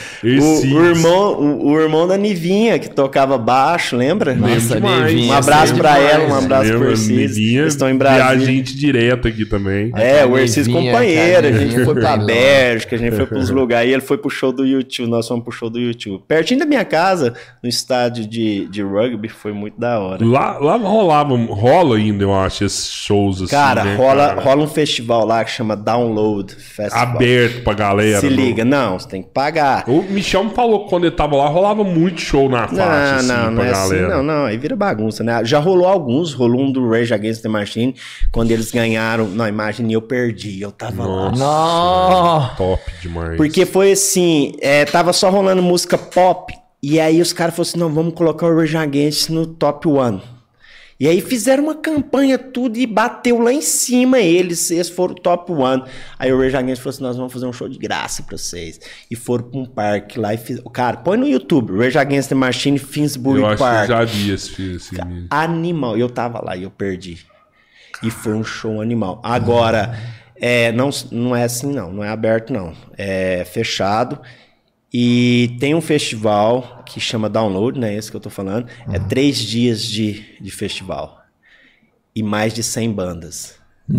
O irmão da Nivinha, que tocava baixo, lembra? Nossa, Nivinha. Um abraço pra ela, um abraço pro Ercides. Eles estão em Brasília. Gente direto aqui também. O Ercides companheiro. A gente foi pra Bélgica, a gente foi pros lugares. E ele foi pro show do YouTube. Nós fomos pro show do YouTube. Pertinho da minha casa, no estádio de rugby, foi muito da hora. Lá rola ainda, eu acho, esses shows assim. Cara, né, rola um festival lá que chama Download Festival. Aberto pra galera. Se liga, não, você tem que pagar. O Michel me falou que quando ele tava lá, rolava muito show na faixa, não é galera. Assim, não, aí vira bagunça, né? Já rolou alguns, rolou um do Rage Against the Machine, quando eles ganharam, não, imagine, eu perdi, eu tava lá. Nossa, top demais. Porque foi assim, tava só rolando música pop, e aí os caras falaram assim, não, vamos colocar o Rage Against no top 1. E aí fizeram uma campanha tudo e bateu lá em cima eles foram top 1. Aí o Rage Against falou assim, nós vamos fazer um show de graça pra vocês. E foram pra um parque lá e fizeram... Cara, põe no YouTube, Rage Against the Machine, Finsbury Park. Eu acho que já vi esse animal. Eu tava lá e eu perdi. E foi um show animal. Agora, não é assim não é aberto não. É fechado. E tem um festival que chama Download, né? Esse que eu tô falando. É 3 dias de festival. E mais de 100 bandas.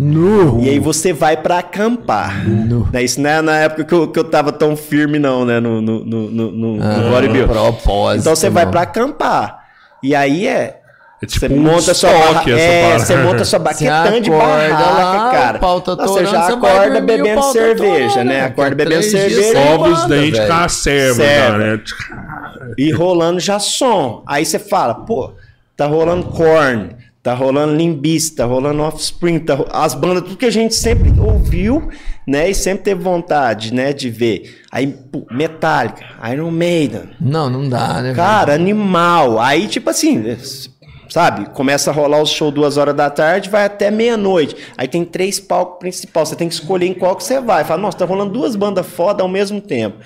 E aí você vai pra acampar. Isso não é na época que eu tava tão firme, não, né? No bodybuilding. Propósito. Então você vai pra acampar. E aí tipo você monta sua barraca. Você monta sua baquetã de barraca, cara. Você já acorda bebendo cerveja, né? Acorda bebendo cerveja. Sobe os dentes com a serva, né? E rolando já som. Aí você fala, pô, tá rolando Korn, tá rolando Limp Bizkit, tá rolando Offspring, as bandas, tudo que a gente sempre ouviu, né? E sempre teve vontade, né, de ver. Aí, pô, Metallica, Iron Maiden. Não dá, né? Cara, animal. Aí, tipo assim... Sabe? Começa a rolar o show 2 horas da tarde, vai até meia-noite. Aí tem 3 palcos principais. Você tem que escolher em qual que você vai. Fala, nossa, tá rolando 2 bandas foda ao mesmo tempo.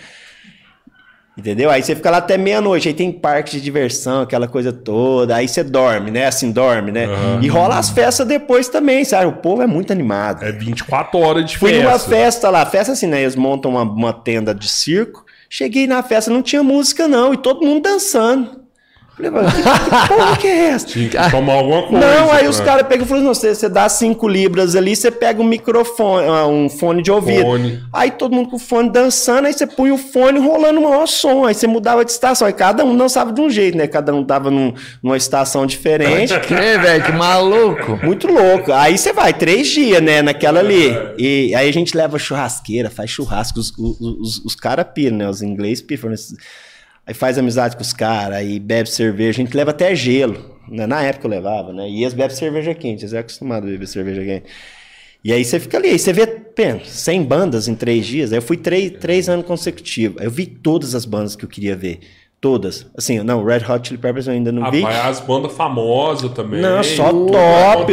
Entendeu? Aí você fica lá até meia-noite. Aí tem parque de diversão, aquela coisa toda. Aí você dorme, né? Assim, dorme, né? E rola as festas depois também, sabe? O povo é muito animado. É 24 horas de festa. Fui numa festa lá. Festa assim, né? Eles montam uma tenda de circo. Cheguei na festa, não tinha música não. E todo mundo dançando. Falei, que porra que é essa? Tinha que tomar alguma coisa. Não, aí os caras pegam e falam, você dá 5 libras ali, você pega um microfone, um fone de ouvido. Aí todo mundo com o fone dançando, aí você põe o fone rolando o maior som, aí você mudava de estação, aí cada um dançava de um jeito, né? Cada um tava numa estação diferente. Velho, que maluco. Muito louco. Aí você vai 3 dias, né, naquela ali. E aí a gente leva churrasqueira, faz churrasco, os caras piram, né? Os ingleses piram. Aí faz amizade com os caras, aí bebe cerveja, a gente leva até gelo, né? Na época eu levava, né? E eles bebem cerveja quente, eles é acostumado a beber cerveja quente. E aí você fica ali, aí você vê, 100 bandas em 3 dias, aí eu fui 3 anos consecutivos, aí eu vi todas as bandas que eu queria ver, todas. Assim, não, Red Hot Chili Peppers eu ainda não vi. Vai as bandas famosas também. Não, só top,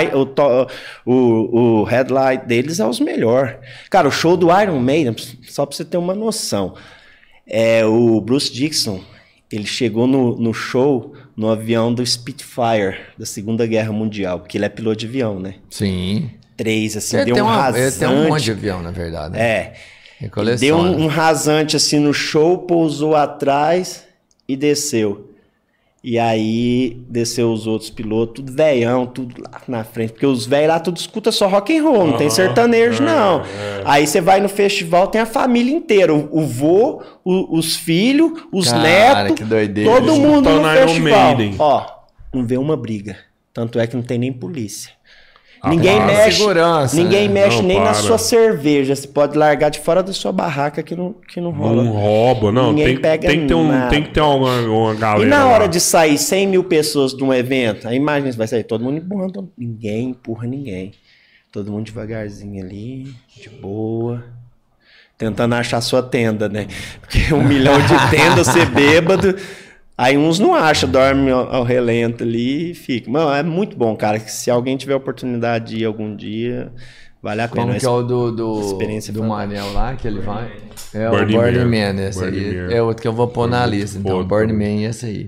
o headline deles é os melhores. Cara, o show do Iron Maiden, só pra você ter uma noção... o Bruce Dickinson, ele chegou no show no avião do Spitfire da Segunda Guerra Mundial, porque ele é piloto de avião, né? Sim. 3, assim, deu um rasante. Ele tem um monte de avião, na verdade. Deu um rasante assim no show, pousou atrás e desceu. E aí desceu os outros pilotos, tudo velhão, tudo lá na frente. Porque os velhos lá tudo escuta só rock and roll, não tem sertanejo, não. Aí você vai no festival, tem a família inteira. O vô, os filhos, os netos, todo mundo no festival. Ó, não vê uma briga. Tanto é que não tem nem polícia. Ninguém mexe, ninguém mexe nem na sua cerveja. Você pode largar de fora da sua barraca que não rola. Não rouba, não. Ninguém pega tem que ter uma galera. E na hora de sair 100 mil pessoas de um evento, aí imagina, vai sair todo mundo empurrando. Ninguém empurra ninguém. Todo mundo devagarzinho ali, de boa. Tentando achar sua tenda, né? Porque 1 milhão de tendas, você bêbado... Aí uns não acham, dorme ao relento ali e fica. Mano, é muito bom, cara. Que se alguém tiver a oportunidade de ir algum dia, vale a pena. Como que é o do Manel lá, que ele vai? É o Burning Man, esse aí. É outro que eu vou pôr na lista. Então, o Burning Man é esse aí.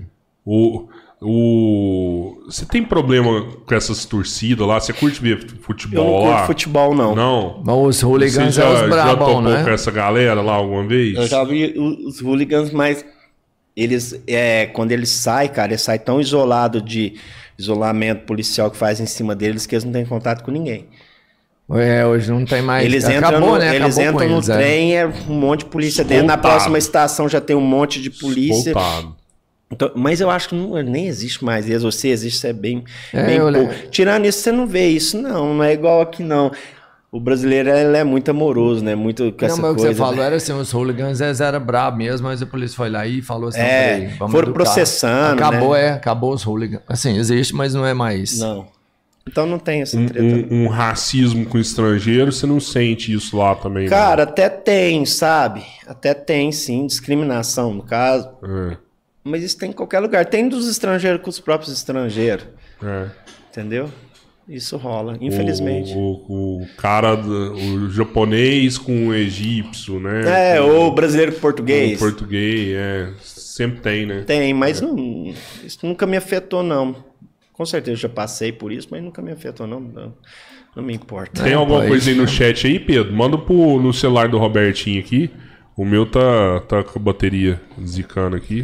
Você tem problema com essas torcidas lá? Você curte ver futebol lá? Eu não curto futebol, não. Não? Mas os hooligans são os brabão, né? Já topou com essa galera lá alguma vez? Eu já vi os hooligans, mas... Eles, quando eles saem, cara, eles saem tão isolados de isolamento policial que faz em cima deles que eles não têm contato com ninguém. Hoje não tem mais. Eles entram no trem, um monte de polícia dentro. Na próxima estação já tem um monte de polícia. Então, mas eu acho que nem existe mais isso. Ou se existe, é bem pouco. Tirando isso, você não vê isso, não é igual aqui, não. O brasileiro ele é muito amoroso, né? Muito com essa coisa. Não, mas o que você falou era assim, os hooligans eram bravos mesmo, mas a polícia foi lá e falou assim, vamos foram educar. Processando, acabou, né? Acabou os hooligans. Assim, existe, mas não é mais. Não. Então não tem essa treta. Um racismo com estrangeiro, você não sente isso lá também? Cara, até tem, sabe? Até tem, sim, discriminação, no caso. Mas isso tem em qualquer lugar. Tem dos estrangeiros com os próprios estrangeiros. Entendeu? Isso rola, infelizmente. O cara, o japonês com o egípcio, né? Ou o brasileiro com o português. O português, sempre tem, né? Tem, mas isso nunca me afetou, não. Com certeza já passei por isso, mas nunca me afetou, não me importa. Tem alguma coisa aí no chat aí, Pedro? Manda no celular do Robertinho aqui. O meu tá com a bateria zicando aqui.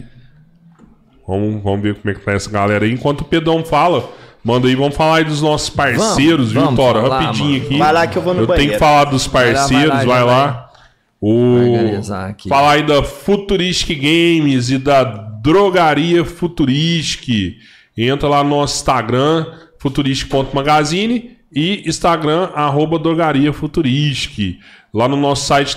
Vamos ver como é que tá essa galera aí. Enquanto o Pedrão fala... Manda aí, vamos falar aí dos nossos parceiros, viu, Tora? Rapidinho aqui. Vai lá que eu vou no banheiro. Eu tenho que falar dos parceiros, vai lá. Falar aí da Futuristic Games e da Drogaria Futuristic. Entra lá no nosso Instagram, futuristic.magazine e Instagram, @drogariafuturistic. Lá no nosso site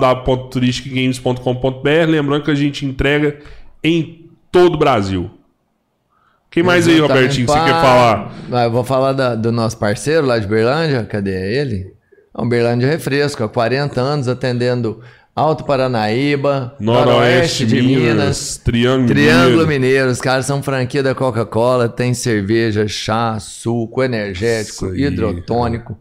www.futuristicgames.com.br. Lembrando que a gente entrega em todo o Brasil. Quem mais aí, Robertinho, que você quer falar? Eu vou falar do nosso parceiro lá de Berlândia. Cadê ele? É um Berlândia Refresco, há 40 anos atendendo Alto Paranaíba, Noroeste de Minas, Triângulo Mineiro. Os caras são franquia da Coca-Cola, tem cerveja, chá, suco, energético, hidrotônico.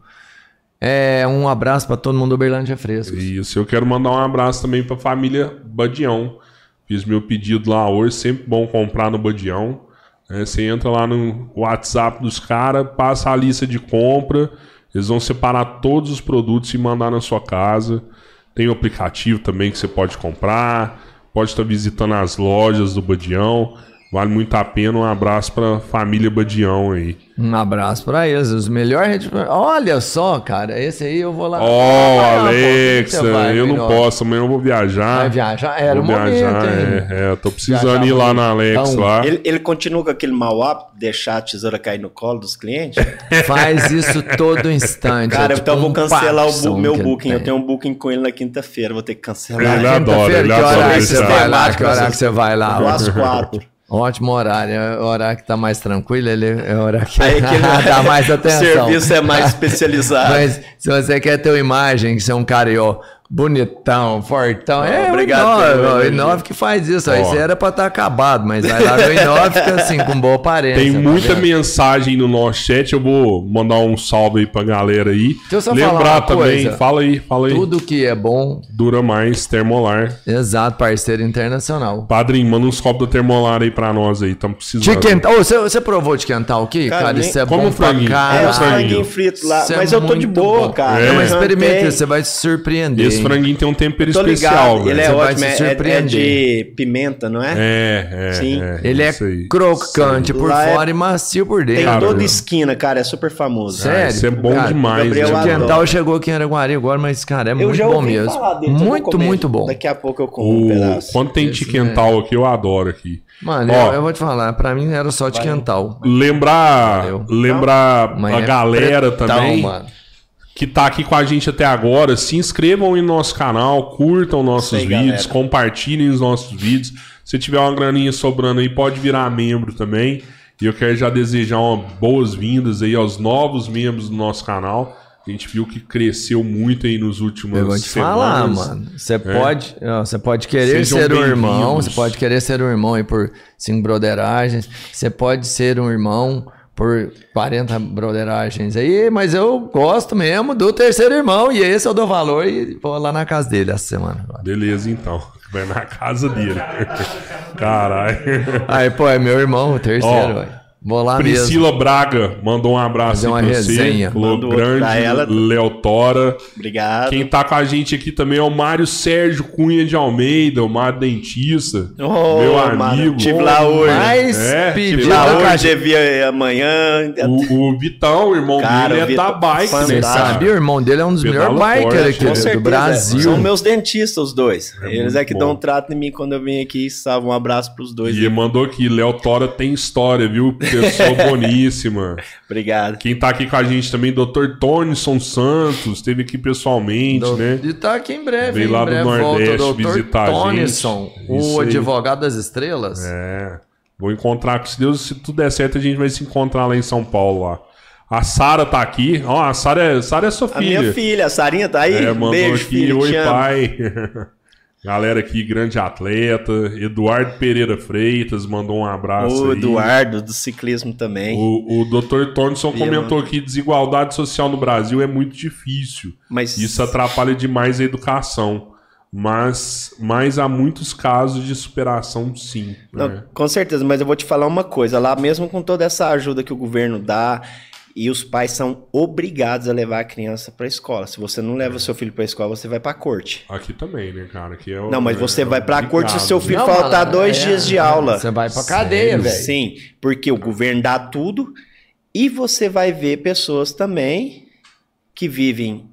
Um abraço para todo mundo do Berlândia Refrescos. Isso, eu quero mandar um abraço também para a família Badião. Fiz meu pedido lá hoje, sempre bom comprar no Badião. Você entra lá no WhatsApp dos caras, passa a lista de compra, eles vão separar todos os produtos e mandar na sua casa. Tem o aplicativo também que você pode comprar, pode estar visitando as lojas do Badião. Vale muito a pena. Um abraço para a família Badião aí. Um abraço para eles. Os melhores... Olha só, cara. Esse aí eu vou lá... Alex, eu não posso. Amanhã eu vou viajar. Vai viajar? Era o momento, eu tô precisando ir lá na Alex. Então, lá. Ele continua com aquele mau hábito de deixar a tesoura cair no colo dos clientes? Faz isso todo instante. Cara, então eu vou cancelar o meu booking. Eu tenho um booking com ele na quinta-feira. Vou ter que cancelar. Ele adora. Que hora que você vai lá? Às 4. Ótimo horário, é o horário que tá mais tranquilo, é o horário que dá mais atenção. O serviço é mais especializado. Mas se você quer ter uma imagem, que você é um cara bonitão, fortão, obrigado, o Inove que faz isso. Aí você era pra estar acabado, mas vai lá no Inove fica assim, com boa aparência. Tem muita mensagem no nosso chat, eu vou mandar um salve aí pra galera aí. Deixa eu só lembrar também, coisa, fala aí. Tudo que é bom dura mais, Termolar. Exato, parceiro internacional. Padrinho, manda uns copos da Termolar aí pra nós aí, estamos precisando. Você provou de quental aqui? Cara, isso é bom pra franguinho. cara. Franguinho frito lá, mas eu tô de boa, cara. Mas experimenta, você vai se surpreender. esse franguinho tem um tempero especial, velho. Ele é ótimo, é de pimenta, não é? Sim. Ele é crocante por fora e macio por dentro. Tem toda esquina, cara, é super famoso. Sério? Isso é bom demais. O Quental chegou aqui em Araguari agora, mas, cara, é muito bom mesmo. Muito, muito bom. Daqui a pouco eu como um pedaço. Quando tem Quental aqui, eu adoro aqui. Mano, eu vou te falar, pra mim era só de Quental. Lembrar a galera também que tá aqui com a gente até agora, se inscrevam em nosso canal, curtam nossos vídeos, compartilhem os nossos vídeos. Se tiver uma graninha sobrando aí, pode virar membro também. E eu quero já desejar boas-vindas aí aos novos membros do nosso canal. A gente viu que cresceu muito aí nos últimos semanas. Eu vou te falar, mano. Você pode querer ser um irmão. Você pode querer ser um irmão aí por 5 broderagens. Você pode ser um irmão por 40 broderagens aí. Mas eu gosto mesmo do terceiro irmão. E esse eu dou valor e vou lá na casa dele essa semana. Beleza, então. Vai na casa dele. Caralho. Aí, pô, é meu irmão, o terceiro, velho. Vou lá Priscila mesmo. Braga mandou um abraço aí pra resenha. você. Falou grande, Léo Tora. Obrigado. Quem tá com a gente aqui também é o Mário Sérgio Cunha de Almeida, o Mário Dentista. Meu amigo. Tive lá hoje. Tive lá hoje, devia amanhã. O Vitão, o irmão dele, é da bike. Você sabia? O irmão dele é um dos melhores bikers aqui do Brasil. São meus dentistas, os dois. Eles que dão um trato em mim quando eu vim aqui. Salve, um abraço pros dois. E ele mandou aqui, Léo Tora tem história, viu? Pessoa boníssima. Obrigado. Quem tá aqui com a gente também, Dr. Tonison Santos, esteve aqui pessoalmente, né? E tá aqui em breve. Veio lá do Nordeste visitar a gente. O advogado das estrelas. Vou encontrar, se tudo der certo, a gente vai se encontrar lá em São Paulo, lá. A Sara tá aqui. Ó, a Sara é sua filha. A minha filha, a Sarinha tá aí. Mandou Beijo, aqui, filho, oi, pai. Galera aqui, grande atleta. Eduardo Pereira Freitas mandou um abraço aí. O Eduardo, do ciclismo também. O Dr. Tonson comentou aqui, desigualdade social no Brasil é muito difícil. Isso atrapalha demais a educação. Mas há muitos casos de superação, sim. Não, né? Com certeza, mas eu vou te falar uma coisa. Lá mesmo com toda essa ajuda que o governo dá... E os pais são obrigados a levar a criança para a escola. Se você não leva o seu filho para a escola, você vai para a corte. Aqui também, né, cara? Aqui não, mas você vai para a corte se o seu filho faltar 2 dias de aula. Você vai para cadeia, velho. Sim, porque o governo dá tudo. E você vai ver pessoas também que vivem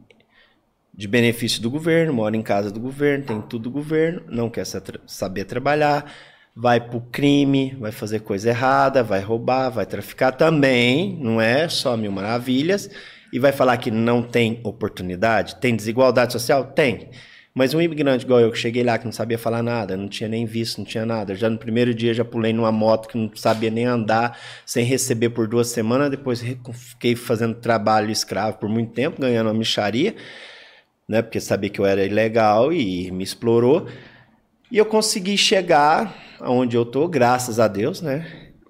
de benefício do governo, moram em casa do governo, tem tudo do governo, não quer saber trabalhar. Vai pro crime, vai fazer coisa errada, vai roubar, vai traficar também, não é só mil maravilhas, e vai falar que não tem oportunidade, tem desigualdade social? Tem. Mas um imigrante igual eu, que cheguei lá, que não sabia falar nada, não tinha nem visto, não tinha nada, já no primeiro dia já pulei numa moto que não sabia nem andar, sem receber por 2 semanas, depois fiquei fazendo trabalho escravo por muito tempo, ganhando uma mixaria, né, porque sabia que eu era ilegal e me explorou. E eu consegui chegar aonde eu tô, graças a Deus, né?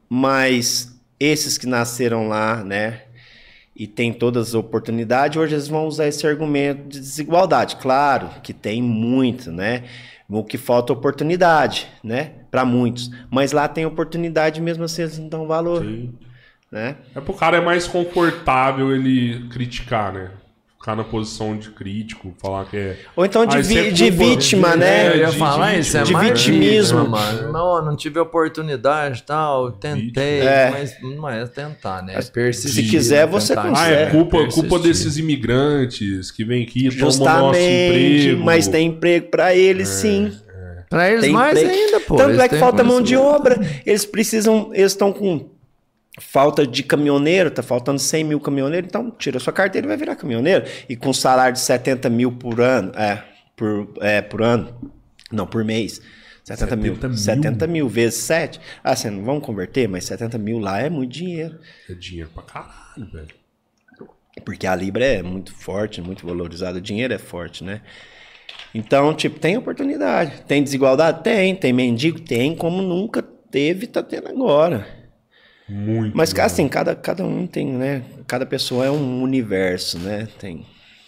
Mas esses que nasceram lá, né? E tem todas as oportunidades, hoje eles vão usar esse argumento de desigualdade. Claro que tem muito, né? O que falta é oportunidade, né? Para muitos. Mas lá tem oportunidade, mesmo assim eles não dão valor. Sim. Né? Pro cara é mais confortável ele criticar, né? Ficar na posição de crítico, falar que é... Ou então de vítima, né? Eu ia falar isso, de vitimismo. Mano. Não tive oportunidade e tal, tentei, mas não é tentar, né? Se quiser, você consegue. É culpa desses imigrantes que vêm aqui, tomam nosso emprego. Mas tem emprego pra eles, sim. Pra eles tem mais emprego. Ainda, pô. Tanto é que falta mão de obra. Eles estão com... falta de caminhoneiro, tá faltando 100 mil caminhoneiros, então tira a sua carteira e vai virar caminhoneiro. E com salário de 70 mil por ano, por ano, não, por mês, 70 mil vezes 7, assim, não vamos converter, mas 70 mil lá é muito dinheiro. É dinheiro pra caralho, velho. Porque a Libra é muito forte, muito valorizada, o dinheiro é forte, né? Então, tipo, tem oportunidade, tem desigualdade? Tem mendigo? Tem, como nunca teve, tá tendo agora. Muito. Mas assim, cada um tem, né? Cada pessoa é um universo, né? Tem.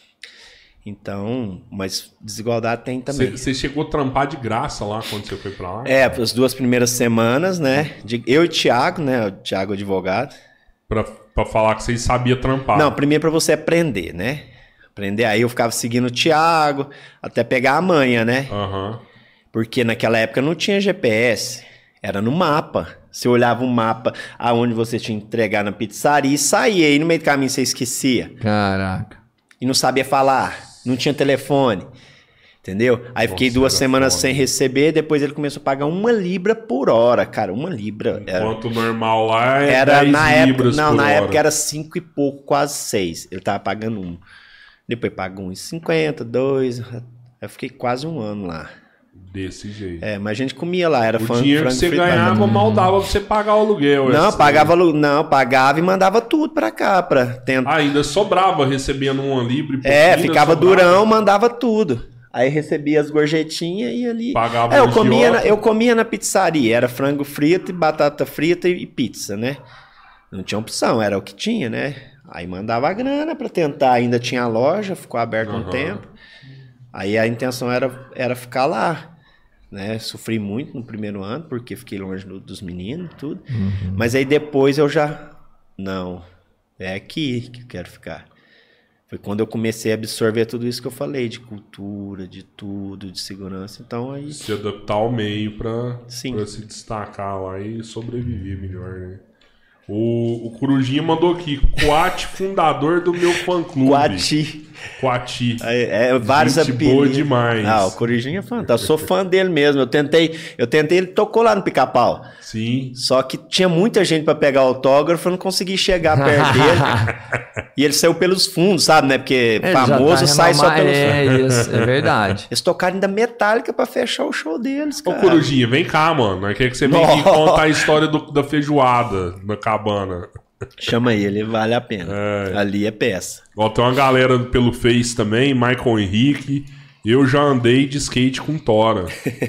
Então, mas desigualdade tem também. Você chegou a trampar de graça lá quando você foi pra lá? As 2 primeiras semanas, né? Eu e o Thiago, né? O Thiago advogado. Pra falar que vocês sabiam trampar. Não, primeiro pra você aprender, né? Aprender. Aí eu ficava seguindo o Thiago, até pegar a manha, né? Porque naquela época não tinha GPS, era no mapa. Você olhava um mapa aonde você tinha que entregar na pizzaria e saía. Aí no meio do caminho você esquecia. Caraca. E não sabia falar, não tinha telefone. Entendeu? Aí fiquei 2 semanas sem receber, depois ele começou a pagar 1 libra por hora, cara. 1 libra. Enquanto normal lá era 10 na libras época, por hora. Época era 5 e pouco, quase 6. Ele tava pagando 1. Depois pagou 1,50, 2. Eu fiquei quase 1 ano lá. Desse jeito. Mas a gente comia lá, era o dinheiro que você ganhava mal dava pra você pagar o aluguel. Pagava e mandava tudo pra cá, pra tentar. Ainda sobrava recebendo 1 libra. Ficava durão, mandava tudo. Aí recebia as gorjetinhas e ali... Pagava eu comia na pizzaria. Era frango frito, batata frita e pizza, né? Não tinha opção, era o que tinha, né? Aí mandava a grana pra tentar. Ainda tinha a loja, ficou aberto um tempo. Aí a intenção era ficar lá. Né? Sofri muito no primeiro ano, porque fiquei longe dos meninos e tudo. Mas aí depois eu já... Não, é aqui que eu quero ficar. Foi quando eu comecei a absorver tudo isso que eu falei, de cultura, de tudo, de segurança. Então aí... Se adaptar ao meio pra se destacar lá e sobreviver melhor, né? O Corujinha mandou aqui, Coati, fundador do meu fã-clube. Coati. Vários apelidos. Boa demais. O Corujinha é fantástico. Eu sou fã dele mesmo. Eu tentei, ele tocou lá no Pica-Pau. Sim. Só que tinha muita gente pra pegar autógrafo, eu não consegui chegar perto dele. E ele saiu pelos fundos, sabe, né? Porque famoso sai só pelos fundos. Isso, é verdade. Eles tocaram ainda Metallica pra fechar o show deles, cara. Ô, Corujinha, vem cá, mano. Nós queremos que você venha aqui contar a história da feijoada na cabana. Chama ele, vale a pena. Ali é peça. Ó, tem uma galera pelo Face também, Michael Henrique. Eu já andei de skate com Tora.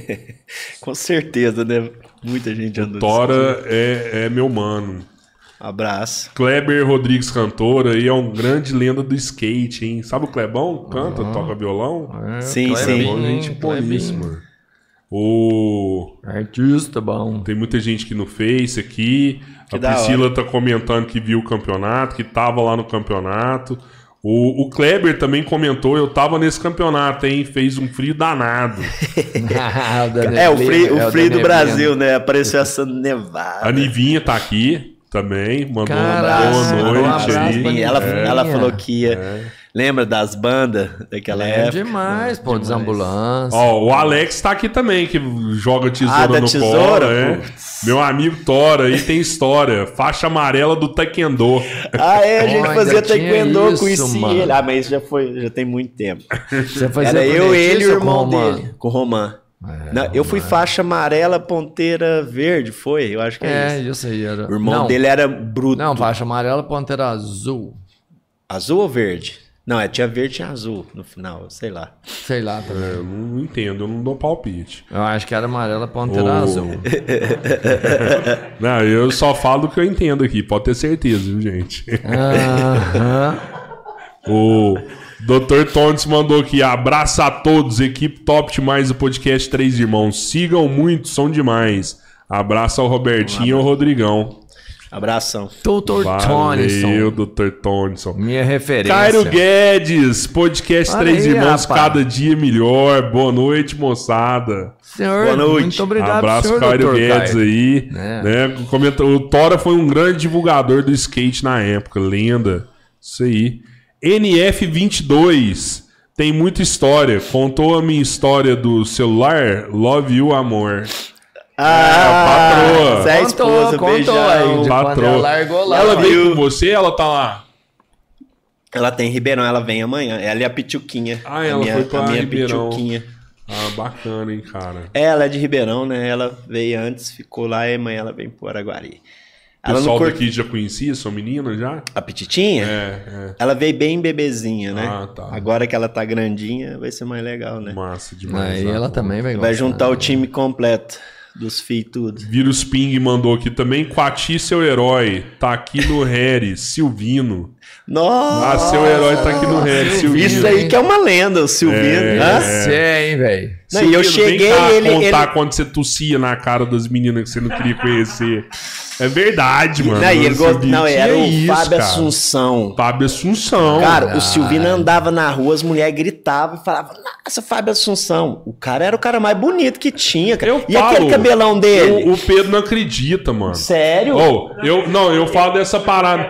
Com certeza, né? Muita gente andou Tora é meu mano. Abraço. Kleber Rodrigues Cantor aí é um grande lenda do skate, hein? Sabe o Klebão? Canta, toca violão? Sim. Gente boníssima. O artista bom. Tem muita gente aqui no Face aqui. A Priscila tá comentando que viu o campeonato, que tava lá no campeonato. O Kleber também comentou, eu tava nesse campeonato, hein? Fez um frio danado. O frio do Brasil, né? Apareceu essa nevada. A Nivinha tá aqui também, mandou boa noite aí. Ela falou que ia. Lembra das bandas daquela época? Demais, pô, desambulância. Ó, o Alex tá aqui também, que joga tesoura no colo. Meu amigo Tora, aí tem história. Faixa amarela do Taekwondo. A gente fazia Taekwondo, conheci ele. Mas já tem muito tempo. Era eu, ele e o irmão dele. Com o Roman. Eu fui faixa amarela, ponteira verde, foi? Eu acho que é isso. Isso aí era. O irmão dele era bruto. Não, faixa amarela, ponteira azul. Azul ou verde? Não, tinha verde e tinha azul no final, sei lá. Sei lá também. Eu não entendo, eu não dou palpite. Eu acho que era amarela, ponteira azul. Não, eu só falo o que eu entendo aqui, pode ter certeza, viu, gente? O Dr. Tontes mandou aqui, abraço a todos, equipe top demais do podcast Três Irmãos. Sigam muito, são demais. Abraço ao Robertinho e ao Rodrigão. Abração. Dr. Tonison. Valeu, Dr. Tonison. Minha referência. Cairo Guedes, podcast Olha Três aí, Irmãos, rapaz. cada dia melhor. Boa noite, moçada. Senhor, boa noite. Muito obrigado, abraço, senhor, Cairo Guedes Cairo. aí. Né? O Tora foi um grande divulgador do skate na época, lenda. Isso aí. NF22 tem muita história. Contou a minha história do celular. Love you, amor. Patroa. Você é a esposa, beijão. Aí, de Patroa. quando ela largou lá. Ela veio com você, ela tá lá? Ela tem em Ribeirão, ela vem amanhã. Ela é a Pituquinha. Ela foi pra Ribeirão. Pituquinha. Bacana, hein, cara. Ela é de Ribeirão, né? Ela veio antes, ficou lá e amanhã ela vem pro Araguari. O pessoal daqui já conhecia sua menina já? A Petitinha? Ela veio bem bebezinha, né? Tá. Agora que ela tá grandinha, vai ser mais legal, né? Massa demais. Aí ela também vai Vai juntar o time completo. Dos filhos tudo. Vírus Ping mandou aqui também. Coati, seu herói. Tá aqui no Harry. Silvino. Nossa! Seu herói tá aqui no Harry. Silvino. Isso aí que é uma lenda, o Silvino. Hein, velho? Não, e eu cheguei contar quando você tossia na cara das meninas que você não queria conhecer. É verdade, mano. Não, era o Fábio Assunção. Fábio Assunção. Cara, o Silvino andava na rua, as mulheres gritavam e falavam, nossa, Fábio Assunção. O cara era o cara mais bonito que tinha, cara. Aquele cabelão dele? O Pedro não acredita, mano. Sério? Eu falo dessa parada.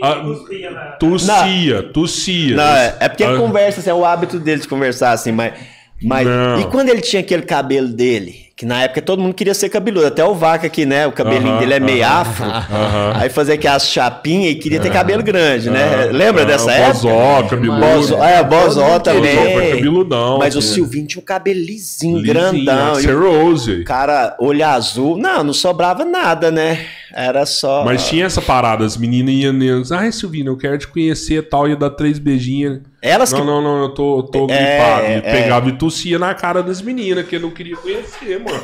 Tossia. Não, é porque a conversa, assim, é o hábito dele de conversar assim, mas e quando ele tinha aquele cabelo dele? Que na época todo mundo queria ser cabeludo. Até o Vaca aqui, né? O cabelinho dele é meio afro. Aí fazia aquelas chapinhas e queria ter cabelo grande, né? Lembra dessa época? Bozó, cabeludo. Bozó também. Cabeludão. Mas o Silvinho tinha um cabelo lisinho, grandão. Rose. Cara, olho azul. Não sobrava nada, né? Era só... Mas tinha essa parada. As meninas iam neles. Ai, Silvinho, eu quero te conhecer e tal. Ia dar 3 beijinhos. Não, eu tô gripado. E pegava e tossia na cara das meninas que eu não queria conhecer, mano.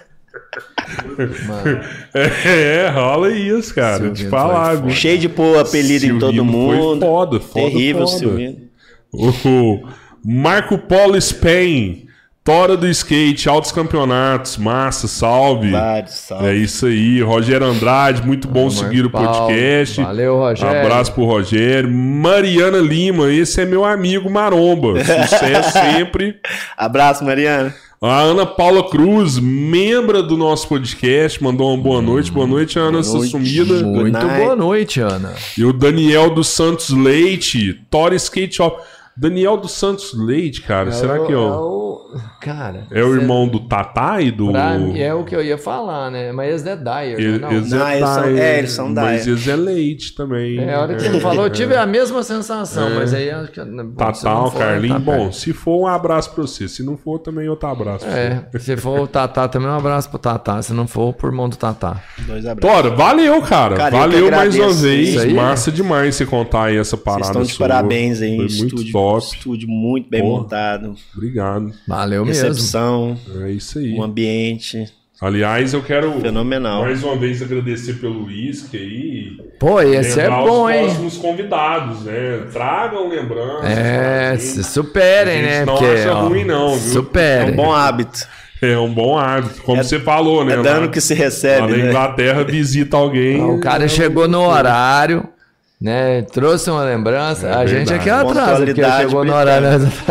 Rola isso, cara. Silvino, te falar, viu? Cheio de pôr apelido em todo mundo. Foi foda. Terrível, Silvino. O Marco Polo Spain, Tora do Skate, altos campeonatos, massa, salve. Salve. É isso aí. Rogério Andrade, muito bom seguir o podcast. Valeu, Rogério. Abraço pro Rogério. Mariana Lima, esse é meu amigo Maromba. Sucesso sempre. Abraço, Mariana. A Ana Paula Cruz, membro do nosso podcast, mandou uma boa noite. Boa noite, Ana, essa sumida. Muito boa noite, Ana. E o Daniel dos Santos Leite, Tora Skate Shop. Daniel dos Santos Leite, cara, será que cara, é o irmão do Tatá e do... É o que eu ia falar, né? Mas eles é Dyer, eles são Dyer. Mas eles é Leite também. A hora que ele falou, eu tive a mesma sensação, mas aí... Tatá, o Carlinho, bom, se for, um abraço pra você. Se não for, também outro abraço. Se for o Tatá, também um abraço pro Tatá. Se não for, pro irmão do Tatá. 2 abraços. Tora, valeu, cara. Valeu mais uma vez. Massa demais você contar aí essa parada. Vocês estão de parabéns aí. Foi muito top. Estúdio muito bem montado. Obrigado. Valeu Recepção, mesmo. É isso aí. O ambiente. Aliás, eu quero fenomenal. Mais uma vez agradecer pelo uísque aí. Pô, esse é bom, hein? Os próximos convidados, né? Tragam lembranças. Se superem, né? Não acha ruim, não, viu? Superem. É um bom hábito. É um bom hábito, como você falou, né? É dano que se recebe, lá na Inglaterra, visita alguém. O cara chegou no horário, né? Trouxe uma lembrança. A gente aqui atrasa, porque chegou no horário.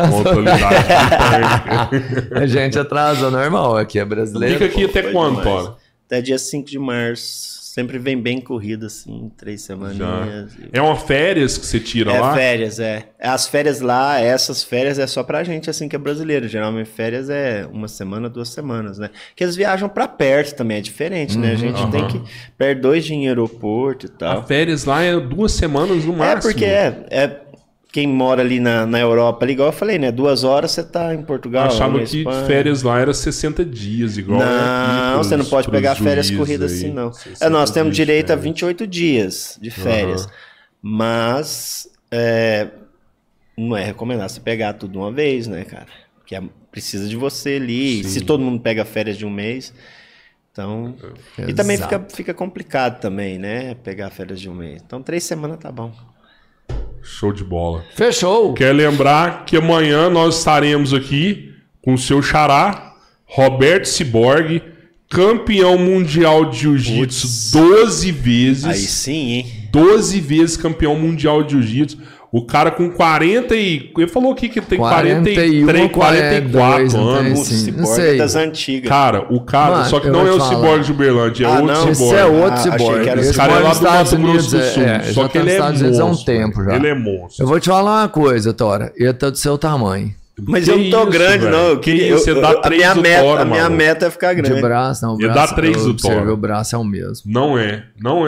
A gente atrasa, normal. Aqui é brasileiro. Fica aqui até quando, Tora? Até dia 5 de março. Sempre vem bem corrida, assim, 3 semaninhas. É uma férias que você tira lá? É férias, As férias lá, essas férias é só pra gente, assim, que é brasileiro. Geralmente férias é 1 semana, 2 semanas, né? Porque eles viajam pra perto também, é diferente, né? A gente tem que perder 2 dias em aeroporto e tal. A férias lá é 2 semanas no máximo. Porque quem mora ali na Europa, ali, igual eu falei, né? 2 horas você tá em Portugal. Eu achava que férias lá era 60 dias, igual. Não, você não pode pegar férias corridas assim, não. Nós temos direito a 28 dias de férias. Mas não é recomendado você pegar tudo de uma vez, né, cara? Porque precisa de você ali. Sim. Se todo mundo pega férias de 1 mês. Então. E também fica complicado também, né? Pegar férias de 1 mês. Então 3 semanas tá bom. Show de bola. Fechou. Quer lembrar que amanhã nós estaremos aqui com o seu xará, Roberto Ciborgue, campeão mundial de jiu-jitsu 12 vezes. Aí sim, hein? 12 vezes campeão mundial de jiu-jitsu. O cara com 40 e... Ele falou aqui que tem 43, 44 anos. Não sei. Das antigas. Cara, mano, só que não é o Ciborgue de Uberlândia, é outro Ciborgue. Esse é outro Ciborgue. Esse cara é lá do Mato Grosso do Sul. Só que ele é monstro. Há um tempo já. Ele é monstro. Eu vou te falar uma coisa, Tora. Ele tá do seu tamanho. Mas eu não tô grande, não. Você dá 3 do Tora, a minha meta é ficar grande. De braço, não. Ele dá 3 do Tora. O braço é o mesmo. Não é.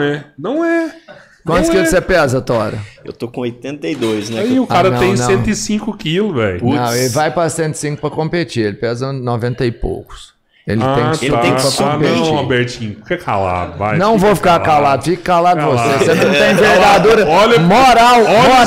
Quantos quilos você pesa, Tora? Eu tô com 82, né? Aí o cara tem 105 quilos, velho. Não, ele vai pra 105 pra competir. Ele pesa 90 e poucos. Ele tem que subir. Não, Albertinho, fica calado, vai. Não vou ficar calado, fique calado você. Você não tem envergadura. Moral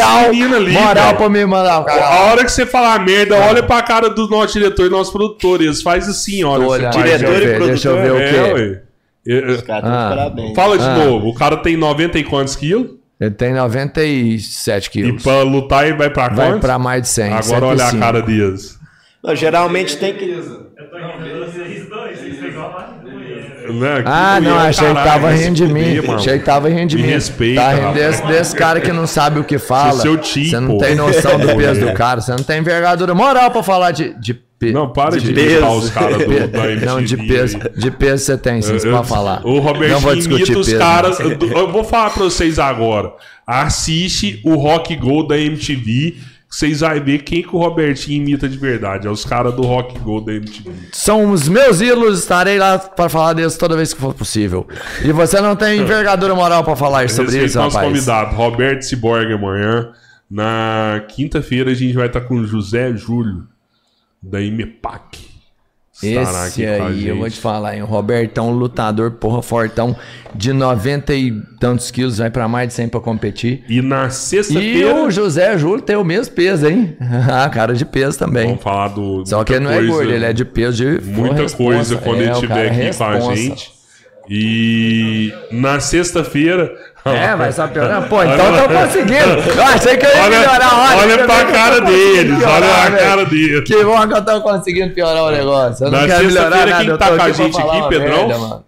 pra me mandar. A hora que você falar merda, olha pra cara do nosso diretor e nosso produtor. Eles fazem assim, olha. Diretor e produtor. Deixa eu ver o quê. Os caras estão de parabéns. Fala de novo, o cara tem 90 e quantos quilos? Ele tem 97 quilos. E pra lutar ele vai pra quantos? Vai pra mais de 100. Agora 105. Olha a cara deles. Não, geralmente tem que... Né, não, achei que tava rindo de mim. Mano. Achei que tava rindo de mim. Respeita, tá rindo desse cara que não sabe o que fala. Você não tem noção do peso do cara. Você não tem envergadura moral pra falar de peso. Não, para de imitar os caras da MTV. Não, de peso você tem, sim, pra falar. O Robertinho imita os caras. Eu vou falar pra vocês agora. Assiste o Rock Go da MTV. Vocês vão ver quem que o Robertinho imita de verdade. É os caras do Rock Go da MTV. São os meus ídolos, estarei lá para falar deles toda vez que for possível. E você não tem envergadura moral para falar sobre isso, rapaz. Nosso convidado, Roberto Ciborgue, amanhã. Na quinta-feira a gente vai estar com o José Júlio, da IMEPAC. Esse aí, eu vou te falar, hein? O Robertão, lutador, porra, fortão, de 90 e tantos quilos, vai pra mais de 100 pra competir. E na sexta-feira... E o José Júlio tem o mesmo peso, hein? Cara de peso também. Vamos falar do... Só que ele não é gordo, ele é de peso de... Muita coisa quando ele estiver aqui com a gente. E na sexta-feira... Vai só piorando. Pô, então eu tô conseguindo. Eu achei que eu ia melhorar. Olha pra cara deles. Olha a cara deles. Que bom que eu tô conseguindo piorar o negócio. Eu não quero melhorar nada. Quem tá com a gente aqui, Pedrão?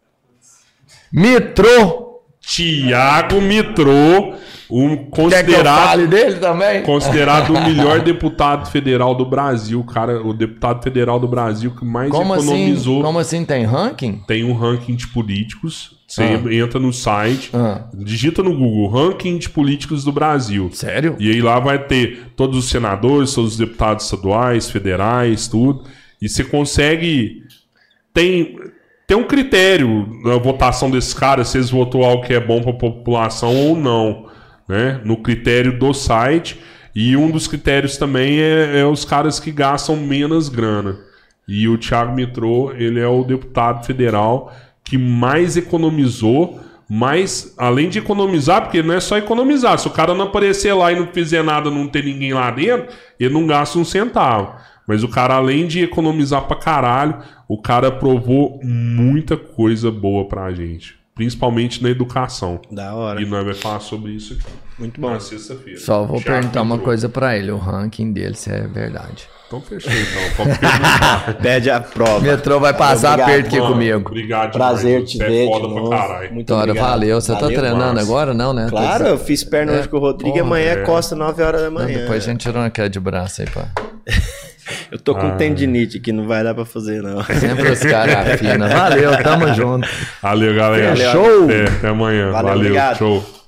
Mitrô. Tiago Mitrô. Quer que eu fale dele também? Considerado o melhor deputado federal do Brasil, cara. O deputado federal do Brasil que mais economizou. Como assim? Tem ranking? Tem um ranking de políticos. Você entra no site, digita no Google, ranking de políticos do Brasil. Sério? E aí lá vai ter todos os senadores, todos os deputados estaduais, federais, tudo. E você consegue... Tem um critério na votação desses caras, se eles votou algo que é bom para a população ou não. Né? No critério do site. E um dos critérios também é os caras que gastam menos grana. E o Thiago Mitrô, ele é o deputado federal que mais economizou, mas além de economizar, porque não é só economizar, se o cara não aparecer lá e não fizer nada, não ter ninguém lá dentro, ele não gasta um centavo. Mas o cara, além de economizar pra caralho, o cara provou muita coisa boa pra gente. Principalmente na educação. Da hora. E nós vamos falar sobre isso aqui. Muito bom. Na sexta-feira. Só vou perguntar uma coisa pra ele, o ranking dele, se é verdade. Então fechou, então. Pode perguntar. Pede a prova. Metrô vai passar aperto aqui comigo. Obrigado, prazer te ver. Você é foda pra caralho. Muito obrigado. Valeu. Você tá treinando agora, não, né? Claro, eu fiz perna hoje com o Rodrigo e amanhã é costa 9 horas da manhã. Depois a gente tirou uma queda de braço aí, pá. Eu tô com tendinite que não vai dar pra fazer, não. Sempre os caras afinam. Valeu, tamo junto. Valeu, galera. Show! Até amanhã. Valeu, show.